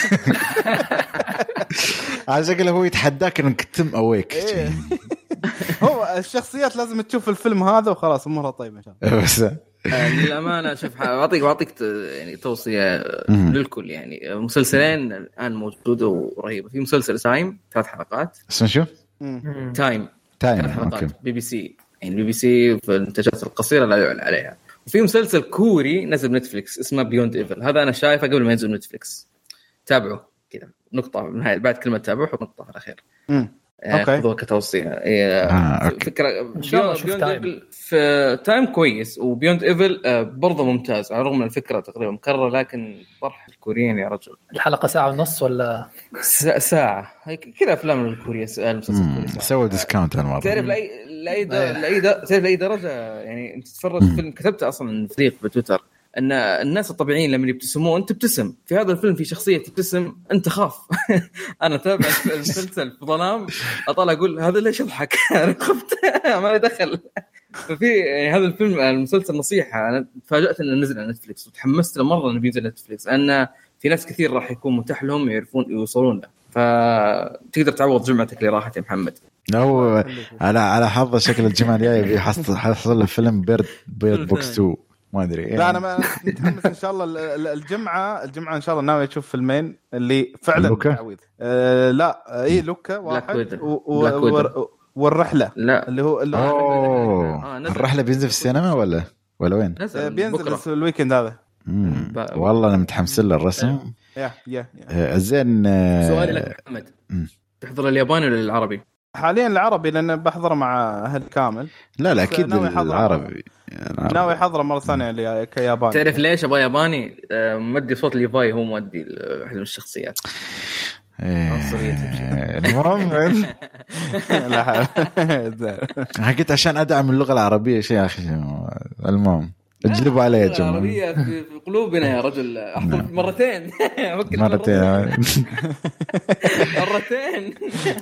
على شكله هو يتحداك انك تتم اويك
هو الشخصيات لازم تشوف الفيلم هذا وخلاص امورها طيبه ان شاء الله.
بس
للامانه شوف اعطيك واعطيك يعني توصيه للكل يعني مسلسلين الان موجوده ورهيبه. في مسلسل تايم ثلاث حلقات
اسمه شو
تايم
تايم
ثلاث حلقات بي بي سي يعني بي بي سي في الانتاجات القصيره لا يعلن عليها. وفي مسلسل كوري نزل نتفليكس اسمه بيوند ايفل هذا انا شايفه قبل ما ينزل نتفليكس تابعوا كذا نقطه من هاي بعد كلمه تابعوا حط نقطه في الاخير خذوها كتوصيه. آه، فكره بيوند في تايم كويس، وبيوند ايفل برضه ممتاز على الرغم من الفكره تقريبا مكرره، لكن طرح الكوريين يا رجل.
الحلقه ساعه ونص ولا
ساعه هي كذا افلام الكوريه المسلسل
سووا ديسكاونت المره.
تعرف لاي لاي لاي تعرف لاي درجه يعني انت تتفرج فيلم كتبت اصلا فريق بتويتر ان الناس الطبيعيين لما يبتسمون انت تبتسم. في هذا الفيلم في شخصيه تبتسم انت خاف. انا تابع المسلسل في ظلام اطلع اقول هذا ليش يضحك. انا خفت ما لي دخل. ففي يعني هذا الفيلم المسلسل نصيحه، انا تفاجات انه نزل على نتفليكس وتحمست له مره انه بينزل نتفليكس، لان في ناس كثير راح يكون متاح لهم يعرفون يوصلون له، فتقدر تعوض جمعتك اللي راحت يا محمد.
هو على على حظ شكل الجمعه الجايه بيحصل حصل الفيلم بيرد بيرد بوكس اثنين ما ادري يعني.
لا انا ما متحمس ان شاء الله الجمعه الجمعه ان شاء الله ناوي اشوف فيلمين اللي فعلا تعويض. أه لا اي لوكا واحد و... و... والرحله
لا.
اللي هو اللي
آه الرحله بينزل في السينما ولا ولا وين؟
بينزل في الويكند هذا.
ب... والله انا متحمس له الرسم.
يا يا
آه زين.
آه سؤالي لك محمد، تحضر الياباني ولا العربي؟
حاليا العربي لان بحضره مع اهل كامل.
لا لا اكيد العربي
ناوي احضره مره ثانيه كياباني.
تعرف ليش ابغى ياباني؟ مدي صوت ليفاي هو مؤدي احد من الشخصيات.
المهم لا حكيت عشان ادعم اللغه العربيه شيء يا اخي. المهم اجلبوا علي يا جماعه.
العربيه في قلوبنا يا رجل. احضر مرتين
مرتين
مرتين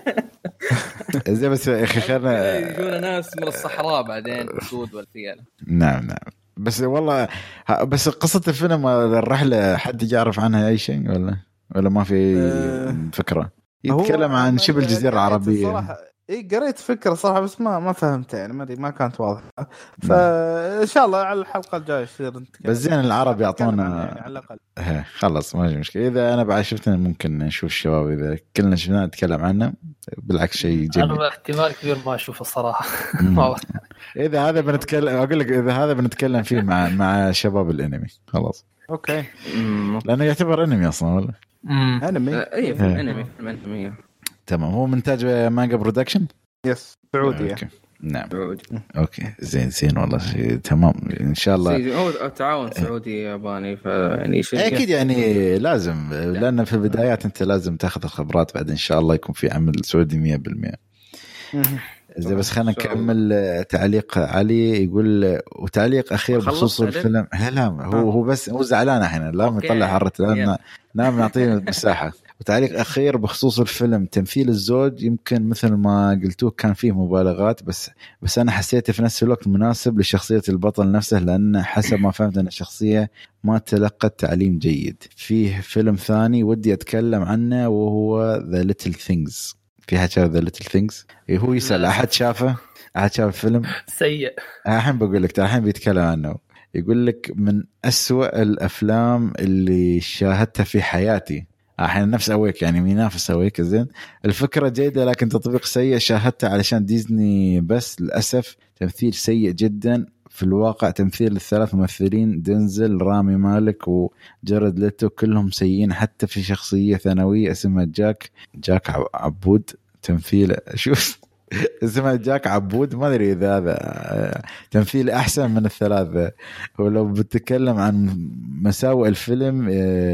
زي بس يا اخي خلنا
يجونا ناس من الصحراء بعدين سود والفيال.
نعم نعم بس والله بس قصه الفيلم الرحله حد يعرف عنها اي شيء ولا ولا ما في فكره؟ يتكلم عن شبه الجزيره العربيه.
اي قريت فكره صراحه بس ما ما فهمتها يعني ما ما كانت واضحه. فان شاء الله على الحلقه الجايه يصير نتكلم.
بس زين العرب يعطونا
يعني على الاقل.
خلاص ما في مشكله. اذا انا بعد شفتنا ممكن نشوف الشباب اذا كلنا شفنا نتكلم عنه بالعكس شيء جميل.
انا احتمال كبير ما اشوف الصراحه.
اذا هذا بنتكلم اقول لك اذا هذا بنتكلم فيه مع مع شباب الانمي خلاص.
اوكي
لانه يعتبر انمي اصلا ولا
انمي.
اي في انمي انمي
تمام. هو منتاج مانجا برودكشن.
يس سعودي.
أوكي. نعم سعودي. اوكي زين زين والله شيء تمام ان شاء الله.
هو تعاون سعودي ياباني فيعني شيء
اكيد يعني لازم لان في البدايات انت لازم تاخذ الخبرات بعد ان شاء الله يكون في عمل سعودي مية بالمية. إذا بس خلنا نكمل تعليق علي يقول وتعليق أخير بخصوص الفيلم. هلا هو هو بس هو زعلان هنا لا يطلع حرة لأن نعم نعطيه مساحة. وتعليق أخير بخصوص الفيلم تمثيل الزوج يمكن مثل ما قلتوه كان فيه مبالغات بس بس أنا حسيته في نفس الوقت مناسب لشخصية البطل نفسه لأن حسب ما فهمت أن الشخصية ما تلقت تعليم جيد. فيه فيلم ثاني ودي أتكلم عنه وهو The Little Things. في حد شاف The Little Things؟ هو يسأل أحد شافه؟ أحد شاف الفيلم؟
سيء.
الحين بقول لك الحين بيتكلم عنه. يقول لك من أسوأ الأفلام اللي شاهدتها في حياتي. الحين نفس أويك يعني ينافس أويك. زين الفكرة جيدة لكن تطبيق سيء. شاهدتها علشان ديزني بس للأسف تمثيل سيء جدا. في الواقع تمثيل الثلاث ممثلين دينزل رامي مالك وجارد ليتو كلهم سيئين حتى في شخصية ثانوية اسمها جاك جاك عبود. تمثيل شوف اسمها جاك عبود ما أدري إذا هذا تمثيل أحسن من الثلاثة. ولو بتكلم عن مساوئ الفيلم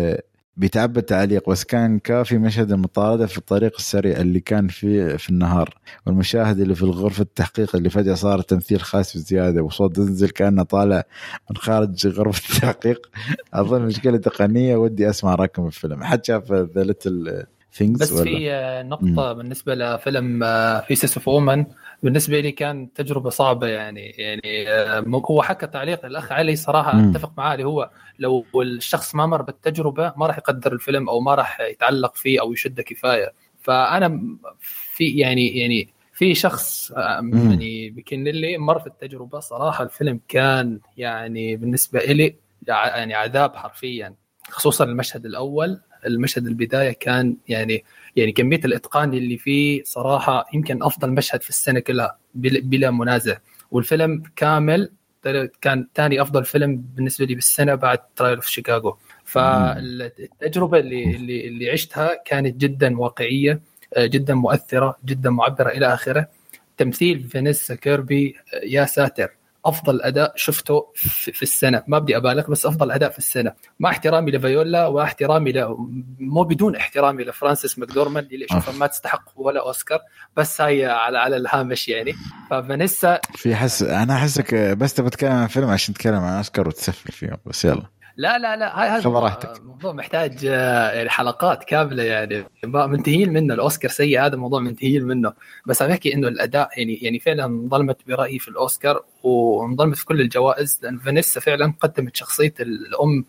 بيتعبد تعليق بس كان كافي مشهد المطاردة في الطريق السريع اللي كان في في النهار والمشاهد اللي في الغرفة التحقيق اللي فجأة صار تمثيل خاص بزيادة وصوت دنزل كأنه طالع من خارج غرفة التحقيق. أظن مشكلة تقنية. ودي أسمع رقم الفيلم. حد شاف The Little Things
بس
ولا؟
في نقطة م. بالنسبة لفيلم Faces of Women بالنسبة لي كان تجربة صعبة يعني يعني هو حكى تعليق الأخ علي صراحة م. أتفق معاه اللي هو لو الشخص ما مر بالتجربة ما راح يقدر الفيلم أو ما راح يتعلق فيه أو يشد كفاية. فأنا في يعني يعني في شخص يعني بكنلي مر في التجربة صراحة الفيلم كان يعني بالنسبة إلي يعني عذاب حرفيا خصوصا المشهد الأول. المشهد البداية كان يعني يعني كمية الإتقان اللي فيه صراحة يمكن أفضل مشهد في السنة كلها بلا منازع. والفيلم كامل كان تاني أفضل فيلم بالنسبة لي بالسنة بعد ترايل في شيكاغو. فالتجربة اللي اللي اللي عشتها كانت جدا واقعية جدا مؤثرة جدا معبرة إلى آخره. تمثيل فانيسا كيربي يا ساتر، افضل اداء شفته في السنه، ما بدي ابالغ بس افضل اداء في السنه، مع احترامي لفيولا واحترامي ل... مو بدون احترامي لفرانسيس ماكدورماند اللي اشوفها ما تستحق ولا اوسكار، بس هي على على الهامش يعني. ففانيسا
في حس انا احسك بس تبي تتكلم عن فيلم عشان تتكلم عن اوسكار وتسفل فيهم، بس يلا
لا لا لا هاي هذا الموضوع محتاج يعني حلقات كامله يعني منتهيين منه. الاوسكار سيء، هذا الموضوع منتهيين منه، بس انا بحكي انه الاداء يعني يعني فعلا انظلمت برايي في الاوسكار وانظلمت في كل الجوائز، لان فانيسا فعلا قدمت شخصيه الام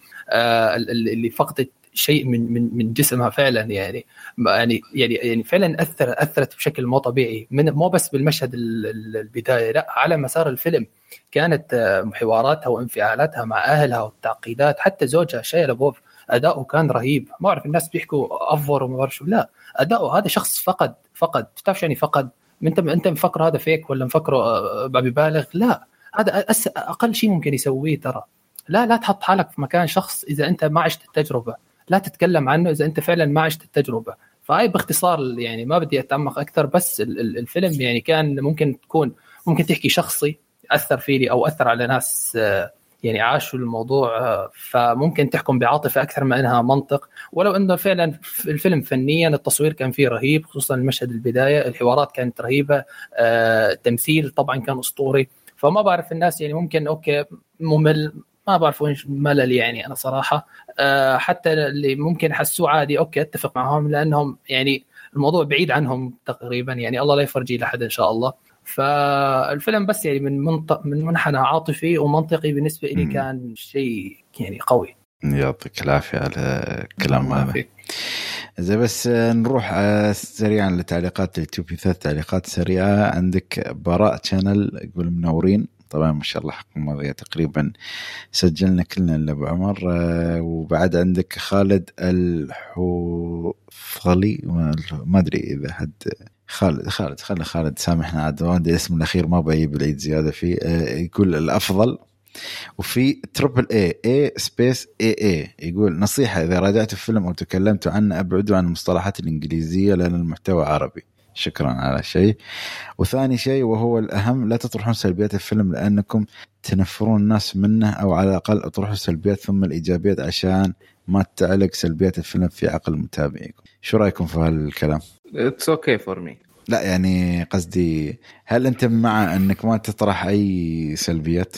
اللي فقدت شيء من من من جسمها فعلا يعني يعني يعني يعني فعلا اثر اثرت بشكل مو طبيعي، من مو بس بالمشهد البدايه، لا على مسار الفيلم. كانت حواراتها وانفعالاتها مع اهلها والتعقيدات، حتى زوجها شيا لابوف اداؤه كان رهيب. ما اعرف الناس بيحكوا افور وما بعرف شو، لا اداؤه هذا شخص فقد فقد تعرف يعني فقد انت انت مفكر هذا فيك ولا مفكره ببالغ؟ لا هذا اقل شيء ممكن يسويه ترى. لا لا تحط حالك في مكان شخص اذا انت ما عشت التجربه، لا تتكلم عنه اذا انت فعلا ما عشت التجربه. فهاي باختصار يعني ما بدي اتعمق اكثر، بس الفيلم يعني كان ممكن تكون ممكن تحكي شخصي اثر فيني او اثر على ناس يعني عاشوا الموضوع، فممكن تحكم بعاطفه اكثر ما انها منطق. ولو انه فعلا الفيلم فنيا التصوير كان فيه رهيب، خصوصا المشهد البدايه، الحوارات كانت رهيبه، التمثيل طبعا كان اسطوري. فما بعرف الناس يعني ممكن اوكي ممل، ما بعرف وين ملل يعني. انا صراحه أه حتى اللي ممكن حسوه عادي اوكي اتفق معهم، لانهم يعني الموضوع بعيد عنهم تقريبا يعني، الله لا يفرجي لحد ان شاء الله. فالفيلم بس يعني من منطق من منحنى عاطفي ومنطقي بالنسبه لي كان شيء يعني قوي.
يعطيك العافيه على الكلام هذا. إذا بس نروح سريعا لتعليقات اليوتيوب، ثلاث تعليقات سريعه. عندك براء شانل يقول منورين، طبعا ما شاء الله حقكم ماضية تقريبا سجلنا كلنا اللي أبو عمر. وبعد عندك خالد الحوفلي، ما أدري إذا حد خالد خالد خالد خالد سامحنا عاد وعندي اسم الأخير ما بيجيب العيد زيادة فيه. يقول الأفضل. وفي تربل اي اي سبيس اي اي يقول نصيحة إذا راجعت الفيلم أو تكلمتوا عنه أبعدوا عن المصطلحات الإنجليزية لأن المحتوى عربي. شكرا على شيء. وثاني شيء وهو الأهم، لا تطرحون سلبيات الفيلم لأنكم تنفرون الناس منه، أو على الأقل اطرحوا السلبيات ثم الإيجابيات عشان ما تعلق سلبيات الفيلم في عقل متابعيكم. شو رأيكم في هالكلام؟
It's okay for me.
لا يعني قصدي هل أنت مع أنك ما تطرح أي سلبيات؟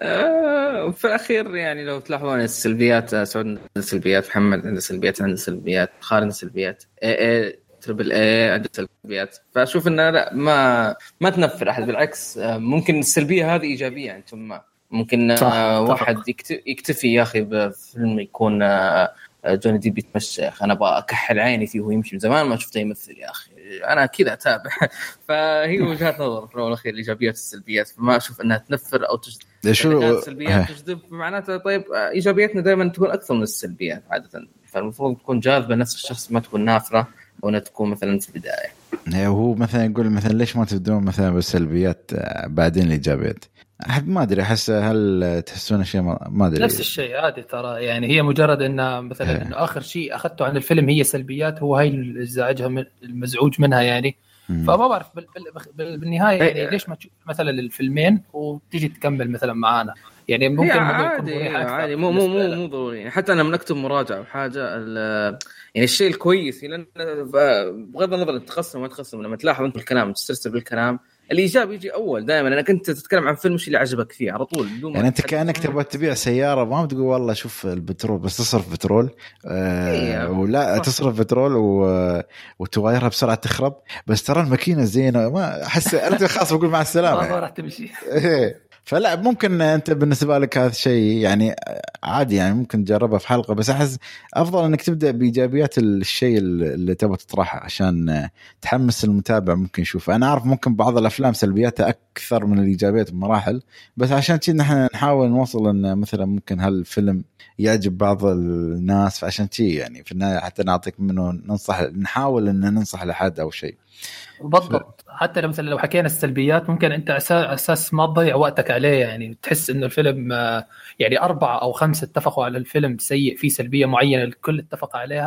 أه في الأخير يعني لو تلاحظون السلبيات، سعود عنده سلبيات، محمد عنده سلبيات، عنده سلبيات، خالد عنده سلبيات، اي اي تربل اي عنده سلبيات. فاشوف انه لا ما ما تنفر احد، بالعكس ممكن السلبيه هذه ايجابيه. انتم ما ممكن واحد يكتفي يا اخي بفيلم يكون جوني ديب يتمشى، انا ابغى اكحل عيني فيه وهو يمشي، من زمان ما شفته يمثل يا اخي، انا كذا اتابع. فهي وجهات نظر في الاخير، الايجابيات والسلبيات، فما اشوف انها تنفر او تجذب.
شو
السلبيات تجذب معناته طيب ايجابياتنا دائما تكون اكثر من السلبيات عاده، فالمفروض تكون جاذبه نفس الشخص، ما تكون نافره وأنا تكون مثلا في البداية.
هو مثلا يقول مثلا ليش ما تبدون مثلا بالسلبيات بعدين الإيجابيات؟ أحب ما أدري، أحس هل تحسون شيء ما أدري.
نفس الشيء عادي ترى يعني، هي مجرد إن مثلا إنه آخر شيء أخذته عن الفيلم هي سلبيات، هو هاي الزعجها المزعوج منها يعني. فما بعرف بالنهاية يعني ليش ما تشوف مثلا الفيلمين وتيجي تكمل مثلا معانا يعني، ممكن
عادي عادي مو مو مو مو ضروري. حتى أنا من أكتب مراجعة وحاجة يعني الشيء الكويس، لأن بغض النظر التخصص وما تخصص، لما تلاحظ أنت الكلام تسترسل بالكلام، الإيجابي يجي أول دائما. أنا كنت تتكلم عن فيلم، وش اللي عجبك فيه على طول.
يعني أنت كأنك تبغى تبيع سيارة، ما بتقول والله شوف البترول بس تصرف بترول آه ولا تصرف بترول و... وتغيرها بسرعة تخرب، بس ترى الماكينة زينة، ما أحس أنت خلاص بقول مع السلامة
ما راح تمشي.
فلا ممكن أنت بالنسبة لك هذا الشيء يعني عادي، يعني ممكن تجربها في حلقة، بس أحس أفضل أنك تبدأ بإيجابيات الشيء اللي تبغى تطرحه عشان تحمس المتابع. ممكن شوف أنا أعرف ممكن بعض الأفلام سلبياتها أكثر من الإيجابيات بمراحل، بس عشان كذا نحن نحاول نوصل أن مثلا ممكن هالفيلم يعجب بعض الناس، فعشان كذا يعني في النهاية حتى نعطيك منه ننصح، نحاول أن ننصح لحد أو شيء.
بالضبط. حتى مثلا لو حكينا السلبيات ممكن انت اساس ما تضيع وقتك عليه يعني، تحس انه الفيلم يعني أربعة او خمسة اتفقوا على الفيلم سيء، فيه سلبية معينة الكل اتفق عليها،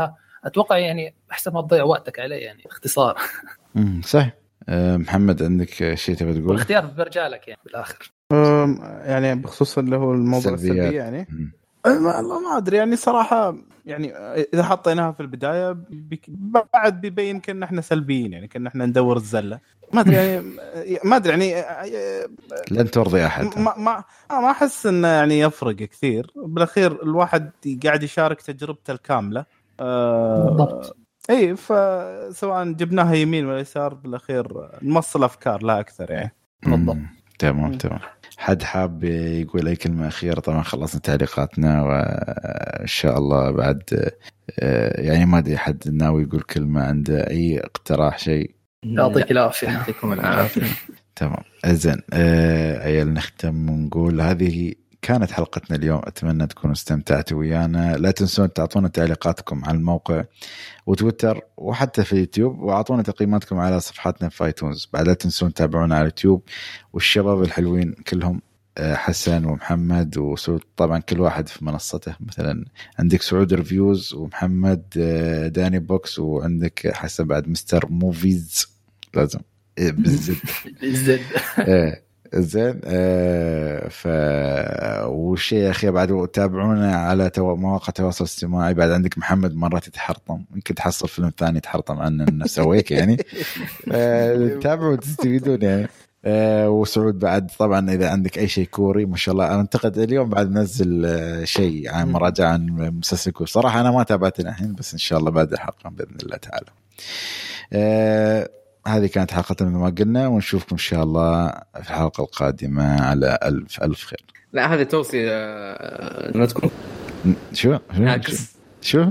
اتوقع يعني احسن ما تضيع وقتك عليه يعني باختصار.
امم صح. أه محمد عندك شيء تبي تقول؟
والاختيار برجالك يعني بالاخر.
يعني بخصوص اللي هو الموضوع
سلبيات.
السلبي يعني
مم.
ما ما ادري يعني صراحه، يعني اذا حطيناها في البدايه بك بعد بيبين كنا احنا سلبيين، يعني كنا احنا ندور الزله، ما ادري يعني ما ادري يعني
لن ترضي احد.
ما ما ما احس انه يعني يفرق كثير بالاخير، الواحد قاعد يشارك تجربته الكامله. أه
بالضبط.
اي فسواء جبناها يمين ولا يسار بالاخير نوصل افكار لا اكثر يعني.
بالضبط.
تمام تمام. حد حاب يقول اي كلمه اخيره؟ طبعا خلصنا تعليقاتنا وان شاء الله بعد يعني ما ادري حد ناوي يقول كلمه، عنده اي اقتراح شيء؟
يعطيك العافيه.
يعطيكم العافيه.
تمام زين. آه عيال نختم ونقول هذه كانت حلقتنا اليوم، أتمنى تكونوا استمتعتوا ويانا. لا تنسون تعطونا تعليقاتكم على الموقع وتويتر وحتى في يوتيوب، وأعطونا تقييماتكم على صفحاتنا في ايتونز. بعد لا تنسون تابعونا على يوتيوب، والشباب الحلوين كلهم حسن ومحمد وسعود طبعا كل واحد في منصته، مثلا عندك سعود ريفيوز ومحمد داني بوكس، وعندك حسن بعد مستر موفيز لازم بالزد
بالزد.
زين. آه ف والشيء يا اخي بعد تابعونا على تو... مواقع التواصل الاجتماعي. بعد عندك محمد مرات يتحرطم، يمكن تحصل فيلم ثاني يتحرطم عنه انه سويك يعني. آه تابعوا وتستفيدون يعني. آه وسعود بعد طبعا اذا عندك اي شيء كوري ما شاء الله. انا انتقد اليوم بعد نزل آه شيء عن مراجعه عن مسلسل كوري، صراحه انا ما تابعته الحين بس ان شاء الله بعد الحلقه باذن الله تعالى. آه هذه كانت حلقتنا مثل ما قلنا، ونشوفكم إن شاء الله في الحلقة القادمة على ألف ألف خير.
لا هذه توصية لا تكون
شو شو شو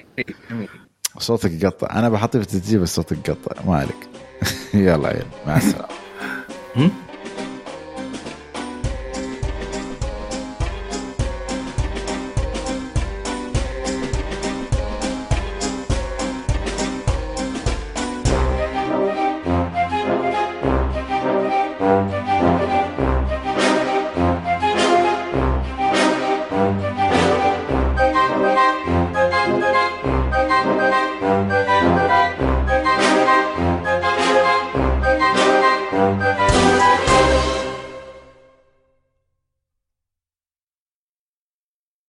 صوتك قطع. أنا بحطي في التسجيل بس صوتك قطع، ما عليك. يلا يلا مع السلامة.